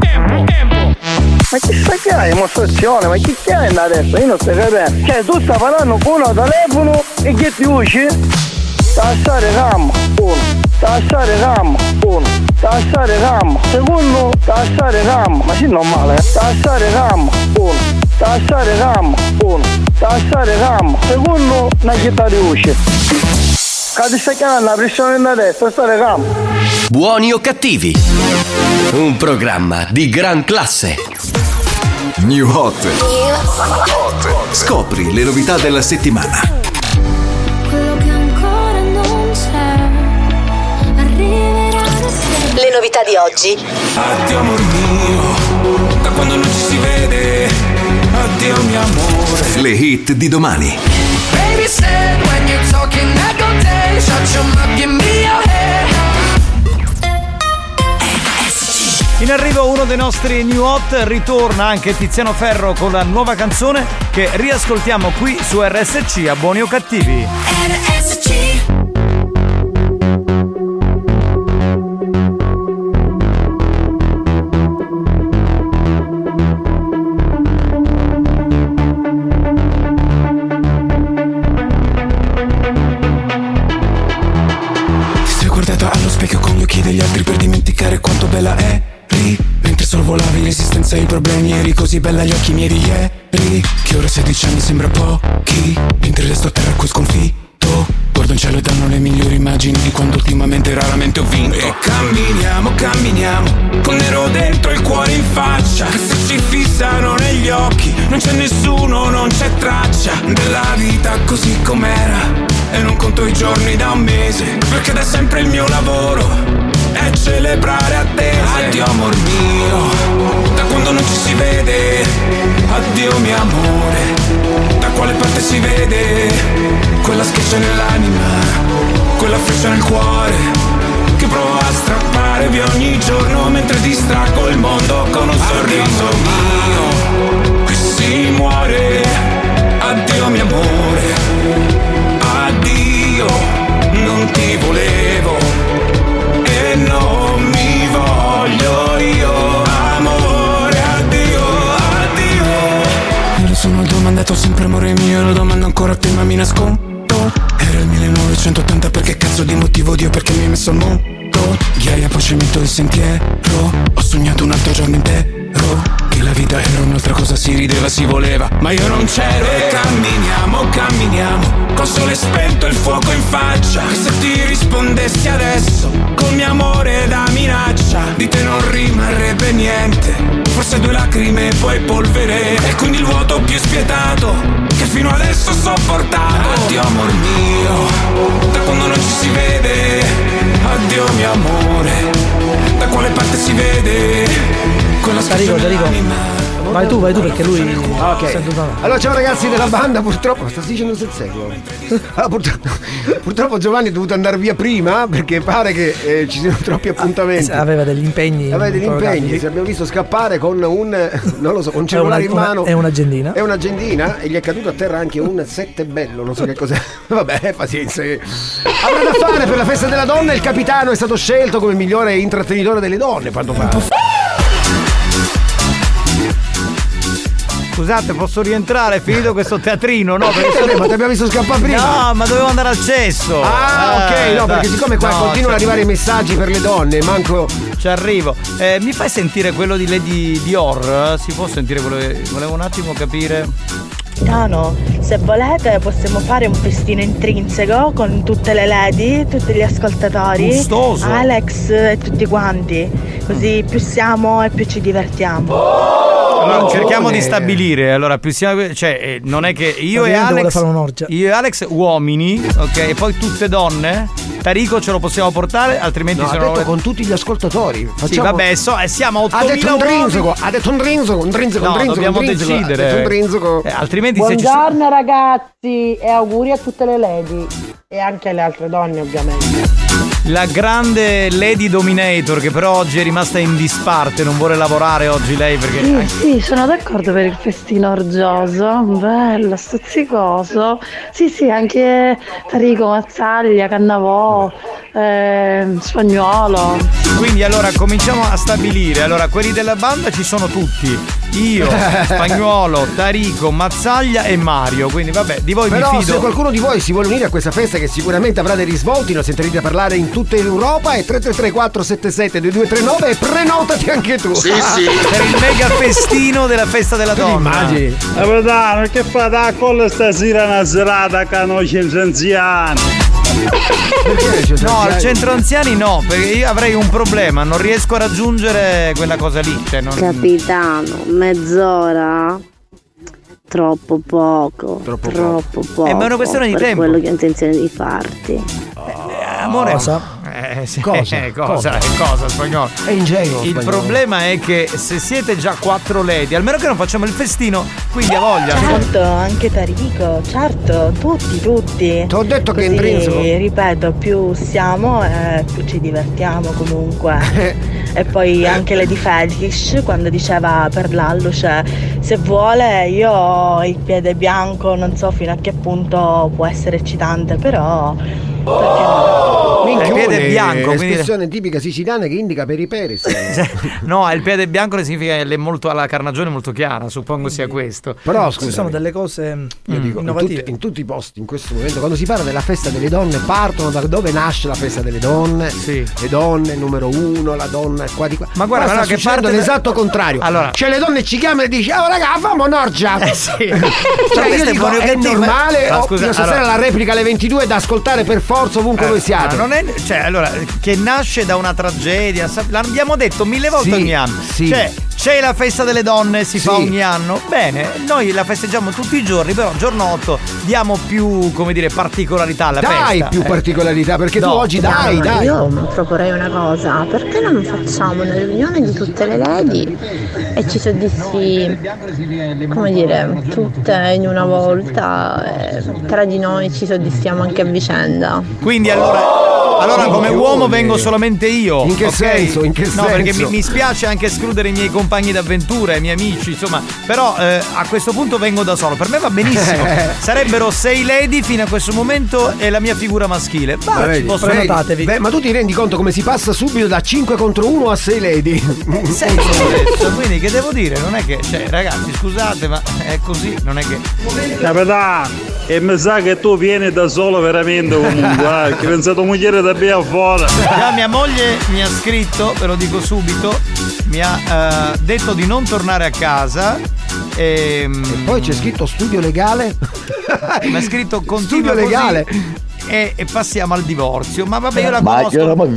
Ma chi sta che hai dimostrazione? Ma chi è adesso? Io non sto capendo. Cioè tu stai parlando con un telefono e che ti usci? Tassare RAM, 1. Tassare RAM, 1. Tassare RAM, secondo. Tassare RAM, ma sì non male. Tassare RAM, 1. Tassare RAM, 1. Tassare RAM, secondo. Una chietta di usci. Cade stai chiamando la pressione da destra, stare RAM. Buoni o cattivi? Un programma di gran classe. New Hot. Scopri le novità della settimana. Quello che ancora non c'è arriverà da sé. Le novità di oggi. Addio amor mio, da quando non ci si vede. Addio mio amore. Le hit di domani. Baby said when you're talking I go dead. Shut your mouth, give me your head. In arrivo uno dei nostri new hot, ritorna anche Tiziano Ferro con la nuova canzone che riascoltiamo qui su RSC a Buoni o Cattivi. RSC. Ti sei guardata allo specchio con gli occhi degli altri per dimenticare quanto bella è. Mentre sorvolavi l'esistenza e i problemi, eri così bella agli occhi miei di ieri. Che ora 16 anni sembra pochi, mentre resto a terra qui sconfitto. Guardo in cielo e danno le migliori immagini di quando ultimamente raramente ho vinto. E camminiamo, con nero dentro il cuore in faccia, che se ci fissano negli occhi non c'è nessuno, non c'è traccia della vita così com'era. E non conto i giorni da un mese, perché da sempre il mio lavoro è celebrare attese. Addio amor mio, da quando non ci si vede. Addio mio amore, da quale parte si vede quella schiaccia nell'anima, quella freccia nel cuore che provo a strappare via ogni giorno mentre distraggo il mondo con un sorriso mio. Qui si muore. Addio mio amore, addio, non ti volevo e non mi voglio io, amore, addio, addio. Io lo sono domandato sempre amore mio, lo domando ancora a te ma mi nascondo. Era il 1980, perché cazzo di motivo Dio perché mi hai messo al mondo. Ghiaia poi cemento il sentiero, ho sognato un altro giorno intero, che la vita era un'altra cosa, si rideva, si voleva, ma io non c'ero. E camminiamo, col sole spento e il fuoco in faccia, che se ti rispondessi adesso col mio amore da minaccia, di te non rimarrebbe niente, forse 2 lacrime e poi polvere, e quindi il vuoto più spietato che fino adesso ho sopportato. Addio amor mio, da quando non ci si vede. Addio Vai tu perché lui. Ok. Allora ciao ragazzi della banda, purtroppo. Sta dicendo sul serio. Purtroppo Giovanni è dovuto andare via prima perché pare che ci siano troppi appuntamenti. Aveva degli impegni. Ci abbiamo visto scappare con un cellulare in mano. È un'agendina. È un'agendina e gli è caduto a terra anche un 7 bello, non so che cos'è. Vabbè, pazienza. Avrà da fare per la festa della donna. Il capitano è stato scelto come migliore intrattenitore delle donne. Quanto pare. Scusate, posso rientrare? È finito questo teatrino? No, perché ma ti abbiamo visto scappare prima. No, ma dovevo andare al cesso. Ok, no, perché siccome qua continuano ad arrivare i messaggi per le donne, manco. Ci arrivo. Mi fai sentire quello di Lady Dior? Si può sentire quello che volevo un attimo capire? Capitano, se volete possiamo fare un festino intrinseco con tutte le lady, tutti gli ascoltatori, gustoso. Alex e tutti quanti, così più siamo e più ci divertiamo. Allora, cerchiamo di stabilire. Allora, più siamo, cioè, non è che io e Alex uomini, ok, e poi tutte donne. Tarico ce lo possiamo portare, altrimenti no, se ha detto con tutti gli ascoltatori. Sì, vabbè, siamo a 8.000 ha detto un rinzoco. No, dobbiamo decidere. Altrimenti buongiorno ragazzi e auguri a tutte le lady e anche alle altre donne, ovviamente. La grande Lady Dominator, che però oggi è rimasta in disparte, non vuole lavorare oggi lei perché. Sì, sono d'accordo per il festino orgioso, bello, stuzzicoso. Sì, anche Tarico, Mazzaglia, Cannavò, Spagnuolo. Quindi allora cominciamo a stabilire. Allora, quelli della banda ci sono tutti. Io, Spagnuolo, Tarico, Mazzaglia e Mario. Quindi vabbè, di voi però mi fido. Se qualcuno di voi si vuole unire a questa festa, che sicuramente avrà dei risvolti, lo sentirete parlare in tutta Europa, è 333-477-2239 e prenotati anche tu. Sì. Per il mega festino della festa della donna. Immagini. Capitano, che fate a colla stasera una serata che noi centro anziani? No, al centro anziani no, perché io avrei un problema, non riesco a raggiungere quella cosa lì. Capitano, mezz'ora? Troppo poco. È una questione di tempo. Quello che ho intenzione di farti. Amore. Cosa? Cosa Spagnolo? È ingenuo. Il problema è che se siete già 4 lady, almeno che non facciamo il festino, quindi ha voglia. Certo, anche Tarico, certo, tutti. Ti ho detto che è intrinseco. Ripeto, più siamo più ci divertiamo comunque. E poi anche Lady Felix quando diceva per l'alluce, se vuole io ho il piede bianco, non so fino a che punto può essere eccitante, però perché no? Il piede bianco, espressione tipica siciliana che indica periperis. No, il piede bianco significa che è molto alla carnagione molto chiara, suppongo sia questo. Però scusa, ci sono delle cose innovative. In tutti i posti in questo momento, quando si parla della festa delle donne, partono da dove nasce la festa delle donne. Sì. Le donne numero 1, la donna qua di qua. Ma guarda, sta che parte l'esatto contrario. Allora, cioè le donne ci chiamano e dici: "Oh raga, famo un'orgia". Sì. Cioè io dico, è normale. Io stasera la replica alle 22 da ascoltare per forza ovunque voi siate. Non è, cioè, allora, che nasce da una tragedia, l'abbiamo detto 1000 volte ogni anno. Sì. Cioè, c'è la festa delle donne, si fa ogni anno. Bene, noi la festeggiamo tutti i giorni, però giorno 8 diamo più, come dire, particolarità alla festa. Dai più particolarità, perché tu oggi dai. Io proporrei una cosa, perché non facciamo una riunione di tutte le lady e ci soddisfi, come dire, tutte in una volta, tra di noi ci soddisfiamo anche a vicenda. Quindi allora come uomo vengo solamente io. In che senso? No, perché mi spiace anche escludere i miei compagni d'avventura, i miei amici, insomma. Però a questo punto vengo da solo. Per me va benissimo. Sarebbero 6 lady fino a questo momento e la mia figura maschile. Prenotatevi. Ma tu ti rendi conto come si passa subito da 5 contro 1 a 6 lady? Adesso, quindi che devo dire? Non è che, cioè, ragazzi, scusate, ma è così, non è che. Capitano, e mi sa che tu vieni da solo veramente comunque, che pensato moglie da via fuori. Già mia moglie mi ha scritto, ve lo dico subito, mi ha detto di non tornare a casa e poi c'è scritto studio legale. Mi ha scritto continua studio legale e passiamo al divorzio. Ma vabbè, io la conosco.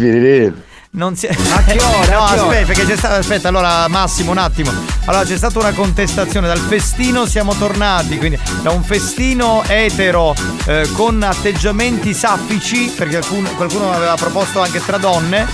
Non si... A che ora? No, aspetta, perché c'è stata. Aspetta, allora Massimo, un attimo. Allora c'è stata una contestazione. Dal festino siamo tornati, quindi da un festino etero con atteggiamenti saffici, perché qualcuno aveva proposto anche tra donne.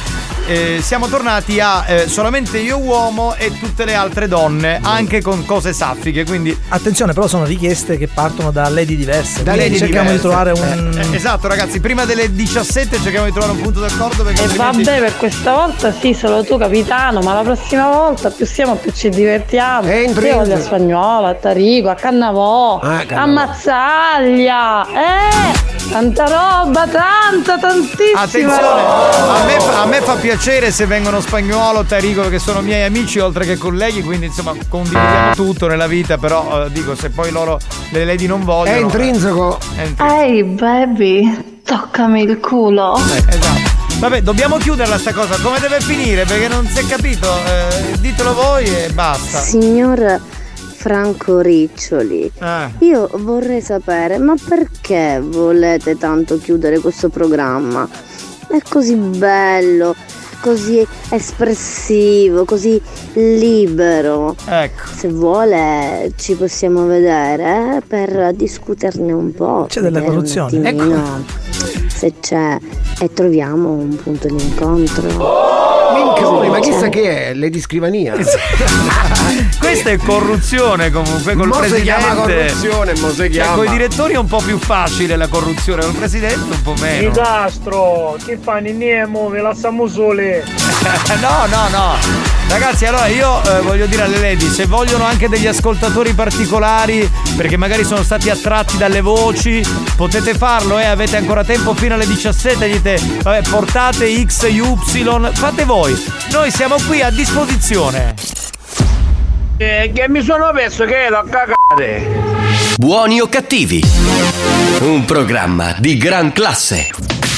siamo tornati a solamente io uomo e tutte le altre donne, anche con cose saffiche, quindi attenzione, però sono richieste che partono da lady diverse. Cerchiamo di trovare un esatto, ragazzi, prima delle 17 cerchiamo di trovare un punto d'accordo, perché vabbè, per questa volta sì, solo tu capitano, ma la prossima volta più siamo più ci divertiamo. Io voglio a Spagnuolo, a Tarico, a Cannavò, a Mazzaglia, tanta roba, tantissima. Attenzione, roba. a me fa piacere se vengono Spagnuolo, Tarico, perché sono miei amici oltre che colleghi, quindi insomma condividiamo tutto nella vita, però dico, se poi loro, le lady non vogliono, è intrinseco. Ehi baby, toccami il culo. Esatto. Vabbè, dobbiamo chiuderla sta cosa, come deve finire? Perché non si è capito, ditelo voi e basta. Signor Franco Riccioli, io vorrei sapere, ma perché volete tanto chiudere questo programma? È così bello, così espressivo, così libero. Ecco. Se vuole ci possiamo vedere per discuterne un po'. C'è della corruzione. Ecco. Se c'è e troviamo un punto di incontro. Ma chissà che è? Lady Scrivania. Questa è corruzione comunque col presidente. Si chiama corruzione, si chiama. Con i direttori è un po' più facile la corruzione, col presidente un po' meno. Disastro, che fanno niemo, ve la stiamo sole. No. Ragazzi, allora io voglio dire alle lady, se vogliono anche degli ascoltatori particolari, perché magari sono stati attratti dalle voci, potete farlo, avete ancora tempo fino alle 17, dite, vabbè, portate X, Y, fate voi. Noi siamo qui a disposizione. Che mi sono perso che l'ho cagate. Buoni o cattivi? Un programma di gran classe.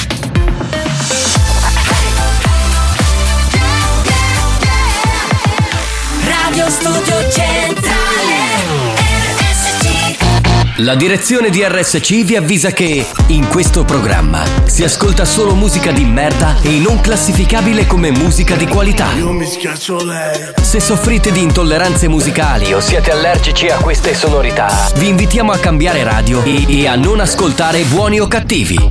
Radio Studio Centrale RSC. La direzione di RSC vi avvisa che in questo programma si ascolta solo musica di merda e non classificabile come musica di qualità. Io mi schiaccio lei. Se soffrite di intolleranze musicali o siete allergici a queste sonorità, vi invitiamo a cambiare radio e a non ascoltare Buoni o Cattivi.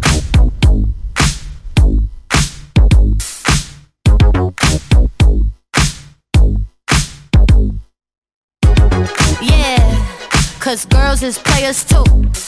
Cause girls is players too.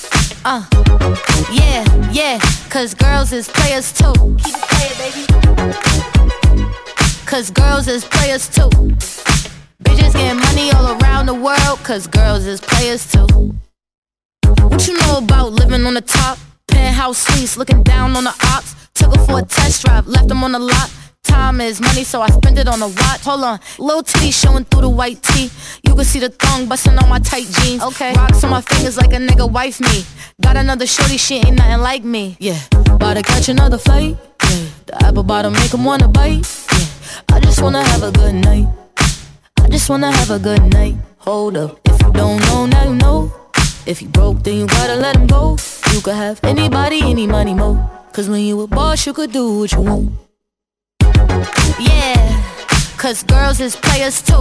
Yeah, cause girls is players too. Keep it playing, baby. Cause girls is players too. Bitches getting money all around the world, cause girls is players too. What you know about living on the top? Penthouse suites, looking down on the ops. Took her for a test drive, left them on the lot. Time is money, so I spend it on a watch. Hold on, little titty showing through the white tee. You can see the thong busting on my tight jeans. Okay, rocks on my fingers like a nigga wife me. Got another shorty, she ain't nothing like me. Yeah, about to catch another flight. Yeah, the apple bottom make him wanna bite. Yeah, I just wanna have a good night. I just wanna have a good night. Hold up, if you don't know, now you know. If you broke, then you gotta let him go. You could have anybody, any money, mo. Cause when you a boss, you could do what you want. Yeah, cause girls is players too.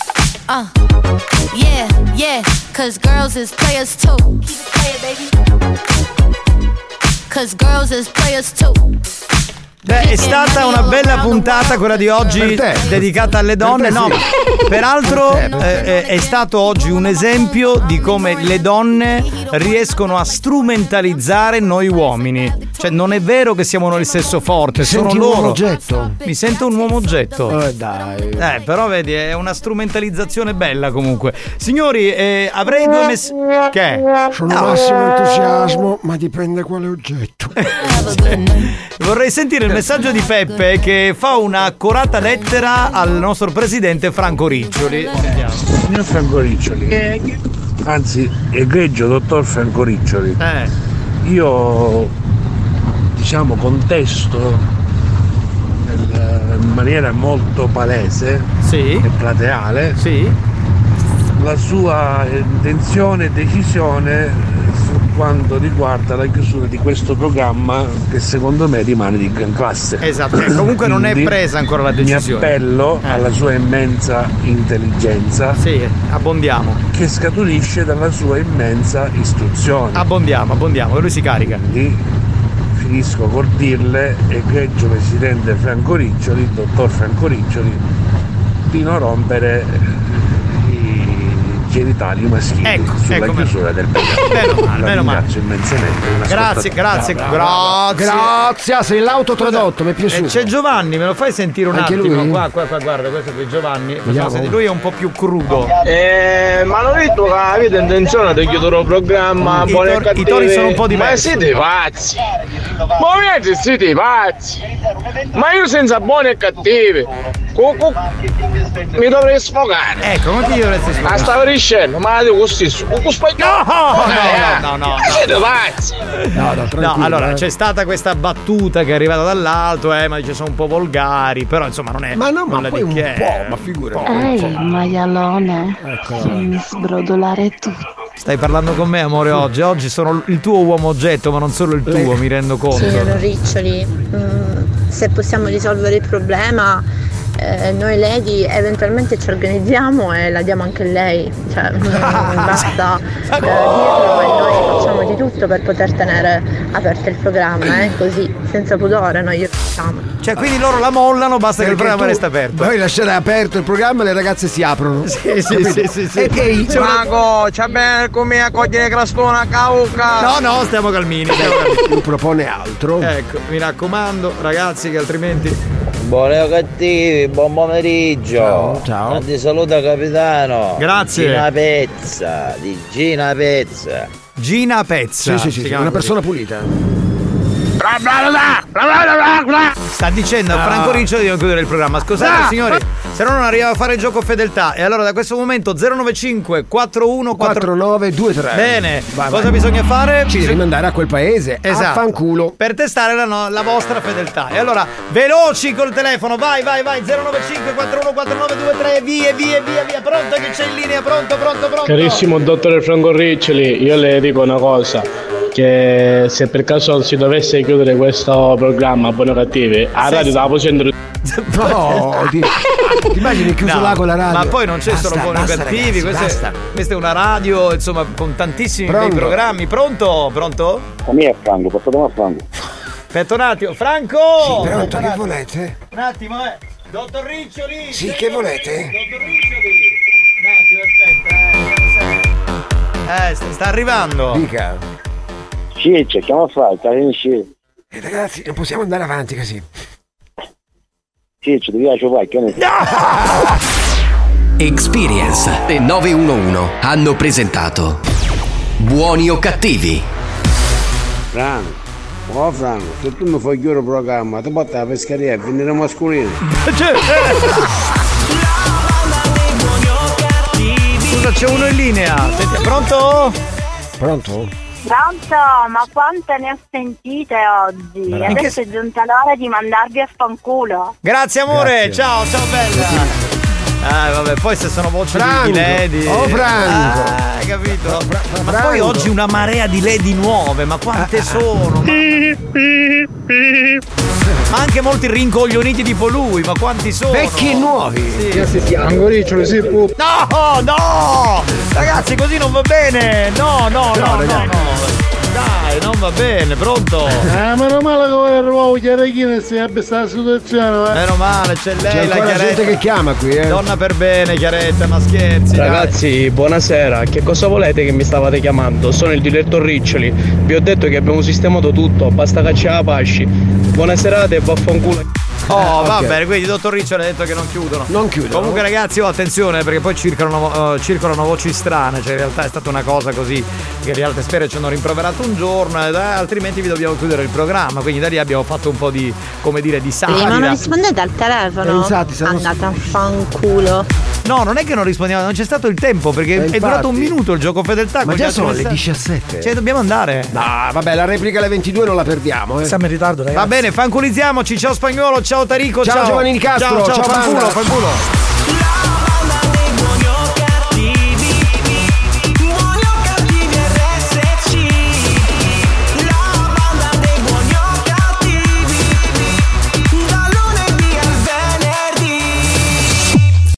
Yeah, cause girls is players too. Keep it playing, baby. Cause girls is players too. Beh, è stata una bella puntata quella di oggi dedicata alle donne. No, peraltro è stato oggi un esempio di come le donne riescono a strumentalizzare noi uomini. Cioè, non è vero che siamo noi il sesso forte, sono loro. Un uomo oggetto? Mi sento un uomo oggetto. Dai. Però vedi, è una strumentalizzazione bella comunque. Signori, avrei due messaggi. Che? Sono massimo entusiasmo, ma dipende quale oggetto. Vorrei sentire il messaggio di Peppe che fa un'accurata lettera al nostro presidente Franco Riccioli. Signor Franco Riccioli, anzi egregio dottor Franco Riccioli, io contesto in maniera molto palese e plateale la sua intenzione e decisione su quanto riguarda la chiusura di questo programma, che secondo me rimane di gran classe. Esatto, comunque non è presa ancora la decisione. Mi appello alla sua immensa intelligenza. Abbondiamo. Che scaturisce dalla sua immensa istruzione. Abbondiamo, e lui si carica. Quindi finisco col dirle, egregio presidente Franco Riccioli, dottor Franco Riccioli, di non rompere genitali maschili sulla chiusura del programma. Meno male. Immensamente. Grazie. Sei l'autotradotto, mi è piaciuto. C'è Giovanni, me lo fai sentire un Anche attimo? lui? Qua, guarda, questo è Giovanni. Lui è un po' più crudo. Ma l'ho detto che avete intenzione di chiudere il programma. I toni sono un po' diversi. Ma siete pazzi! Ma siete pazzi! Ma io senza buoni e cattivi mi dovrei sfogare. Ecco, ma chi dovresti sfogare? Stavo dicendo, ma la devo stesso. No. Siete pazzi! No, allora c'è stata questa battuta che è arrivata dall'alto, ma dice sono un po' volgari, però insomma non è. Ma no, ma poi un che po', ma figura. Ehi, maialone, mi sbrodolare tutto. Stai parlando con me, amore, oggi sono il tuo uomo oggetto, ma non solo il tuo, mi rendo conto. Signor Riccioli, se possiamo risolvere il problema, noi lady eventualmente ci organizziamo e la diamo anche a lei, cioè basta dirlo e noi facciamo di tutto per poter tenere aperto il programma, così senza pudore noi facciamo. Cioè quindi loro la mollano, basta che il programma resta aperto. Poi lasciare aperto il programma e le ragazze si aprono. Sì. E Mago, c'è bene come a cogliere crastona cauca. No, stiamo calmini. Non propone altro. Ecco, mi raccomando, ragazzi, che altrimenti. Buoni o cattivi, buon pomeriggio. Ciao. Ti saluta capitano. Grazie. Gina Pezza. Sì, una persona pulita. Sta dicendo a Franco Riccioli di non chiudere il programma. Scusate signori, se no non arriviamo a fare il gioco fedeltà. E allora da questo momento 095 41 4923. Bene, vai. Cosa bisogna fare? Ci devi mandare a quel paese. Esatto. Affanculo. Per testare la vostra fedeltà. E allora veloci col telefono. Vai 095 41 4923. Via. Pronto che c'è in linea. Pronto. Carissimo dottore Franco Riccioli, io le dico una cosa, che se per caso si dovesse chiudere questo programma Buoni o Cattivi, a radio stavo facendo. No, ti immagini chiuso là con la radio? Ma poi non c'è solo Buoni o Cattivi, questa è una radio, insomma, con tantissimi bei programmi. Pronto? A me è Franco, portatemi a Franco. Aspetta un attimo, Franco! Sì, pronto, che volete? Un attimo, Dottor Riccioli! Sì, che volete? Dottor Riccioli! Un attimo, aspetta. Sta arrivando. Dica. Sì, cerchiamo a fare, ragazzi, non possiamo andare avanti così. Sì, ci devi fare, che ne Experience e 911 hanno presentato Buoni o Cattivi. Franco, se tu mi fai chiudere il programma, ti porti alla pescheria e venire mascolino. Scusa, c'è uno in linea. Senti, pronto? Pronto, ma quante ne ho sentite oggi? Adesso è giunta l'ora di mandarvi a fanculo. Grazie amore, Grazie. ciao bella. Vabbè, poi se sono voci di lady. Oh Franco. Hai capito? Ma poi oggi una marea di lady nuove, ma quante sono? Ma anche molti rincoglioniti tipo lui, ma quanti sono? Vecchi e nuovi. Sì. Franco Riccioli, sì, No! Ragazzi, così non va bene. No. Dai, non va bene, pronto? Meno male che ero chiarechino e si abbia questa situazione. Meno male, c'è lei, c'è la Chiaretta. Gente che chiama qui, Donna per bene, Chiaretta, ma scherzi. Ragazzi, buonasera, che cosa volete che mi stavate chiamando? Sono il direttore Riccioli, vi ho detto che abbiamo sistemato tutto, basta cacciare la pasci. Buona serata e vaffanculo. Va bene, quindi dottor Riccioli ha detto che non chiudono. Comunque ragazzi, attenzione, perché poi circolano voci strane, cioè in realtà è stata una cosa così che in realtà spero ci hanno rimproverato un giorno, altrimenti vi dobbiamo chiudere il programma, quindi da lì abbiamo fatto un po' di, come dire, di satira. Ma non rispondete al telefono? Andate a fanculo. No, non è che non rispondiamo, non c'è stato il tempo, perché è durato un minuto il gioco fedeltà. Ma già sono le 17. Cioè dobbiamo andare. No, vabbè, la replica alle 22 non la perdiamo. Siamo in ritardo, ragazzi. Va bene, fanculizziamoci. Ciao Spagnolo, ciao Tarico, ciao Giovanni Nicastro, ciao fanculo.